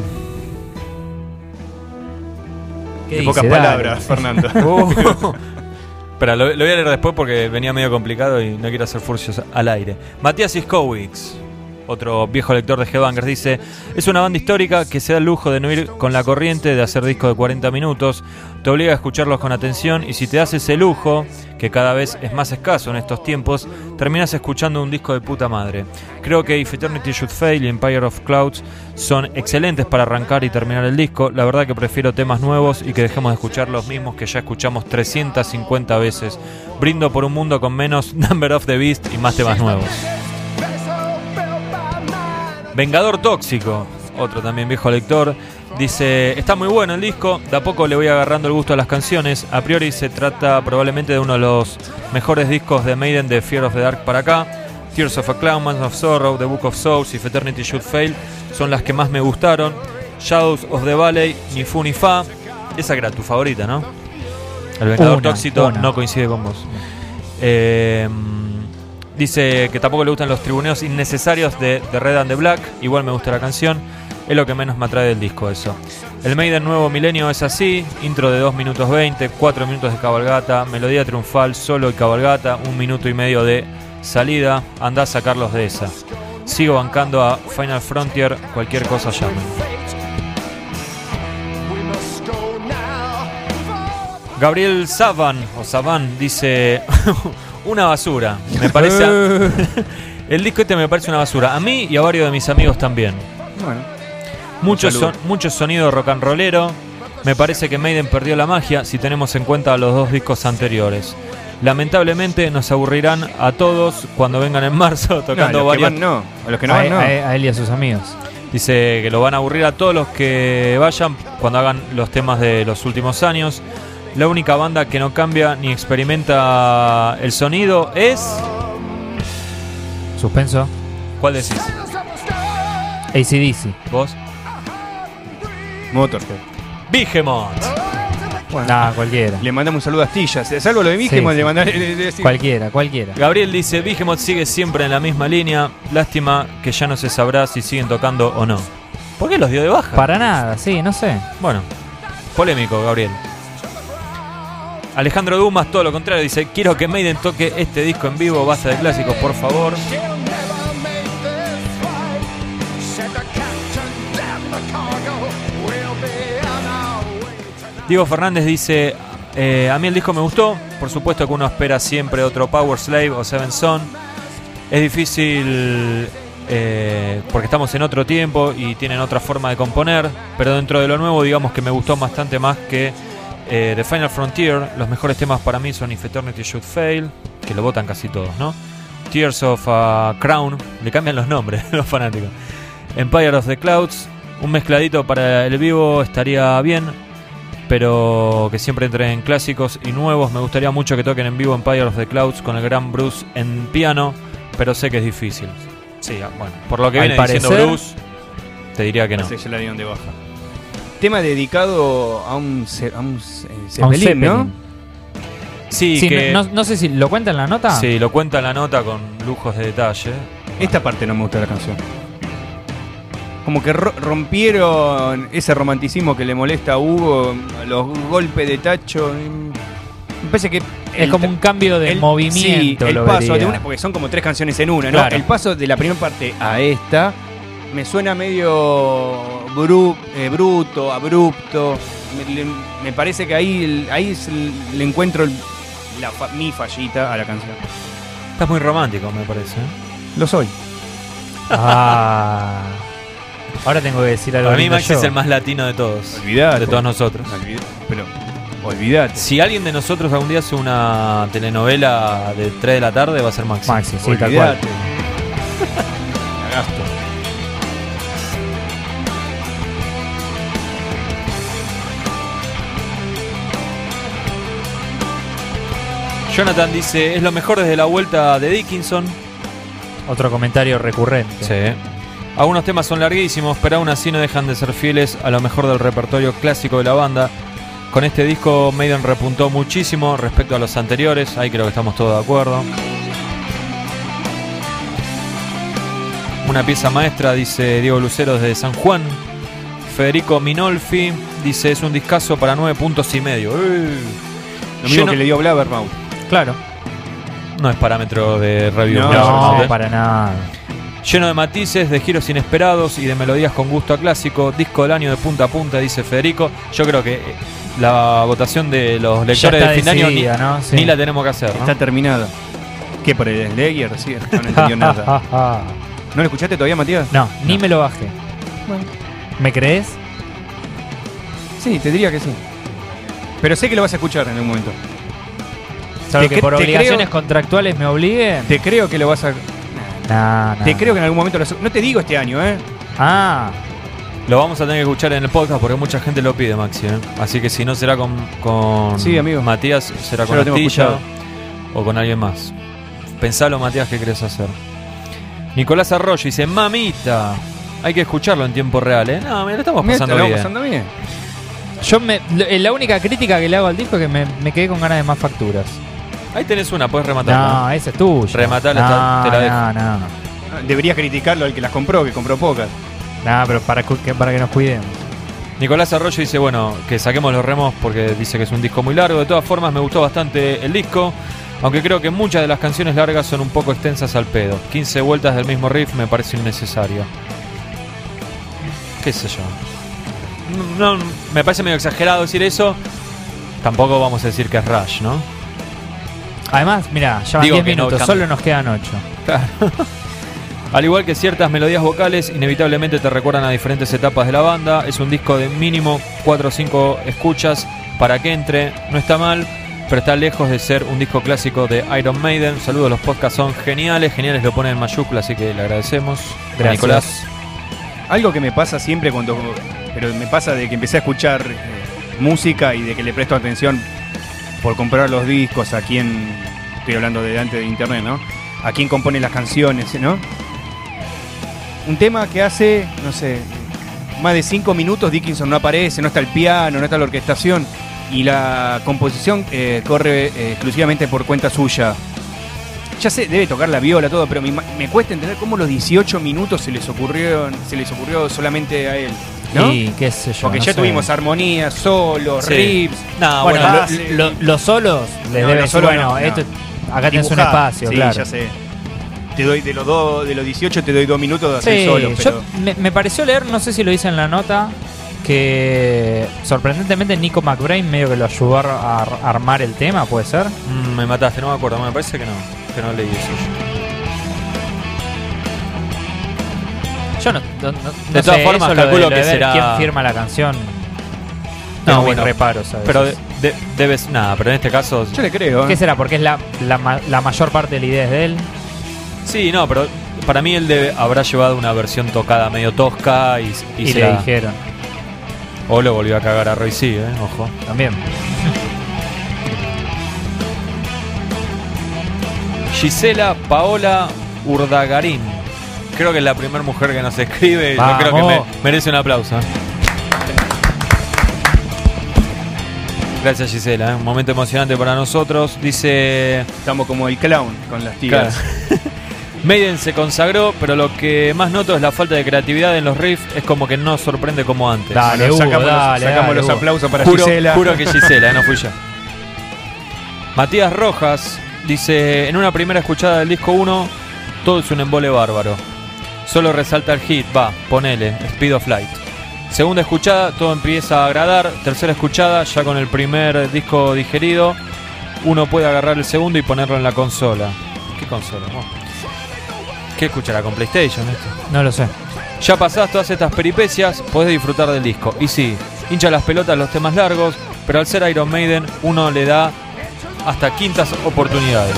¿Qué De dice? pocas Dale. palabras, Fernando. uh, Espera, lo, lo voy a leer después porque venía medio complicado y no quiero hacer furcios al aire. Matías Iskowicz, otro viejo lector de Headbangers, dice: es una banda histórica que se da el lujo de no ir con la corriente de hacer discos de cuarenta minutos, te obliga a escucharlos con atención y si te das ese lujo, que cada vez es más escaso en estos tiempos, terminas escuchando un disco de puta madre. Creo que If Eternity Should Fail y Empire of Clouds son excelentes para arrancar y terminar el disco. La verdad que prefiero temas nuevos y que dejemos de escuchar los mismos que ya escuchamos trescientas cincuenta veces. Brindo por un mundo con menos Number of the Beast y más temas nuevos. Vengador Tóxico, otro también viejo lector, dice: está muy bueno el disco, de a poco le voy agarrando el gusto a las canciones. A priori se trata probablemente de uno de los mejores discos de Maiden de Fear of the Dark para acá. Tears of a Clown, Man of Sorrow, The Book of Souls y If Eternity Should Fail son las que más me gustaron. Shadows of the Valley, ni fu ni fa. Esa que era tu favorita, ¿no? El Vengador Una, Tóxico una. no coincide con vos. Eh, dice que tampoco le gustan los tribuneos innecesarios de, de Red and the Black. Igual me gusta la canción. Es lo que menos me atrae del disco eso. El Maiden Nuevo Milenio es así. Intro de dos minutos veinte, cuatro minutos de cabalgata, melodía triunfal, solo y cabalgata, un minuto y medio de salida. Andá a sacarlos de esa. Sigo bancando a Final Frontier, cualquier cosa llamen. We must go now. Gabriel Savan, o Savan, dice: una basura. Me parece. a- El disco este me parece una basura. A mí y a varios de mis amigos también. Bueno. Mucho, Un saludo. son, mucho sonido rock and rollero. Me parece que Maiden perdió la magia si tenemos en cuenta los dos discos anteriores. Lamentablemente nos aburrirán a todos cuando vengan en marzo No, a tocando los que varias. van no. A los que no a, van no. a- a él y a sus amigos. Dice que lo van a aburrir a todos los que vayan cuando hagan los temas de los últimos años. La única banda que no cambia ni experimenta el sonido es. Suspenso. ¿Cuál decís? A C D C. ¿Vos? Motorhead. Behemoth. Nah, cualquiera. Le mandamos un saludo a Astillas. Salvo lo de Vigemos, Sí, le sí. mandamos. le- le- le- Cualquiera, cualquiera. Gabriel dice: Behemoth sigue siempre en la misma línea. Lástima que ya no se sabrá si siguen tocando o no. ¿Por qué los dio de baja? Para nada, sí, no sé. Bueno, polémico, Gabriel. Alejandro Dumas, todo lo contrario, dice: quiero que Maiden toque este disco en vivo. Basta de clásicos, por favor. She'll never make this right. Said the captain, damn the cargo. We'll be on our way tonight. Diego Fernández dice: Eh, a mí el disco me gustó. Por supuesto que uno espera siempre otro Power Slave o Seven Son. Es difícil eh, porque estamos en otro tiempo y tienen otra forma de componer. Pero dentro de lo nuevo, digamos que me gustó bastante más que eh, The Final Frontier. Los mejores temas para mí son If Eternity Should Fail, que lo votan casi todos, ¿no? Tears of a Crown, le cambian los nombres los fanáticos. Empire of the Clouds, un mezcladito para el vivo estaría bien, pero que siempre entre en clásicos y nuevos. Me gustaría mucho que toquen en vivo Empire of the Clouds con el gran Bruce en piano, pero sé que es difícil. Sí, bueno, por lo que Al viene parecer, diciendo Bruce, te diría que no. Ese ya la dieron de baja. Tema dedicado a un, ce- a un ce- A un Zeppelin, Zeppelin. ¿no? Sí, Sí, que, no, no sé si lo cuenta en la nota. sí, lo cuenta en la nota con lujos de detalle. Esta parte no me gusta de la canción. Como que ro- rompieron ese romanticismo que le molesta a Hugo, los golpes de tacho. Me parece que Es el- como un cambio de el- movimiento. sí, el lo paso vería. de una, porque son como tres canciones en una, ¿no? Claro. El paso de la primera parte a esta me suena medio bru- eh, bruto, abrupto. Me, le- me parece que ahí, ahí es el- le encuentro el- la fa- mi fallita a la canción. Estás muy romántico, me parece. ¿eh? Lo soy. Ah. Ahora tengo que decir algo. Para mí lindo Maxi yo. es el más latino de todos. Olvidate. De todos nosotros. Olvid- Pero, olvidate. Si alguien de nosotros algún día hace una telenovela de tres de la tarde, va a ser Maxi. Maxi, sí, tal cual. Olvidate. La gasto. Jonathan dice, es lo mejor desde la vuelta de Dickinson. Otro comentario recurrente. Sí. Algunos temas son larguísimos, pero aún así no dejan de ser fieles a lo mejor del repertorio clásico de la banda. Con este disco Maiden repuntó muchísimo respecto a los anteriores, ahí creo que estamos todos de acuerdo. Una pieza maestra, dice Diego Lucero desde San Juan. Federico Minolfi dice, es un discazo para nueve puntos y medio. ¡Eh! Lo mismo Lleno- que le dio Blabbermouth. Claro. No es parámetro de review. No, No, ¿eh? para nada. Lleno de matices, de giros inesperados y de melodías con gusto a clásico. Disco del año de punta a punta, dice Federico. Yo creo que la votación de los Ya lectores está de fin de año ni, decidida, ¿no? Sí. ni la tenemos que hacer, ¿no? Está terminada. ¿Qué, por el Slayer? Sí, no entendió nada. ¿No lo escuchaste todavía, Matías? No, ni No. me lo bajé. ¿Me crees? Sí, te diría que sí. Pero sé que lo vas a escuchar en algún momento. Salvo Te que cre- por te obligaciones creo- contractuales me obliguen. Te creo que lo vas a... Nah, nah. Te creo que en algún momento lo... No te digo este año, ¿eh? Ah, Lo vamos a tener que escuchar en el podcast porque mucha gente lo pide, Maxi, ¿eh? Así que si no será con, con Sí, amigo. Matías, será Yo con lo tengo Astilla escuchado. o con alguien más. Pensalo, Matías, ¿qué querés hacer? Nicolás Arroyo dice, mamita, hay que escucharlo en tiempo real, ¿eh? No, mira, lo estamos Mirá, pasando te lo bien. vamos pasando bien. yo me. lo- eh, La única crítica que le hago al disco es que me, me quedé con ganas de más facturas. Ahí tenés una, puedes rematarla. No, esa es tuya. Rematala, no, está- te la dejo. No, no. Ah, Deberías criticarlo al que las compró, que compró pocas. No, pero para cu- que, para que nos cuidemos. Nicolás Arroyo dice, bueno, que saquemos los remos porque dice que es un disco muy largo. De todas formas, me gustó bastante el disco, aunque creo que muchas de las canciones largas son un poco extensas al pedo. quince vueltas del mismo riff me parece innecesario. ¿Qué sé yo? No, no, me parece medio exagerado decir eso. Tampoco vamos a decir que es Rush, ¿no? Además, mira, ya van Digo diez que no minutos, cambia. solo nos quedan ocho. Al igual que ciertas melodías vocales, inevitablemente te recuerdan a diferentes etapas de la banda. Es un disco de mínimo cuatro o cinco escuchas para que entre. No está mal, pero está lejos de ser un disco clásico de Iron Maiden. Saludos, los podcasts son geniales. Geniales lo ponen en mayúscula, así que le agradecemos. A Gracias. Nicolás. Algo que me pasa siempre cuando... Pero me pasa de que empecé a escuchar eh, música y de que le presto atención por comprar los discos a quien... Estoy hablando de antes de internet, ¿no? A quien compone las canciones, ¿no? Un tema que hace, no sé, más de cinco minutos Dickinson no aparece, no está el piano, no está la orquestación y la composición eh, corre eh, exclusivamente por cuenta suya. Ya sé, debe tocar la viola, todo, pero me, ima- me cuesta entender cómo los dieciocho minutos se les ocurrió, se les ocurrió solamente a él, ¿no? Y qué sé yo. Porque no ya sé. tuvimos armonías, solos, Sí. riffs. No, Bueno, bueno, lo- base, lo- los solos les No, debe los decir, solos bueno, no, no. esto, acá tienes un dibujado. espacio, Sí, claro. ya sé. Te doy de los dos, de los dieciocho te doy dos minutos de hacer Sí, solo, pero yo me, me pareció leer, no sé si lo hice en la nota, que sorprendentemente Nico McBrain medio que lo ayudó a ar- armar el tema, ¿puede ser? Mm, me mataste, no me acuerdo, me parece que no, que no leí eso. Yo no, no- no- De no todas sé, formas, eso, lo de- calculo lo de que ver será- quién firma la canción. No, Tengo bueno, mis reparos a veces. Pero de- de- debes. Nada, pero en este caso. Yo le creo. ¿Qué ¿eh? será? Porque es la, la, ma- la mayor parte de la idea es de él. Sí, no, pero para mí él debe, habrá llevado una versión tocada medio tosca y, y, Y, se le la- dijeron O lo volvió a cagar a Roy C, eh, ojo. también. Gisela Paola Urdagarín. Creo que es la primera mujer que nos escribe. Yo Vamos. creo que me- merece un aplauso. ¿eh? Gracias, Gisela. ¿eh? Un momento emocionante para nosotros. Dice. Estamos como el clown con las Claro. tiras. Maiden se consagró, pero lo que más noto es la falta de creatividad en los riffs. Es como que no sorprende como antes. Dale, Bueno, Hugo, sacamos dale, los, sacamos dale, los Hugo. aplausos para Juro, Gisela. juro que Gisela, eh, no fui yo. Matías Rojas dice: en una primera escuchada del disco uno, todo es un embole bárbaro. Solo resalta el hit, va, ponele, Speed of Light. Segunda escuchada, todo empieza a agradar. Tercera escuchada, ya con el primer disco digerido, uno puede agarrar el segundo y ponerlo en la consola. ¿Qué consola? No. ¿Qué escuchará con PlayStation esto? No lo sé. Ya pasás todas estas peripecias, podés disfrutar del disco. Y sí, hincha las pelotas los temas largos, pero al ser Iron Maiden, uno le da hasta quintas oportunidades.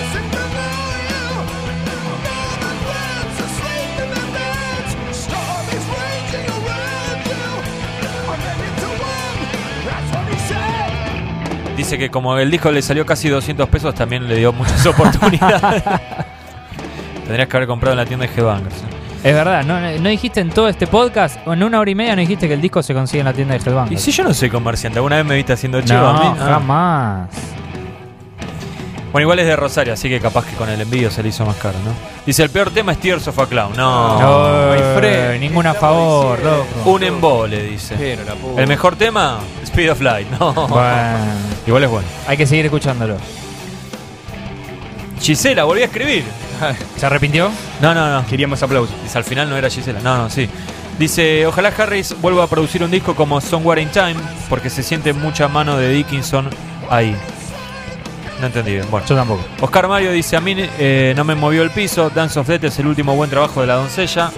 Dice que como el disco le salió casi doscientos pesos, también le dio muchas oportunidades. Tendrías que haber comprado en la tienda de Headbangers. Es verdad, no, no dijiste en todo este podcast, o en una hora y media no dijiste que el disco se consigue en la tienda de Headbangers. Y si yo no soy comerciante, ¿alguna vez me viste haciendo chivo a No, mí? Ah. jamás. Bueno, igual es de Rosario, así que capaz que con el envío se le hizo más caro, ¿no? Dice, el peor tema es Tears of a Clown. No, No, hay Fred. ninguna a favor, loco. un embole, dice. Pero la puta. El mejor tema, Speed of Light. No, Bueno, igual es bueno. hay que seguir escuchándolo. Gisela, volví a escribir. ¿Se arrepintió? No, no, no. Queríamos aplausos. Dice, al final no era Gisela. No, no, sí. Dice, ojalá Harris vuelva a producir un disco como Somewhere in Time, porque se siente mucha mano de Dickinson ahí. No entendí bien. Bueno. Yo tampoco. Oscar Mario dice, a mí eh, no me movió el piso. Dance of Death es el último buen trabajo de la doncella.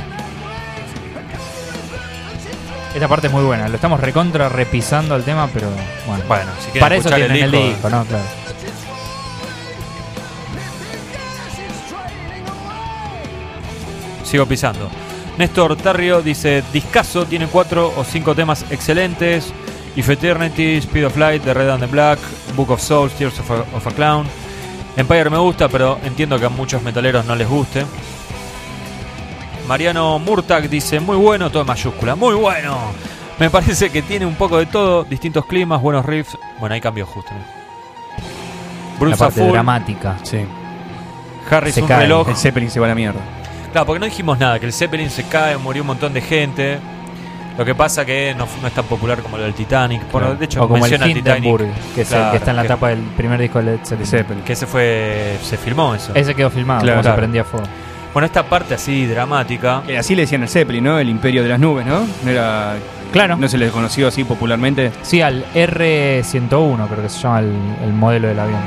Esta parte es muy buena. Lo estamos recontra repisando el tema, pero bueno. Bueno, si quieren Para eso escuchar tienen el el disco, disco, ¿no? Claro. sigo pisando. Néstor Tarrio dice, discazo, tiene cuatro o cinco temas excelentes. If Eternity, Speed of Light, The Red and the Black, Book of Souls, Tears of a, of a Clown. Empire me gusta, pero entiendo que a muchos metaleros no les guste. Mariano Murtag dice, muy bueno, todo en mayúscula, muy bueno. Me parece que tiene un poco de todo, distintos climas, buenos riffs. Bueno, ahí cambió justo, ¿no? La Bruce a parte full, dramática. Sí. Harris se un cae. reloj. El Zeppelin se va a la mierda. Claro, porque no dijimos nada, que el Zeppelin se cae, murió un montón de gente. Lo que pasa que no, no es tan popular como lo del Titanic. Bueno, Claro. de hecho, O como el menciona el Titanic. Hindenburg, que es el Claro, que está en la que- tapa del primer disco de Led Zeppelin. Zeppelin. Que ese fue. Se filmó eso. Ese quedó filmado, Claro. como se Claro. prendía fuego. Bueno, esta parte así dramática. Eh, así le decían el Zeppelin, ¿no? El imperio de las nubes, ¿no? No era. Claro. No se le conoció así popularmente. Sí, al R ciento uno creo que se llama el, el modelo del avión.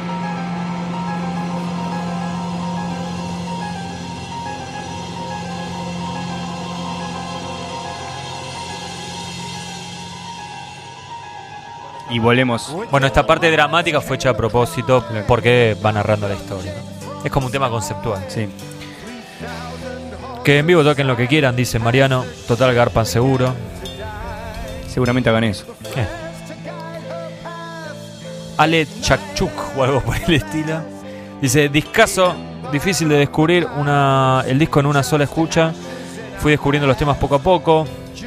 Y volvemos. Bueno, esta parte dramática fue hecha a propósito porque va narrando la historia, ¿no? Es como un tema conceptual. Sí. Que en vivo toquen lo que quieran, dice Mariano. Total, garpan seguro. Seguramente hagan eso. ¿Qué? Ale Chakchuk o algo por el estilo. Dice, discazo, difícil de descubrir una, el disco en una sola escucha. Fui descubriendo los temas poco a poco.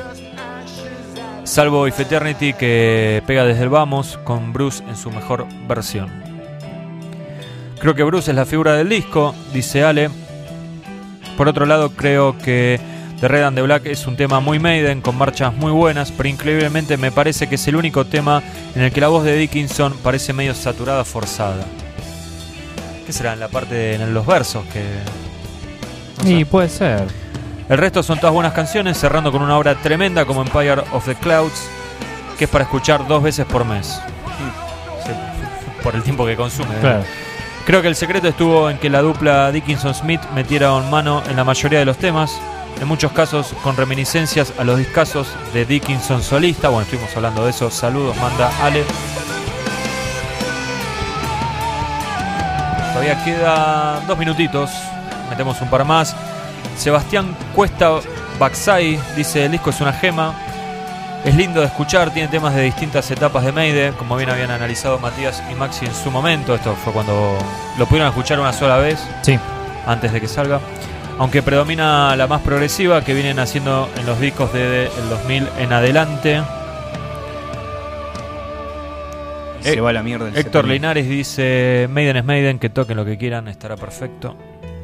Salvo If Eternity, que pega desde el vamos, con Bruce en su mejor versión. Creo que Bruce es la figura del disco, dice Ale. Por otro lado, creo que The Red and the Black es un tema muy Maiden, con marchas muy buenas, pero increíblemente me parece que es el único tema en el que la voz de Dickinson parece medio saturada, forzada. ¿Qué será? En la parte de en los versos que... no Y sé. puede ser. El resto son todas buenas canciones, cerrando con una obra tremenda como Empire of the Clouds, que es para escuchar dos veces por mes. Sí, por el tiempo que consume. Claro. Creo que el secreto estuvo en que la dupla Dickinson-Smith metiera mano en la mayoría de los temas, en muchos casos con reminiscencias a los discazos de Dickinson solista. Bueno, estuvimos hablando de eso. Saludos, manda Ale. Todavía quedan dos minutitos. Metemos un par más. Sebastián Cuesta Baxay dice: el disco es una gema. Es lindo de escuchar, tiene temas de distintas etapas de Maiden, como bien habían analizado Matías y Maxi en su momento. Esto fue cuando lo pudieron escuchar una sola vez, Sí. antes de que salga. Aunque predomina la más progresiva que vienen haciendo en los discos desde el dos mil en adelante. Y se va a la mierda el Héctor Zeppelin. Linares dice: Maiden es Maiden, que toquen lo que quieran, estará perfecto.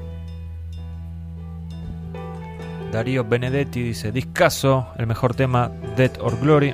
Darío Benedetti dice: discazo, el mejor tema, Death or Glory.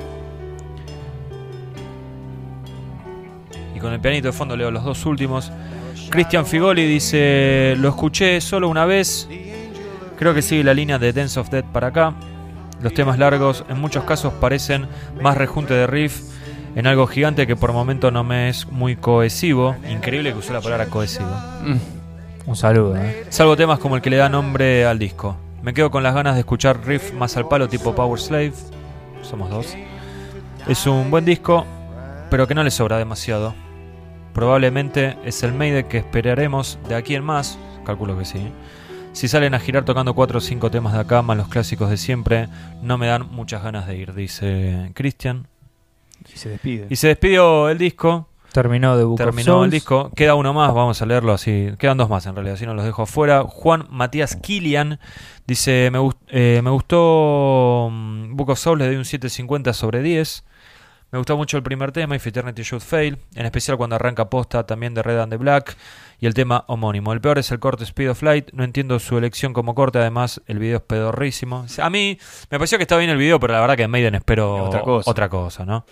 Y con el pianito de fondo leo los dos últimos. Cristian Figoli dice: lo escuché solo una vez. Creo que sigue la línea de Dance of Death para acá. Los temas largos en muchos casos parecen más rejunte de riff en algo gigante que por momento no me es muy cohesivo. Increíble que usó la palabra cohesivo. Mm. Un saludo, ¿eh? Salvo temas como el que le da nombre al disco. Me quedo con las ganas de escuchar riff más al palo tipo Power Slave. Somos dos. Es un buen disco, pero que no le sobra demasiado. Probablemente es el Maiden que esperaremos de aquí en más. Calculo que sí. Si salen a girar tocando cuatro o cinco temas de acá, más los clásicos de siempre, no me dan muchas ganas de ir, dice Cristian. Y se despide. Y se despidió el disco. Terminó The Book of Terminó Souls. el disco. Queda uno más, vamos a leerlo así. Quedan dos más en realidad, si no los dejo afuera. Juan Matías Kilian dice: me, gust- eh, me gustó um, Book of Souls, le doy un siete cincuenta sobre diez. Me gustó mucho el primer tema, If Eternity Should Fail, en especial cuando arranca posta, también de Red and the Black, y el tema homónimo. El peor es el corte Speed of Light, no entiendo su elección como corte, además el video es pedorrísimo. A mí me pareció que estaba bien el video, pero la verdad que en Maiden espero Otra cosa. otra cosa, ¿no?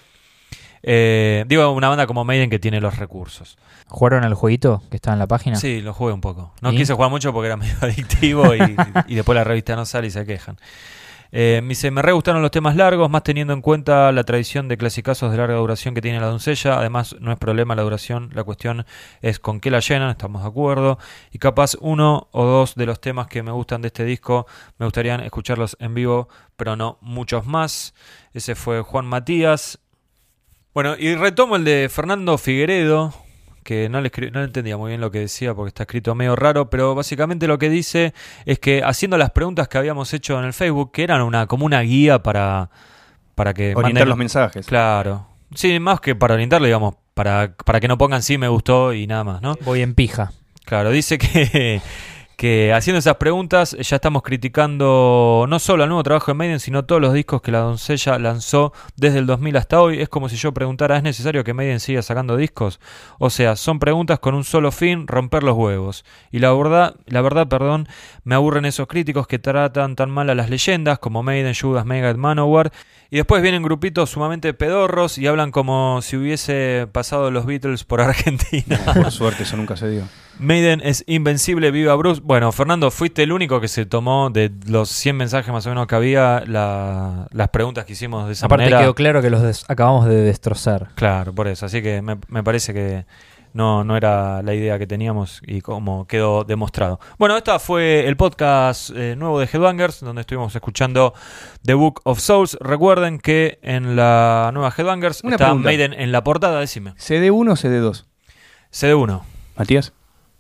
Eh, digo, una banda como Maiden que tiene los recursos. ¿Jugaron al jueguito que está en la página? Sí, lo jugué un poco. No ¿Y? quise jugar mucho porque era medio adictivo y, y después la revista no sale y se quejan. Eh, me dice: me re gustaron los temas largos, más teniendo en cuenta la tradición de clasicazos de larga duración que tiene La Doncella. Además, no es problema la duración, la cuestión es con qué la llenan, estamos de acuerdo. Y capaz uno o dos de los temas que me gustan de este disco me gustarían escucharlos en vivo, pero no muchos más. Ese fue Juan Matías. Bueno, y retomo el de Fernando Figueredo, que no le, escri- no le entendía muy bien lo que decía porque está escrito medio raro, pero básicamente lo que dice es que haciendo las preguntas que habíamos hecho en el Facebook, que eran una como una guía para, para que Orientar manden- los mensajes. Claro. Sí, más que para orientarlo, digamos, para, para que no pongan sí me gustó y nada más, ¿no? Voy en pija. Claro, dice que, que haciendo esas preguntas ya estamos criticando no solo el nuevo trabajo de Maiden, sino todos los discos que La Doncella lanzó desde el dos mil hasta hoy. Es como si yo preguntara: ¿es necesario que Maiden siga sacando discos? O sea, son preguntas con un solo fin: romper los huevos. Y la verdad, la verdad, perdón, me aburren esos críticos que tratan tan mal a las leyendas como Maiden, Judas, Megadeth, Manowar. Y después vienen grupitos sumamente pedorros y hablan como si hubiese pasado los Beatles por Argentina. Por suerte, eso nunca se dio. Maiden es invencible, viva Bruce. Bueno, Fernando, fuiste el único que se tomó de los cien mensajes más o menos que había la- las preguntas que hicimos de esa Aparte manera. quedó claro que los des- acabamos de destrozar. Claro, por eso. Así que me, me parece que no, no era la idea que teníamos y como quedó demostrado. Bueno, este fue el podcast eh, nuevo de Headbangers, donde estuvimos escuchando The Book of Souls. Recuerden que en la nueva Headbangers Una está pregunta. Maiden en la portada. Decime. ¿C D uno o C D dos? C D uno. Matías.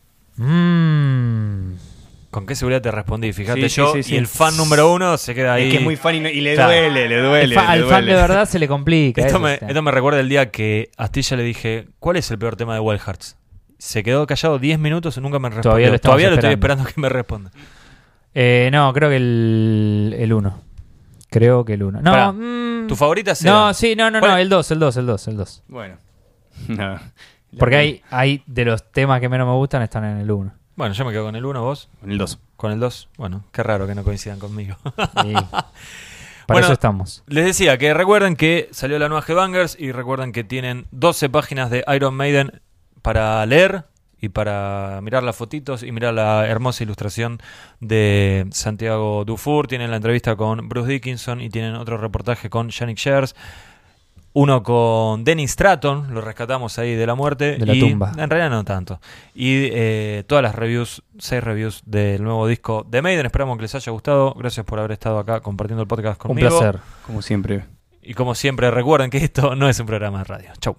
Mmm. ¿Con qué seguridad te respondí? Fíjate, Sí, sí, yo sí, sí. y el fan número uno se queda ahí. Es que es muy fan y, no- y le Claro. duele, le duele. El fa- le al fan duele. de verdad se le complica. Esto eso me, está. esto me recuerda el día que a Astilla le dije: ¿cuál es el peor tema de Wild Hearts? Se quedó callado diez minutos y nunca me respondió. Todavía lo estamos Todavía lo estoy esperando. esperando que me responda. Eh, no, creo que el el uno. Creo que el uno. No, Pará, mm, ¿Tu favorita es no, sí, no, no, no, ¿Cuál? el dos, el dos, el dos, el dos. Bueno. No. Porque hay, hay de los temas que menos me gustan están en el uno. Bueno, yo me quedo con el uno, vos. El dos. Con el dos. Bueno, qué raro que no coincidan conmigo. Y para Bueno, eso estamos. Les decía que recuerden que salió la nueva Headbangers y recuerden que tienen doce páginas de Iron Maiden para leer y para mirar las fotitos y mirar la hermosa ilustración de Santiago Dufour. Tienen la entrevista con Bruce Dickinson y tienen otro reportaje con Yannick Gers. Uno con Dennis Stratton, lo rescatamos ahí de la muerte. De la y, tumba. En realidad no tanto. Y eh, todas las reviews, seis reviews del nuevo disco de Maiden. Esperamos que les haya gustado. Gracias por haber estado acá compartiendo el podcast conmigo. Un placer. Como siempre. Y como siempre, recuerden que esto no es un programa de radio. Chau.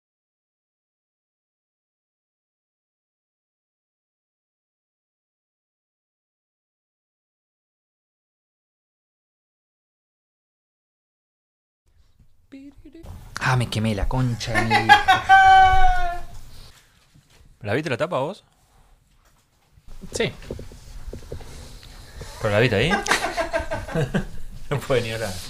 Ah, me quemé la concha de mi vida. ¿La viste la tapa vos? Sí. ¿Pero la viste ahí? No puede ni hablar.